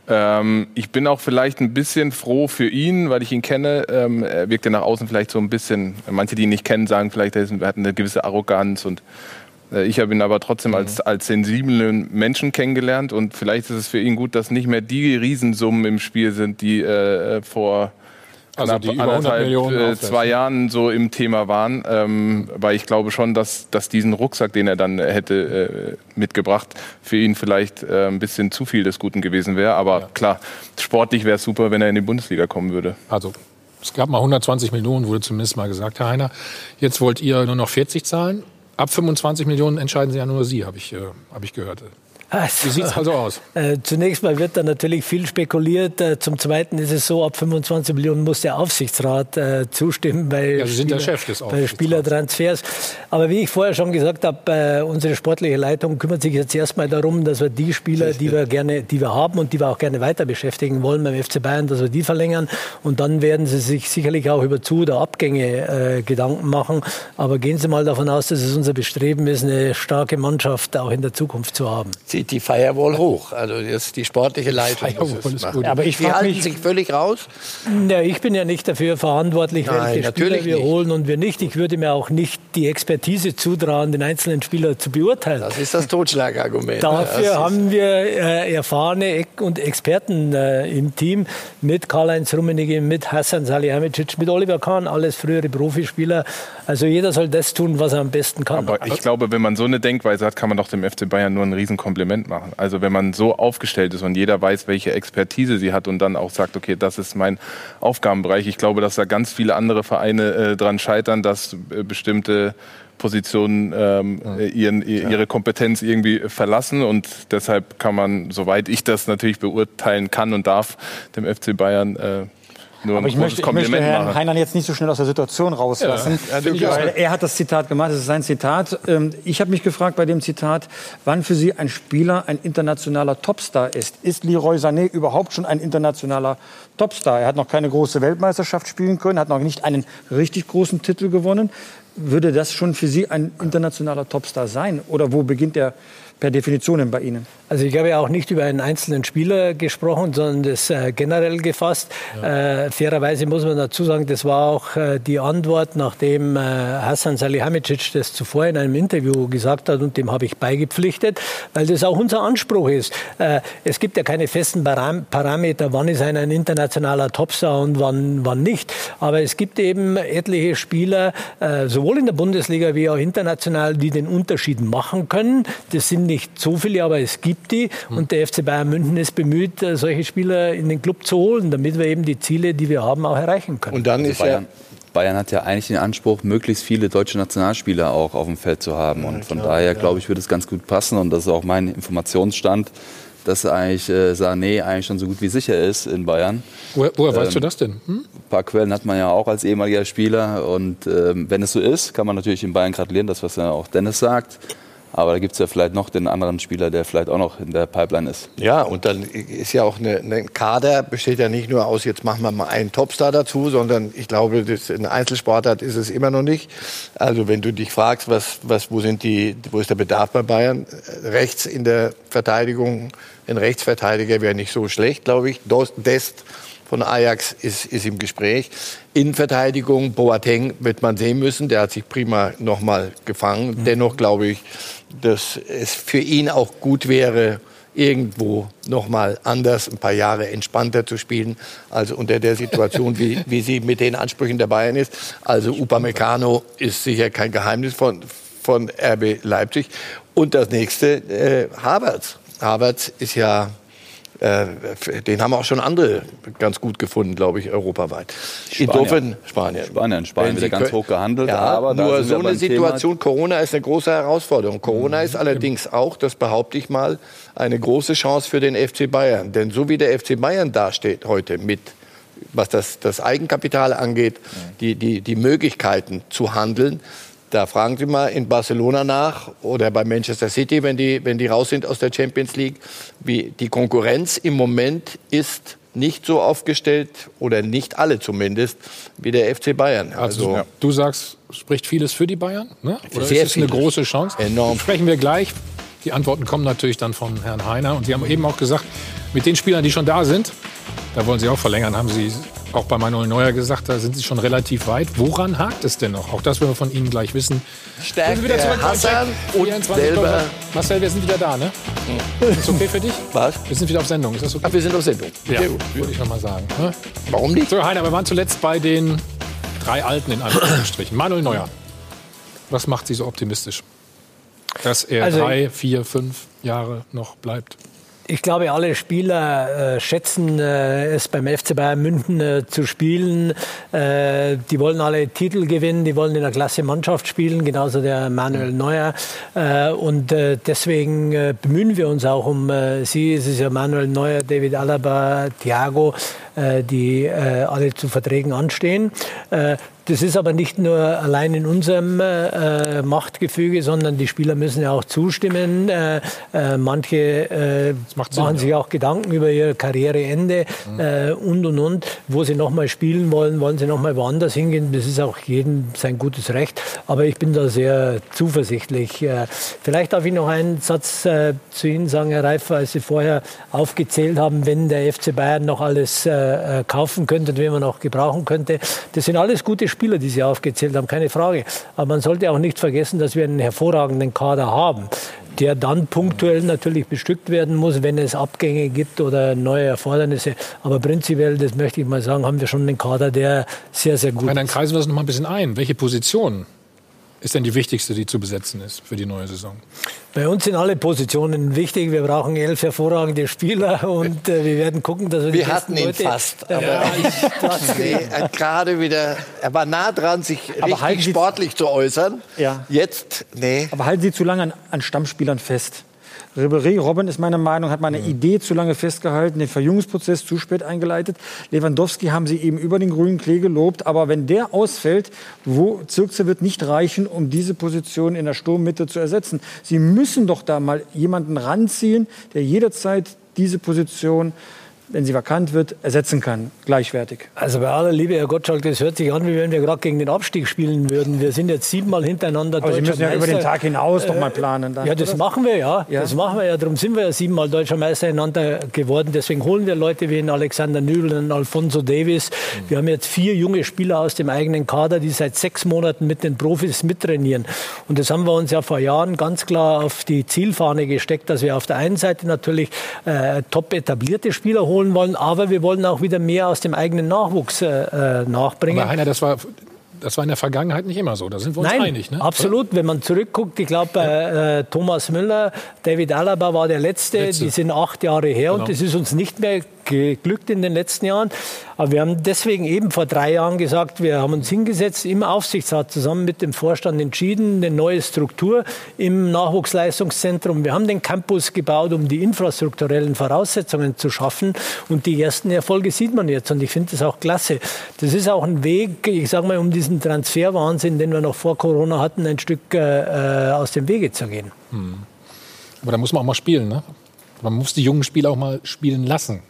Ähm, ich bin auch vielleicht ein bisschen froh für ihn, weil ich ihn kenne. Ähm, er wirkt ja nach außen vielleicht so ein bisschen, manche, die ihn nicht kennen, sagen vielleicht, er hat eine gewisse Arroganz. Und äh, ich habe ihn aber trotzdem als, als sensiblen Menschen kennengelernt. Und vielleicht ist es für ihn gut, dass nicht mehr die Riesensummen im Spiel sind, die äh, vor Also die über hundert Millionen äh, zwei Jahren so im Thema waren, ähm, weil ich glaube schon, dass, dass diesen Rucksack, den er dann hätte äh, mitgebracht, für ihn vielleicht äh, ein bisschen zu viel des Guten gewesen wäre. Aber ja. klar, sportlich wäre es super, wenn er in die Bundesliga kommen würde. Also es gab mal hundertzwanzig Millionen, wurde zumindest mal gesagt, Herr Heiner. Jetzt wollt ihr nur noch vierzig zahlen. Ab fünfundzwanzig Millionen entscheiden Sie ja nur Sie, habe ich, äh, hab ich gehört. Also, Wie sieht es also aus? Äh, zunächst mal wird da natürlich viel spekuliert. Äh, zum Zweiten ist es so, ab fünfundzwanzig Millionen muss der Aufsichtsrat äh, zustimmen bei, ja, Sie sind Spieler, der Chef des bei Spielertransfers. Aber wie ich vorher schon gesagt habe, äh, unsere sportliche Leitung kümmert sich jetzt erstmal darum, dass wir die Spieler, die wir gerne, die wir haben und die wir auch gerne weiter beschäftigen wollen beim F C Bayern, dass wir die verlängern. Und dann werden sie sich sicherlich auch über Zu- oder Abgänge äh, Gedanken machen. Aber gehen Sie mal davon aus, dass es unser Bestreben ist, eine starke Mannschaft auch in der Zukunft zu haben. Sie die Firewall hoch. Also das die sportliche Leitung. Muss es aber ich die halten mich, sich völlig raus? Ja, ich bin ja nicht dafür verantwortlich, Nein, welche Spieler wir nicht. holen und wir nicht. Ich würde mir auch nicht die Expertise zutrauen, den einzelnen Spieler zu beurteilen. Das ist das Totschlagargument. Dafür das haben wir äh, erfahrene und Experten äh, im Team mit Karl-Heinz Rummenigge, mit Hasan Salihamidzic, mit Oliver Kahn, alles frühere Profispieler. Also jeder soll das tun, was er am besten kann. Aber ich glaube, wenn man so eine Denkweise hat, kann man doch dem F C Bayern nur ein Riesenkompliment machen. Also wenn man so aufgestellt ist und jeder weiß, welche Expertise sie hat und dann auch sagt, okay, das ist mein Aufgabenbereich. Ich glaube, dass da ganz viele andere Vereine äh, dran scheitern, dass äh, bestimmte Positionen ähm, ja. ihren, ihre Kompetenz irgendwie verlassen. Und deshalb kann man, soweit ich das natürlich beurteilen kann und darf, dem F C Bayern äh, nur Aber ein ich großes möchte, ich Kompliment möchte Herrn machen. Heinern jetzt nicht so schnell aus der Situation rauslassen. Ja, ja, weil er hat das Zitat gemacht, das ist sein Zitat. Ich habe mich gefragt bei dem Zitat, wann für Sie ein Spieler ein internationaler Topstar ist. Ist Leroy Sané überhaupt schon ein internationaler Topstar? Er hat noch keine große Weltmeisterschaft spielen können, hat noch nicht einen richtig großen Titel gewonnen. Würde das schon für Sie ein internationaler Topstar sein? Oder wo beginnt er per Definition bei Ihnen? Also ich habe ja auch nicht über einen einzelnen Spieler gesprochen, sondern das äh, generell gefasst. Ja. Äh, fairerweise muss man dazu sagen, das war auch äh, die Antwort, nachdem äh, Hasan Salihamidzic das zuvor in einem Interview gesagt hat, und dem habe ich beigepflichtet, weil das auch unser Anspruch ist. Äh, es gibt ja keine festen Param- Parameter, wann ist einer ein internationaler Topstar und wann, wann nicht. Aber es gibt eben etliche Spieler, äh, sowohl in der Bundesliga wie auch international, die den Unterschied machen können. Das sind nicht so viele, aber es gibt die. Und der F C Bayern München ist bemüht, solche Spieler in den Club zu holen, damit wir eben die Ziele, die wir haben, auch erreichen können. Und dann also ist Bayern, ja Bayern hat ja eigentlich den Anspruch, möglichst viele deutsche Nationalspieler auch auf dem Feld zu haben. Und von daher, glaube ich, würde es ganz gut passen. Und das ist auch mein Informationsstand, dass eigentlich äh, Sané eigentlich schon so gut wie sicher ist in Bayern. Woher, woher weißt ähm, du das denn? Hm? Ein paar Quellen hat man ja auch als ehemaliger Spieler. Und ähm, wenn es so ist, kann man natürlich in Bayern gratulieren, das, was ja auch Dennis sagt. Aber da gibt es ja vielleicht noch den anderen Spieler, der vielleicht auch noch in der Pipeline ist. Ja, und dann ist ja auch eine, eine Kader, besteht ja nicht nur aus, jetzt machen wir mal einen Topstar dazu, sondern ich glaube, das ein Einzelsportart ist es immer noch nicht. Also wenn du dich fragst, was, was, wo, sind die, wo ist der Bedarf bei Bayern? Rechts in der Verteidigung, ein Rechtsverteidiger wäre nicht so schlecht, glaube ich. Dest von Ajax ist, ist im Gespräch. Innenverteidigung, Boateng wird man sehen müssen. Der hat sich prima noch mal gefangen. Mhm. Dennoch glaube ich, dass es für ihn auch gut wäre, irgendwo noch mal anders, ein paar Jahre entspannter zu spielen, also unter der Situation, wie, wie sie mit den Ansprüchen der Bayern ist. Also Upamecano ist sicher kein Geheimnis von, von R B Leipzig. Und das nächste, äh, Havertz. Havertz ist ja... Den haben auch schon andere ganz gut gefunden, glaube ich, europaweit. Spanier. Insofern Spanien. Spanien, Spanien wird ja ganz hoch gehandelt. Ja, aber nur so eine Situation, Thema. Corona ist eine große Herausforderung. Corona mhm. ist allerdings auch, das behaupte ich mal, eine große Chance für den F C Bayern. Denn so wie der F C Bayern dasteht heute mit, was das, das Eigenkapital angeht, mhm. die, die, die Möglichkeiten zu handeln, da fragen Sie mal in Barcelona nach oder bei Manchester City, wenn die, wenn die raus sind aus der Champions League, wie die Konkurrenz im Moment ist nicht so aufgestellt, oder nicht alle zumindest, wie der F C Bayern. Also, Also ja. Du sagst, spricht vieles für die Bayern? Ne? Oder Sehr ist es eine vieles. große Chance? Enorm. Sprechen wir gleich. Die Antworten kommen natürlich dann von Herrn Heiner. Und Sie haben eben auch gesagt, mit den Spielern, die schon da sind, da wollen Sie auch verlängern, haben Sie auch bei Manuel Neuer gesagt, da sind Sie schon relativ weit. Woran hakt es denn noch? Auch das werden wir von Ihnen gleich wissen. Stärkt der Hassan und selber... Marcel, wir sind wieder da, ne? Ist das okay für dich? Was? Wir sind wieder auf Sendung. Ist das okay? Ach, wir sind auf Sendung. Ja, würde ich noch mal sagen. Ne? Warum nicht? So, Heiner, wir waren zuletzt bei den drei Alten in Anführungsstrichen. Manuel Neuer. Was macht Sie so optimistisch? Dass er Also, drei, vier, fünf Jahre noch bleibt? Ich glaube, alle Spieler äh, schätzen äh, es beim F C Bayern München äh, zu spielen. Äh, die wollen alle Titel gewinnen, die wollen in der Klasse Mannschaft spielen, genauso der Manuel Neuer. Äh, und äh, deswegen äh, bemühen wir uns auch um äh, sie. Es ist ja Manuel Neuer, David Alaba, Thiago, äh, die äh, alle zu Verträgen anstehen. Äh, Das ist aber nicht nur allein in unserem äh, Machtgefüge, sondern die Spieler müssen ja auch zustimmen. Äh, äh, manche äh, Sinn, machen ja. sich auch Gedanken über ihr Karriereende Mhm. äh, und, und, und. Wo sie nochmal spielen wollen, wollen sie nochmal woanders hingehen. Das ist auch jedem sein gutes Recht. Aber ich bin da sehr zuversichtlich. Äh, vielleicht darf ich noch einen Satz äh, zu Ihnen sagen, Herr Reifer, als Sie vorher aufgezählt haben, wenn der F C Bayern noch alles äh, kaufen könnte und wen man noch gebrauchen könnte. Das sind alles gute Spieler, die Sie aufgezählt haben, keine Frage. Aber man sollte auch nicht vergessen, dass wir einen hervorragenden Kader haben, der dann punktuell natürlich bestückt werden muss, wenn es Abgänge gibt oder neue Erfordernisse. Aber prinzipiell, das möchte ich mal sagen, haben wir schon einen Kader, der sehr, sehr gut Dann ist. kreisen wir das noch mal ein bisschen ein. Welche Position ist denn die wichtigste, die zu besetzen ist für die neue Saison? Bei uns sind alle Positionen wichtig. Wir brauchen elf hervorragende Spieler und äh, wir werden gucken, dass wir die Wir besten hatten ihn Leute, fast. Äh, Aber ja, ich, nee, er hat gerade wieder, er war nah dran, sich Aber halten richtig Sie- sportlich zu äußern. Ja. Jetzt, nee. Aber halten Sie zu lange an, an Stammspielern fest. Ribéry, Robben ist meine Meinung, hat meine Mhm. Idee zu lange festgehalten, den Verjüngungsprozess zu spät eingeleitet. Lewandowski haben Sie eben über den grünen Klee gelobt, aber wenn der ausfällt, wo Zirkzee wird nicht reichen, um diese Position in der Sturmmitte zu ersetzen. Sie müssen doch da mal jemanden ranziehen, der jederzeit diese Position, wenn sie vakant wird, ersetzen kann, gleichwertig. Also bei aller Liebe, Herr Gottschalk, das hört sich an, wie wenn wir gerade gegen den Abstieg spielen würden. Wir sind jetzt siebenmal hintereinander Aber Sie deutscher müssen ja über Meister. den Tag hinaus doch Äh, mal planen. Dann, Ja, das oder? machen wir ja. Ja. Das machen wir ja. Darum sind wir ja siebenmal deutscher Meister hintereinander geworden. Deswegen holen wir Leute wie einen Alexander Nübel, einen Alfonso Davies. Wir haben jetzt vier junge Spieler aus dem eigenen Kader, die seit sechs Monaten mit den Profis mittrainieren. Und das haben wir uns ja vor Jahren ganz klar auf die Zielfahne gesteckt, dass wir auf der einen Seite natürlich äh, top etablierte Spieler holen wollen, aber wir wollen auch wieder mehr aus dem eigenen Nachwuchs äh, nachbringen. Aber Heiner, das war, das war in der Vergangenheit nicht immer so. Da sind wir uns Nein, einig. Ne? absolut. Wenn man zurückguckt, ich glaube, bei äh, Thomas Müller, David Alaba war der Letzte. Letzte. Die sind acht Jahre her Genau. und das ist uns nicht mehr geglückt in den letzten Jahren. Aber wir haben deswegen eben vor drei Jahren gesagt, wir haben uns hingesetzt, im Aufsichtsrat zusammen mit dem Vorstand entschieden, eine neue Struktur im Nachwuchsleistungszentrum. Wir haben den Campus gebaut, um die infrastrukturellen Voraussetzungen zu schaffen. Und die ersten Erfolge sieht man jetzt. Und ich finde das auch klasse. Das ist auch ein Weg, ich sage mal, um diesen Transferwahnsinn, den wir noch vor Corona hatten, ein Stück äh, aus dem Wege zu gehen. Hm. Aber da muss man auch mal spielen. Ne? Man muss die jungen Spieler auch mal spielen lassen.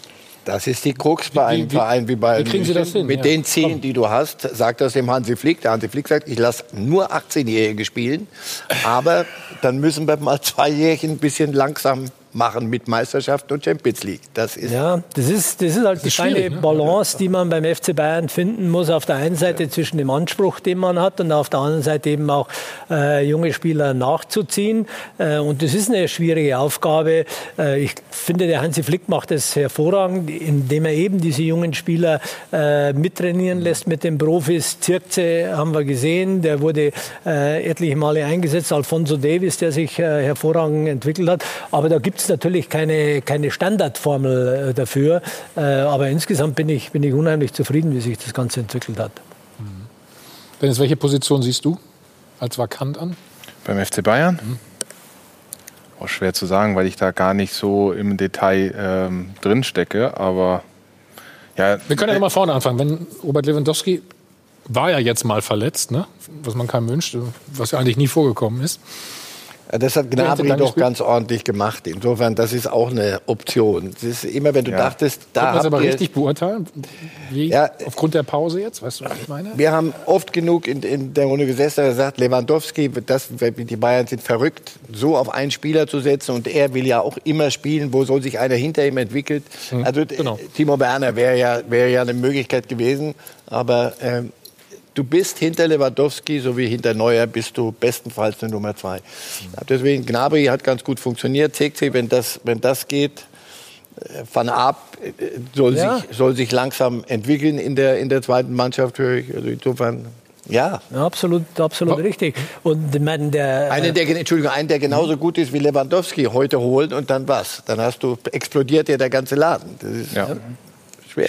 Das ist die Krux bei einem Wie- wie- Verein wie Bayern wie kriegen Sie das München. hin? Mit Ja. den zehn, die du hast, sagt das dem Hansi Flick. Der Hansi Flick sagt, ich lasse nur achtzehnjährige spielen. Aber dann müssen wir mal zwei Jährchen ein bisschen langsam machen mit Meisterschaft und Champions League. Das ist Ja, das ist, das ist halt die ist feine schwierig, ne? Balance, die man beim F C Bayern finden muss. Auf der einen Seite zwischen dem Anspruch, den man hat, und auf der anderen Seite eben auch äh, junge Spieler nachzuziehen. Äh, und das ist eine schwierige Aufgabe. Äh, ich finde, der Hansi Flick macht das hervorragend, indem er eben diese jungen Spieler äh, mittrainieren lässt mit den Profis. Zirkzee haben wir gesehen, der wurde äh, etliche Male eingesetzt. Alfonso Davies, der sich äh, hervorragend entwickelt hat. Aber da gibt es natürlich keine, keine Standardformel äh, dafür. Äh, aber insgesamt bin ich, bin ich unheimlich zufrieden, wie sich das Ganze entwickelt hat. Dennis, welche Position siehst du als vakant an? Beim F C Bayern? Mhm. Auch schwer zu sagen, weil ich da gar nicht so im Detail ähm, drin stecke. Aber ja, Wir können ja noch mal vorne anfangen. Wenn Robert Lewandowski war ja jetzt mal verletzt, ne? Was man keinem wünscht, was ja eigentlich nie vorgekommen ist. Das hat Gnabry doch gespielt? Ganz ordentlich gemacht. Insofern, das ist auch eine Option. Das ist immer, wenn du ja. dachtest, da Kann man das aber richtig beurteilen? Wie? Ja, aufgrund der Pause jetzt, weißt du, was ich meine? Wir haben oft genug in, in der Runde gesessen und gesagt, Lewandowski, das, die Bayern sind verrückt, so auf einen Spieler zu setzen. Und er will ja auch immer spielen, wo soll sich einer hinter ihm entwickelt. Mhm, also genau. Timo Werner wäre ja, wäre ja eine Möglichkeit gewesen. Aber ähm, du bist hinter Lewandowski, so wie hinter Neuer, bist du bestenfalls eine Nummer zwei. Deswegen, Gnabry hat ganz gut funktioniert. Zirkzee, wenn das, wenn das geht, Van Aap soll, ja. sich, soll sich langsam entwickeln in der, in der zweiten Mannschaft, höre ich. Also insofern, ja. ja absolut, absolut oh. richtig. Und ich meine, der, einen, der, Entschuldigung, einen, der genauso gut ist wie Lewandowski, heute holen und dann was? Dann hast du, explodiert dir der ganze Laden. Das ist ja. schwer.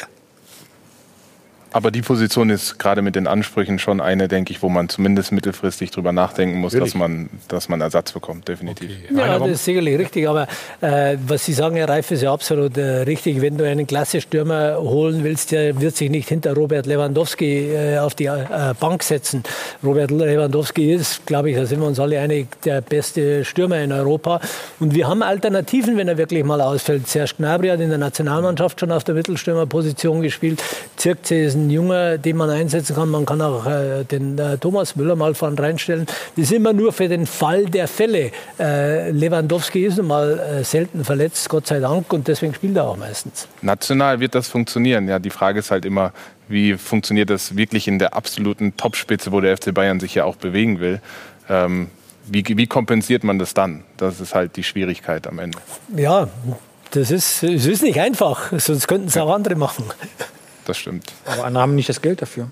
Aber die Position ist gerade mit den Ansprüchen schon eine, denke ich, wo man zumindest mittelfristig drüber nachdenken muss, dass man, dass man Ersatz bekommt, definitiv. Okay. Ja, das ist sicherlich richtig. Aber äh, was Sie sagen, Herr Reif, ist ja absolut äh, richtig. Wenn du einen Klasse-Stürmer holen willst, der wird sich nicht hinter Robert Lewandowski äh, auf die äh, Bank setzen. Robert Lewandowski ist, glaube ich, da sind wir uns alle einig, der beste Stürmer in Europa. Und wir haben Alternativen, wenn er wirklich mal ausfällt. Serge Gnabry hat in der Nationalmannschaft schon auf der Mittelstürmerposition gespielt. Zirkzee ist ein Junger, den man einsetzen kann. Man kann auch äh, den äh, Thomas Müller mal vorne reinstellen. Das ist immer nur für den Fall der Fälle. Äh, Lewandowski ist nun mal äh, selten verletzt, Gott sei Dank, und deswegen spielt er auch meistens. National wird das funktionieren. Ja, die Frage ist halt immer, wie funktioniert das wirklich in der absoluten Topspitze, wo der F C Bayern sich ja auch bewegen will. Ähm, wie, wie kompensiert man das dann? Das ist halt die Schwierigkeit am Ende. Ja, das ist, es ist nicht einfach, sonst könnten es ja auch andere machen. Das stimmt. Aber andere haben nicht das Geld dafür.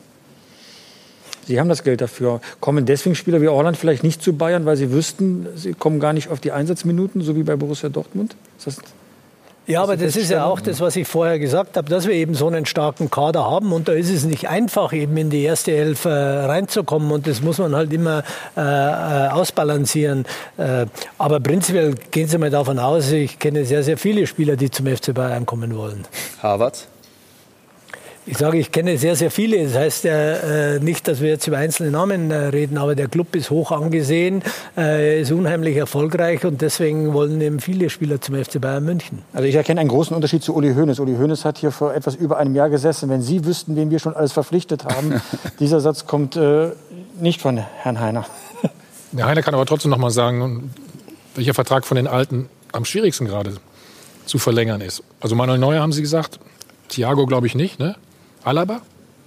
Sie haben das Geld dafür. Kommen deswegen Spieler wie Haaland vielleicht nicht zu Bayern, weil sie wüssten, sie kommen gar nicht auf die Einsatzminuten, so wie bei Borussia Dortmund? Ist das ja, aber das ist ja auch das, was ich vorher gesagt habe, dass wir eben so einen starken Kader haben. Und da ist es nicht einfach, eben in die erste Elf äh, reinzukommen. Und das muss man halt immer äh, ausbalancieren. Äh, aber prinzipiell gehen Sie mal davon aus, ich kenne sehr, sehr viele Spieler, die zum F C Bayern kommen wollen. Havertz? Ich sage, ich kenne sehr, sehr viele. Das heißt äh, nicht, dass wir jetzt über einzelne Namen äh, reden, aber der Club ist hoch angesehen, äh, ist unheimlich erfolgreich und deswegen wollen eben viele Spieler zum F C Bayern München. Also ich erkenne einen großen Unterschied zu Uli Hoeneß. Uli Hoeneß hat hier vor etwas über einem Jahr gesessen. Wenn Sie wüssten, wen wir schon alles verpflichtet haben, dieser Satz kommt äh, nicht von Herrn Heiner. Der Heiner kann aber trotzdem noch mal sagen, welcher Vertrag von den Alten am schwierigsten gerade zu verlängern ist. Also Manuel Neuer haben Sie gesagt, Thiago glaube ich nicht, ne? Alaba?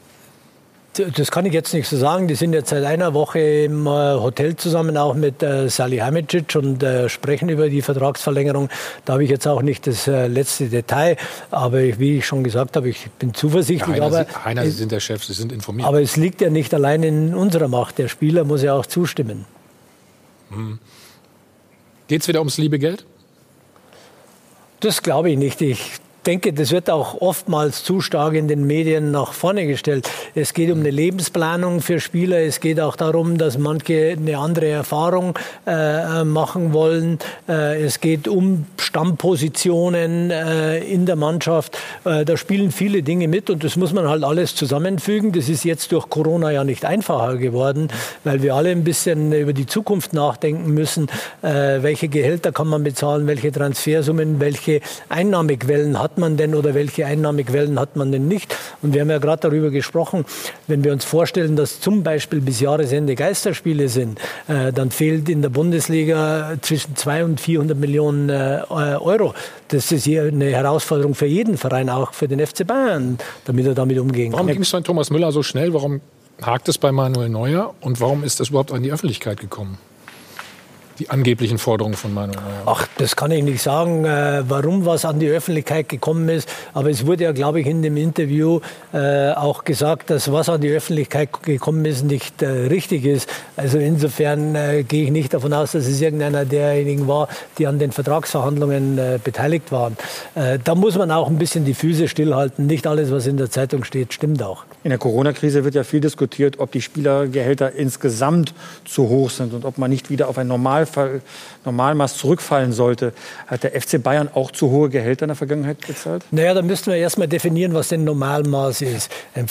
Das kann ich jetzt nicht so sagen. Die sind jetzt seit einer Woche im äh, Hotel zusammen, auch mit äh, Salihamidzic und äh, sprechen über die Vertragsverlängerung. Da habe ich jetzt auch nicht das äh, letzte Detail. Aber ich, wie ich schon gesagt habe, ich bin zuversichtlich. Ja, Heiner, aber Sie, Heiner, Sie sind der Chef, Sie sind informiert. Aber es liegt ja nicht allein in unserer Macht. Der Spieler muss ja auch zustimmen. Hm. Geht es wieder ums liebe Geld? Das glaube ich nicht. Ich denke, das wird auch oftmals zu stark in den Medien nach vorne gestellt. Es geht um eine Lebensplanung für Spieler. Es geht auch darum, dass manche eine andere Erfahrung äh, machen wollen. Äh, es geht um Stammpositionen äh, in der Mannschaft. Äh, da spielen viele Dinge mit und das muss man halt alles zusammenfügen. Das ist jetzt durch Corona ja nicht einfacher geworden, weil wir alle ein bisschen über die Zukunft nachdenken müssen. Äh, welche Gehälter kann man bezahlen? Welche Transfersummen? Welche Einnahmequellen hat man denn oder welche Einnahmequellen hat man denn nicht? Und wir haben ja gerade darüber gesprochen, wenn wir uns vorstellen, dass zum Beispiel bis Jahresende Geisterspiele sind, äh, dann fehlt in der Bundesliga zwischen zweihundert und vierhundert Millionen äh, Euro. Das ist hier eine Herausforderung für jeden Verein, auch für den F C Bayern, damit er damit umgehen kann. Warum ging es bei Thomas Müller so schnell? Warum hakt es bei Manuel Neuer? Und warum ist das überhaupt an die Öffentlichkeit gekommen? Die angeblichen Forderungen von Manuel Neuer. Ach, das kann ich nicht sagen, äh, warum was an die Öffentlichkeit gekommen ist. Aber es wurde ja, glaube ich, in dem Interview äh, auch gesagt, dass was an die Öffentlichkeit gekommen ist, nicht äh, richtig ist. Also insofern äh, gehe ich nicht davon aus, dass es irgendeiner derjenigen war, die an den Vertragsverhandlungen äh, beteiligt waren. Äh, da muss man auch ein bisschen die Füße stillhalten. Nicht alles, was in der Zeitung steht, stimmt auch. In der Corona-Krise wird ja viel diskutiert, ob die Spielergehälter insgesamt zu hoch sind und ob man nicht wieder auf ein Normalfall, Normalmaß zurückfallen sollte. Hat der F C Bayern auch zu hohe Gehälter in der Vergangenheit gezahlt? Naja, da müssten wir erst mal definieren, was denn Normalmaß ist. Ein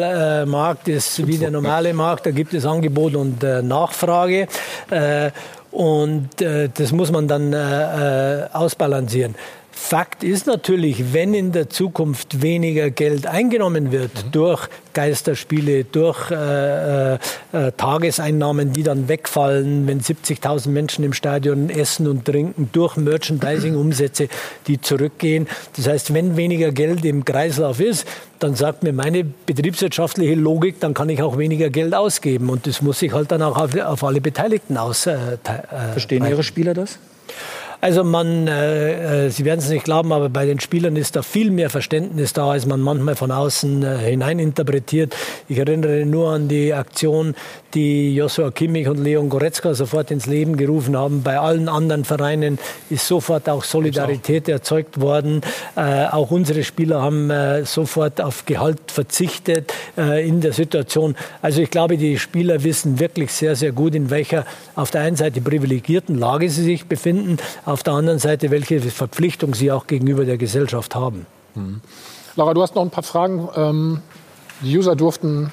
Fußballmarkt ist wie der normale Markt, da gibt es Angebot und äh, Nachfrage. Äh, Und äh, das muss man dann äh, ausbalancieren. Fakt ist natürlich, wenn in der Zukunft weniger Geld eingenommen wird mhm. durch Geisterspiele, durch äh, äh, Tageseinnahmen, die dann wegfallen, wenn siebzigtausend Menschen im Stadion essen und trinken, durch Merchandising-Umsätze, die zurückgehen. Das heißt, wenn weniger Geld im Kreislauf ist, dann sagt mir meine betriebswirtschaftliche Logik, dann kann ich auch weniger Geld ausgeben. Und das muss sich halt dann auch auf, auf alle Beteiligten aus. Äh, äh, Verstehen Ihre Spieler das? Also man, äh, Sie werden es nicht glauben, aber bei den Spielern ist da viel mehr Verständnis da, als man manchmal von außen äh, hineininterpretiert. Ich erinnere nur an die Aktion, die Joshua Kimmich und Leon Goretzka sofort ins Leben gerufen haben. Bei allen anderen Vereinen ist sofort auch Solidarität erzeugt worden. Äh, auch unsere Spieler haben äh, sofort auf Gehalt verzichtet äh, in der Situation. Also ich glaube, die Spieler wissen wirklich sehr, sehr gut, in welcher auf der einen Seite privilegierten Lage sie sich befinden, auf der anderen Seite, welche Verpflichtung sie auch gegenüber der Gesellschaft haben. Mhm. Laura, du hast noch ein paar Fragen. Ähm, die User durften,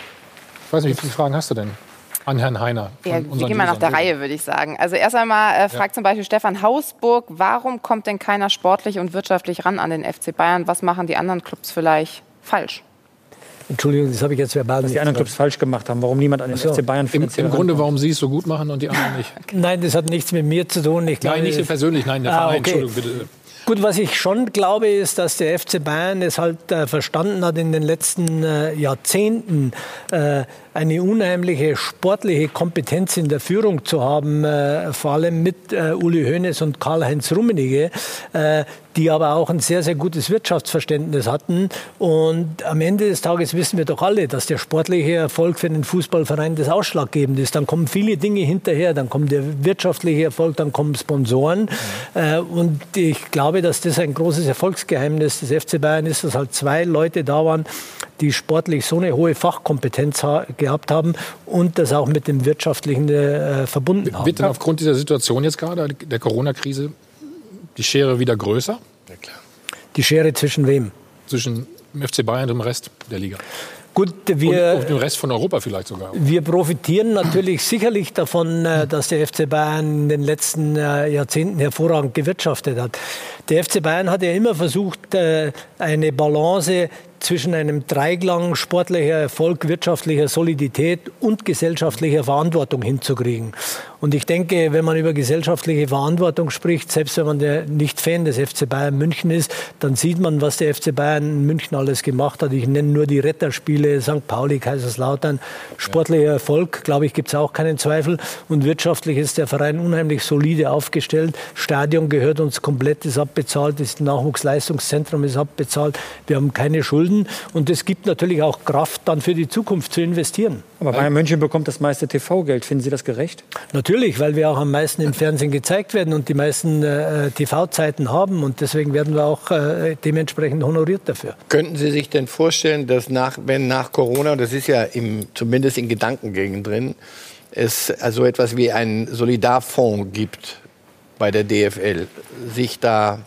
ich weiß nicht, wie viele Fragen hast du denn an Herrn Heiner? Ja, wir gehen mal nach der Reihe, würde ich sagen. Also erst einmal äh, fragt ja. zum Beispiel Stefan Hausburg, warum kommt denn keiner sportlich und wirtschaftlich ran an den F C Bayern? Was machen die anderen Clubs vielleicht falsch? Entschuldigung, das habe ich jetzt verbal Was die anderen Clubs falsch gemacht haben, warum niemand an den so. F C Bayern finanziell Im, im Grunde, warum Sie es so gut machen und die anderen nicht? Nein, das hat nichts mit mir zu tun. Ich glaube, nein, nicht persönlich, nein, der ah, Verein, okay. Entschuldigung, bitte. Gut, was ich schon glaube, ist, dass der F C Bayern es halt äh, verstanden hat, in den letzten äh, Jahrzehnten äh, eine unheimliche sportliche Kompetenz in der Führung zu haben, äh, vor allem mit äh, Uli Hoeneß und Karl-Heinz Rummenigge, äh, die aber auch ein sehr, sehr gutes Wirtschaftsverständnis hatten. Und am Ende des Tages wissen wir doch alle, dass der sportliche Erfolg für den Fußballverein das Ausschlaggebende ist. Dann kommen viele Dinge hinterher, dann kommt der wirtschaftliche Erfolg, dann kommen Sponsoren. Mhm. Äh, und ich glaube, dass das ein großes Erfolgsgeheimnis des F C Bayern ist, dass halt zwei Leute da waren, die sportlich so eine hohe Fachkompetenz ha- gehabt haben und das auch mit dem Wirtschaftlichen äh, verbunden haben. Wird denn aufgrund dieser Situation jetzt gerade, der Corona-Krise, die Schere wieder größer? Ja, klar. Die Schere zwischen wem? Zwischen dem F C Bayern und dem Rest der Liga. Gut, wir, und, und dem Rest von Europa vielleicht sogar. Wir profitieren natürlich sicherlich davon, dass der F C Bayern in den letzten Jahrzehnten hervorragend gewirtschaftet hat. Der F C Bayern hat ja immer versucht, eine Balance zwischen einem Dreiklang sportlicher Erfolg, wirtschaftlicher Solidität und gesellschaftlicher Verantwortung hinzukriegen. Und ich denke, wenn man über gesellschaftliche Verantwortung spricht, selbst wenn man der nicht Fan des F C Bayern München ist, dann sieht man, was der F C Bayern München alles gemacht hat. Ich nenne nur die Retterspiele, Sankt Pauli, Kaiserslautern. Sportlicher Erfolg, glaube ich, gibt es auch keinen Zweifel. Und wirtschaftlich ist der Verein unheimlich solide aufgestellt. Stadion gehört uns komplett, ist abbezahlt. Das Nachwuchsleistungszentrum ist abbezahlt. Wir haben keine Schulden. Und es gibt natürlich auch Kraft, dann für die Zukunft zu investieren. Aber Bayern München bekommt das meiste T V-Geld. Finden Sie das gerecht? Natürlich, weil wir auch am meisten im Fernsehen gezeigt werden und die meisten äh, T V-Zeiten haben. Und deswegen werden wir auch äh, dementsprechend honoriert dafür. Könnten Sie sich denn vorstellen, dass nach, wenn nach Corona, und das ist ja im, zumindest in Gedankengängen drin, es also etwas wie einen Solidarfonds gibt bei der D F L, sich da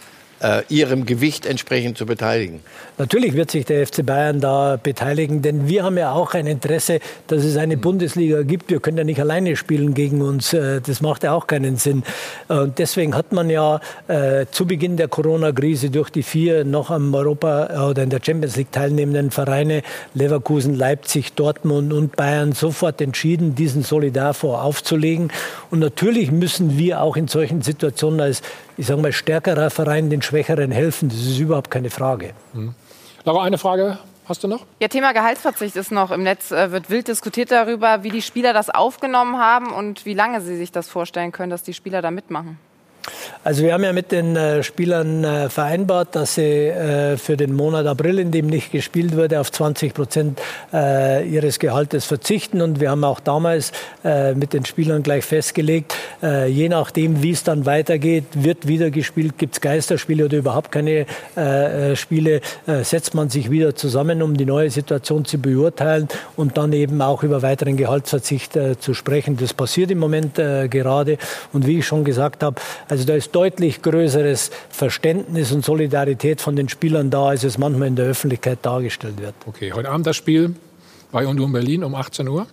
äh, ihrem Gewicht entsprechend zu beteiligen? Natürlich wird sich der F C Bayern da beteiligen, denn wir haben ja auch ein Interesse, dass es eine Bundesliga gibt. Wir können ja nicht alleine spielen gegen uns. Das macht ja auch keinen Sinn. Und deswegen hat man ja äh, zu Beginn der Corona-Krise durch die vier noch am Europa- oder in der Champions League teilnehmenden Vereine, Leverkusen, Leipzig, Dortmund und Bayern, sofort entschieden, diesen Solidarfonds aufzulegen. Und natürlich müssen wir auch in solchen Situationen als, ich sage mal, stärkerer Verein den Schwächeren helfen. Das ist überhaupt keine Frage. Mhm. Laura, eine Frage hast du noch? Ja, Thema Gehaltsverzicht ist noch im Netz, äh, wird wild diskutiert darüber, wie die Spieler das aufgenommen haben und wie lange sie sich das vorstellen können, dass die Spieler da mitmachen. Also wir haben ja mit den äh, Spielern äh, vereinbart, dass sie äh, für den Monat April, in dem nicht gespielt wurde, auf zwanzig Prozent äh, ihres Gehaltes verzichten. Und wir haben auch damals äh, mit den Spielern gleich festgelegt, äh, je nachdem, wie es dann weitergeht, wird wieder gespielt, gibt es Geisterspiele oder überhaupt keine äh, Spiele, äh, setzt man sich wieder zusammen, um die neue Situation zu beurteilen und dann eben auch über weiteren Gehaltsverzicht äh, zu sprechen. Das passiert im Moment äh, gerade. Und wie ich schon gesagt habe, also da ist deutlich größeres Verständnis und Solidarität von den Spielern da, als es manchmal in der Öffentlichkeit dargestellt wird. Okay, heute Abend das Spiel bei Union Berlin um achtzehn Uhr.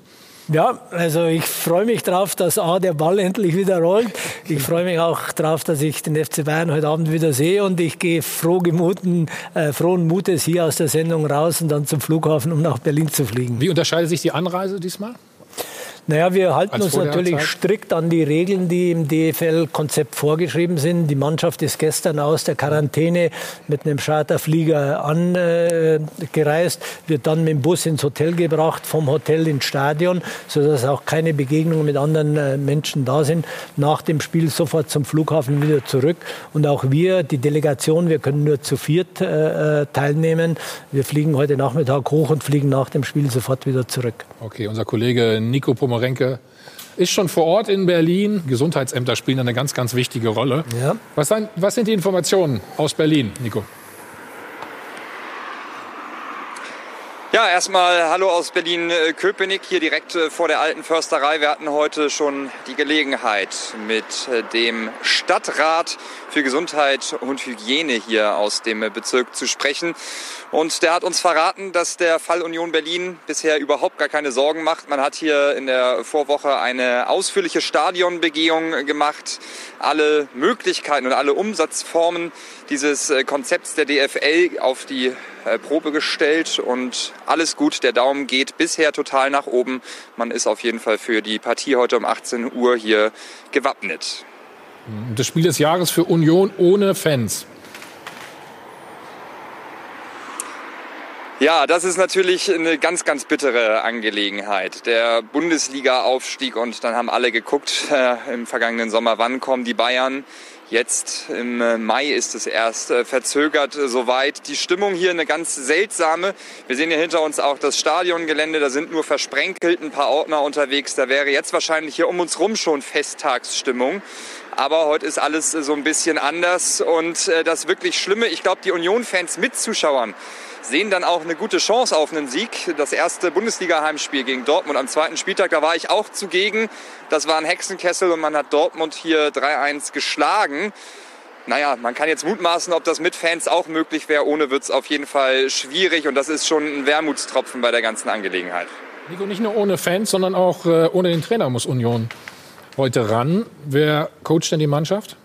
Ja, also ich freue mich drauf, dass A, der Ball endlich wieder rollt. Ich freue mich auch drauf, dass ich den F C Bayern heute Abend wieder sehe und ich gehe froh gemuten, äh, frohen Mutes hier aus der Sendung raus und dann zum Flughafen, um nach Berlin zu fliegen. Wie unterscheidet sich die Anreise diesmal? Naja, wir halten Als uns vor der natürlich Zeit? strikt an die Regeln, die im D F L-Konzept vorgeschrieben sind. Die Mannschaft ist gestern aus der Quarantäne mit einem Charterflieger angereist, wird dann mit dem Bus ins Hotel gebracht, vom Hotel ins Stadion, sodass auch keine Begegnungen mit anderen äh, Menschen da sind. Nach dem Spiel sofort zum Flughafen wieder zurück. Und auch wir, die Delegation, wir können nur zu viert äh, teilnehmen. Wir fliegen heute Nachmittag hoch und fliegen nach dem Spiel sofort wieder zurück. Okay, unser Kollege Nico Pomorenke ist schon vor Ort in Berlin. Gesundheitsämter spielen eine ganz, ganz wichtige Rolle. Ja. Was, sein, was sind die Informationen aus Berlin, Nico? Ja, erstmal hallo aus Berlin-Köpenick, hier direkt vor der alten Försterei. Wir hatten heute schon die Gelegenheit, mit dem Stadtrat für Gesundheit und Hygiene hier aus dem Bezirk zu sprechen. Und der hat uns verraten, dass der Fall Union Berlin bisher überhaupt gar keine Sorgen macht. Man hat hier in der Vorwoche eine ausführliche Stadionbegehung gemacht. Alle Möglichkeiten und alle Umsatzformen dieses Konzepts der D F L auf die Probe gestellt und alles gut. Der Daumen geht bisher total nach oben. Man ist auf jeden Fall für die Partie heute um achtzehn Uhr hier gewappnet. Das Spiel des Jahres für Union ohne Fans. Ja, das ist natürlich eine ganz, ganz bittere Angelegenheit. Der Bundesliga-Aufstieg und dann haben alle geguckt äh, im vergangenen Sommer, wann kommen die Bayern. Jetzt im Mai ist es erst äh, verzögert äh, soweit. Die Stimmung hier eine ganz seltsame. Wir sehen hier hinter uns auch das Stadiongelände. Da sind nur versprenkelt ein paar Ordner unterwegs. Da wäre jetzt wahrscheinlich hier um uns rum schon Festtagsstimmung. Aber heute ist alles äh, so ein bisschen anders. Und äh, das wirklich Schlimme, ich glaube, die Union-Fans mit Zuschauern sehen dann auch eine gute Chance auf einen Sieg. Das erste Bundesliga-Heimspiel gegen Dortmund am zweiten Spieltag, da war ich auch zugegen. Das war ein Hexenkessel und man hat Dortmund hier drei eins geschlagen. Naja, man kann jetzt mutmaßen, ob das mit Fans auch möglich wäre. Ohne wird es auf jeden Fall schwierig und das ist schon ein Wermutstropfen bei der ganzen Angelegenheit. Nico, nicht nur ohne Fans, sondern auch äh, ohne den Trainer muss Union heute ran. Wer coacht denn die Mannschaft?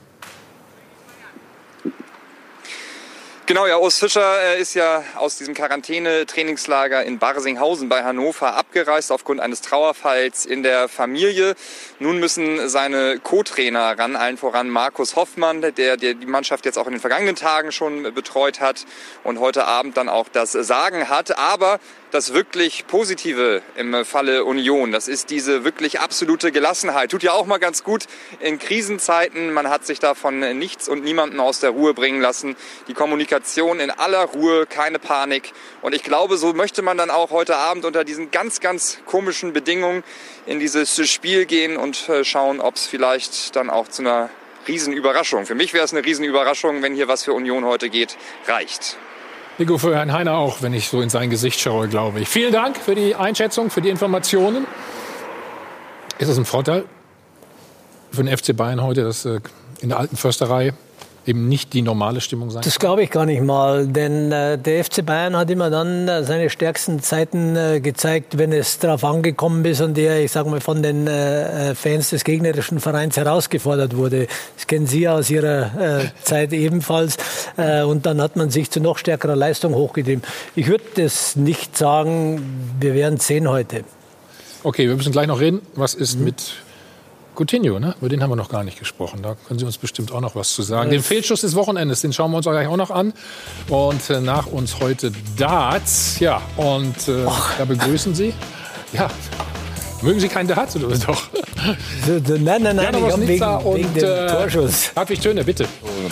Genau, ja, Urs Fischer ist ja aus diesem Quarantäne-Trainingslager in Barsinghausen bei Hannover abgereist aufgrund eines Trauerfalls in der Familie. Nun müssen seine Co-Trainer ran, allen voran Markus Hoffmann, der, der die Mannschaft jetzt auch in den vergangenen Tagen schon betreut hat und heute Abend dann auch das Sagen hat. Aber das wirklich Positive im Falle Union, das ist diese wirklich absolute Gelassenheit. Tut ja auch mal ganz gut in Krisenzeiten. Man hat sich da von nichts und niemanden aus der Ruhe bringen lassen. Die Kommunikation in aller Ruhe, keine Panik. Und ich glaube, so möchte man dann auch heute Abend unter diesen ganz, ganz komischen Bedingungen in dieses Spiel gehen und schauen, ob es vielleicht dann auch zu einer Riesenüberraschung, für mich wäre es eine Riesenüberraschung, wenn hier was für Union heute geht, reicht. Nico, für Herrn Heiner auch, wenn ich so in sein Gesicht schaue, glaube ich. Vielen Dank für die Einschätzung, für die Informationen. Ist es ein Vorteil für den F C Bayern heute, dass äh, in der alten Försterei eben nicht die normale Stimmung sein? Das glaube ich gar nicht mal, denn äh, der F C Bayern hat immer dann äh, seine stärksten Zeiten äh, gezeigt, wenn es darauf angekommen ist und der, ich sage mal, von den äh, Fans des gegnerischen Vereins herausgefordert wurde. Das kennen Sie aus Ihrer äh, Zeit ebenfalls. Äh, und dann hat man sich zu noch stärkerer Leistung hochgetrieben. Ich würde das nicht sagen, wir werden es sehen heute. Okay, wir müssen gleich noch reden. Was ist mhm. mit Coutinho, ne? Über den haben wir noch gar nicht gesprochen. Da können Sie uns bestimmt auch noch was zu sagen. Den Fehlschuss des Wochenendes, den schauen wir uns gleich auch noch an. Und äh, nach uns heute Darts. Ja, und äh, da begrüßen Sie. Ja, mögen Sie keinen Darts oder doch? Nein, nein, nein, ich wegen, und, wegen dem äh, Torschuss. Hartwig Töne, bitte.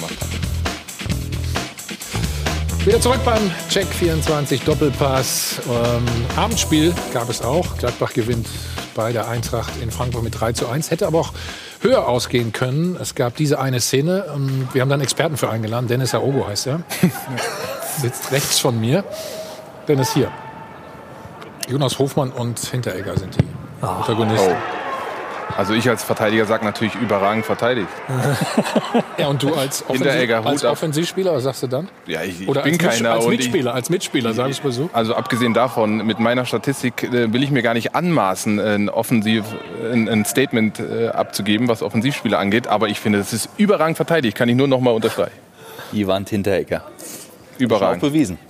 Wieder zurück beim Check vierundzwanzig Doppelpass. Ähm, Abendspiel gab es auch. Gladbach gewinnt bei der Eintracht in Frankfurt mit drei zu eins. Hätte aber auch höher ausgehen können. Es gab diese eine Szene. Wir haben dann Experten für eingeladen. Dennis Aogo heißt er. Sitzt rechts von mir. Dennis hier. Jonas Hofmann und Hinteregger sind die Protagonisten. Also ich als Verteidiger sage natürlich überragend verteidigt. Ja, und du als, Offensiv, als Offensivspieler, was sagst du dann? Ja, ich, ich Oder bin als, keiner. als und Mitspieler, ich, als Mitspieler, sag ich mal so. Also abgesehen davon, mit meiner Statistik äh, will ich mir gar nicht anmaßen, ein, Offensiv, ein, ein Statement äh, abzugeben, was Offensivspieler angeht. Aber ich finde, es ist überragend verteidigt, kann ich nur noch mal unterstreichen. Ivan Hinteregger. Überragend. Auch bewiesen.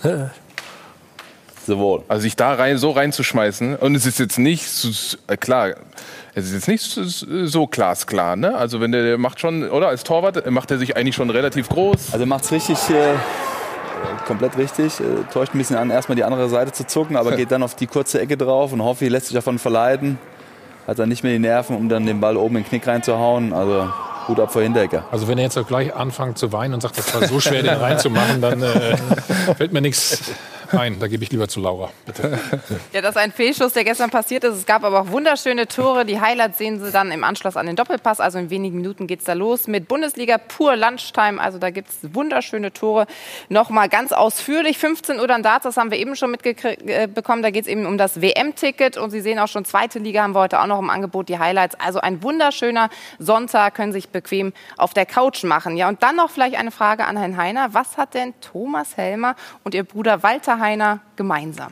Sowohl. Also sich da rein, so reinzuschmeißen. Und es ist jetzt nicht, so, äh, klar, es ist jetzt nicht so, so glasklar. Ne? Also wenn der, der macht schon, oder als Torwart, macht er sich eigentlich schon relativ groß. Also macht es richtig, äh, komplett richtig. Äh, täuscht ein bisschen an, erstmal die andere Seite zu zucken, aber geht dann auf die kurze Ecke drauf und Hoffi lässt sich davon verleiten. Hat dann nicht mehr die Nerven, um dann den Ball oben in den Knick reinzuhauen. Also Hut ab vor Hinteregger. Also wenn er jetzt auch gleich anfängt zu weinen und sagt, das war so schwer, den reinzumachen, dann äh, fällt mir nichts ein. Da gebe ich lieber zu Laura, bitte. Ja, das ist ein Fehlschuss, der gestern passiert ist. Es gab aber auch wunderschöne Tore. Die Highlights sehen Sie dann im Anschluss an den Doppelpass. Also in wenigen Minuten geht es da los mit Bundesliga pur Lunchtime. Also da gibt es wunderschöne Tore. Nochmal ganz ausführlich. fünfzehn Uhr dann Darts, das haben wir eben schon mitbekommen. Da geht es eben um das W M-Ticket. Und Sie sehen auch schon, zweite Liga haben wir heute auch noch im Angebot, die Highlights. Also ein wunderschöner Sonntag, können sich bequem auf der Couch machen. Ja, und dann noch vielleicht eine Frage an Herrn Heiner. Was hat denn Thomas Helmer und Ihr Bruder Walter Heiner gemeinsam?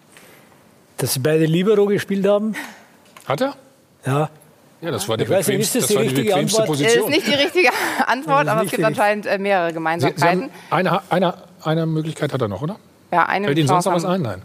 Dass sie beide Libero gespielt haben. Hat er? Ja. Ja, das war die Ich weiß nicht, ist das das die war die richtige bequemste Antwort? Das ist Position. nicht die richtige Antwort, aber es nicht gibt die anscheinend äh, mehrere Sie, Sie Gemeinsamkeiten. haben eine, eine, eine Möglichkeit hat er noch, oder? Ja, eine Fällt Ihnen sonst noch Chance was haben- ein? Nein.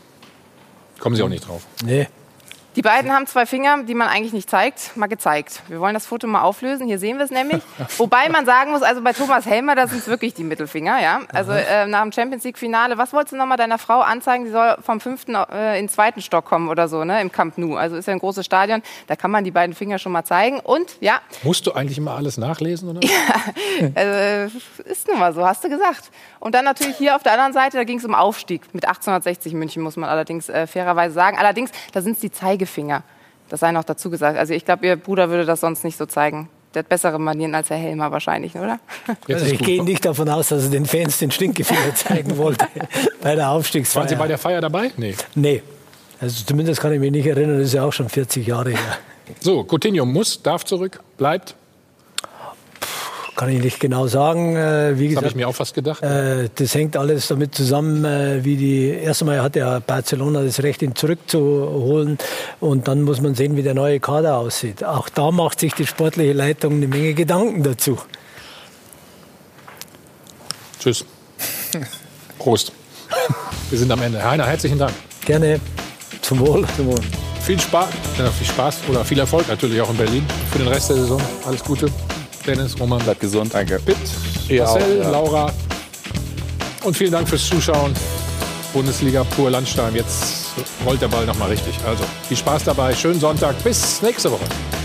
Kommen Sie auch nicht drauf. Nee. Die beiden haben zwei Finger, die man eigentlich nicht zeigt, mal gezeigt. Wir wollen das Foto mal auflösen, hier sehen wir es nämlich. Wobei man sagen muss, also bei Thomas Helmer, da sind es wirklich die Mittelfinger. Ja? Also äh, nach dem Champions-League-Finale, was wolltest du noch mal deiner Frau anzeigen? Sie soll vom fünften äh, in den zweiten Stock kommen oder so, ne? Im Camp Nou. Also ist ja ein großes Stadion, da kann man die beiden Finger schon mal zeigen. Und ja, Musst du eigentlich immer alles nachlesen, oder? also, ist nun mal so, hast du gesagt. Und dann natürlich hier auf der anderen Seite, da ging es um Aufstieg mit achtzehnhundertsechzig München, muss man allerdings äh, fairerweise sagen. Allerdings, da sind es die Zeigefinger. Das sei noch dazu gesagt. Also ich glaube, Ihr Bruder würde das sonst nicht so zeigen. Der hat bessere Manieren als Herr Helmer wahrscheinlich, oder? Also ich gehe nicht davon aus, dass er den Fans den Stinkefinger zeigen wollte bei der Aufstiegsfeier. Waren Sie bei der Feier dabei? Nee. Nee. Also zumindest kann ich mich nicht erinnern, das ist ja auch schon vierzig Jahre her. So, Coutinho muss, darf zurück, bleibt. Kann ich nicht genau sagen. Äh, wie Das gesagt, habe ich mir auch fast gedacht. Äh, das hängt alles damit zusammen, äh, wie die. Erst einmal hat ja Barcelona das Recht, ihn zurückzuholen. Und dann muss man sehen, wie der neue Kader aussieht. Auch da macht sich die sportliche Leitung eine Menge Gedanken dazu. Tschüss. Prost. Wir sind am Ende. Herr Heiner, herzlichen Dank. Gerne. Zum Wohl. Zum Wohl. Viel Spaß, ja, viel Spaß oder viel Erfolg natürlich auch in Berlin für den Rest der Saison. Alles Gute. Dennis, Roman. Bleibt gesund. Danke. Bitt, Ihr Marcel, auch, ja. Laura. Und vielen Dank fürs Zuschauen. Bundesliga pur Landstein. Jetzt rollt der Ball noch mal richtig. Also viel Spaß dabei. Schönen Sonntag. Bis nächste Woche.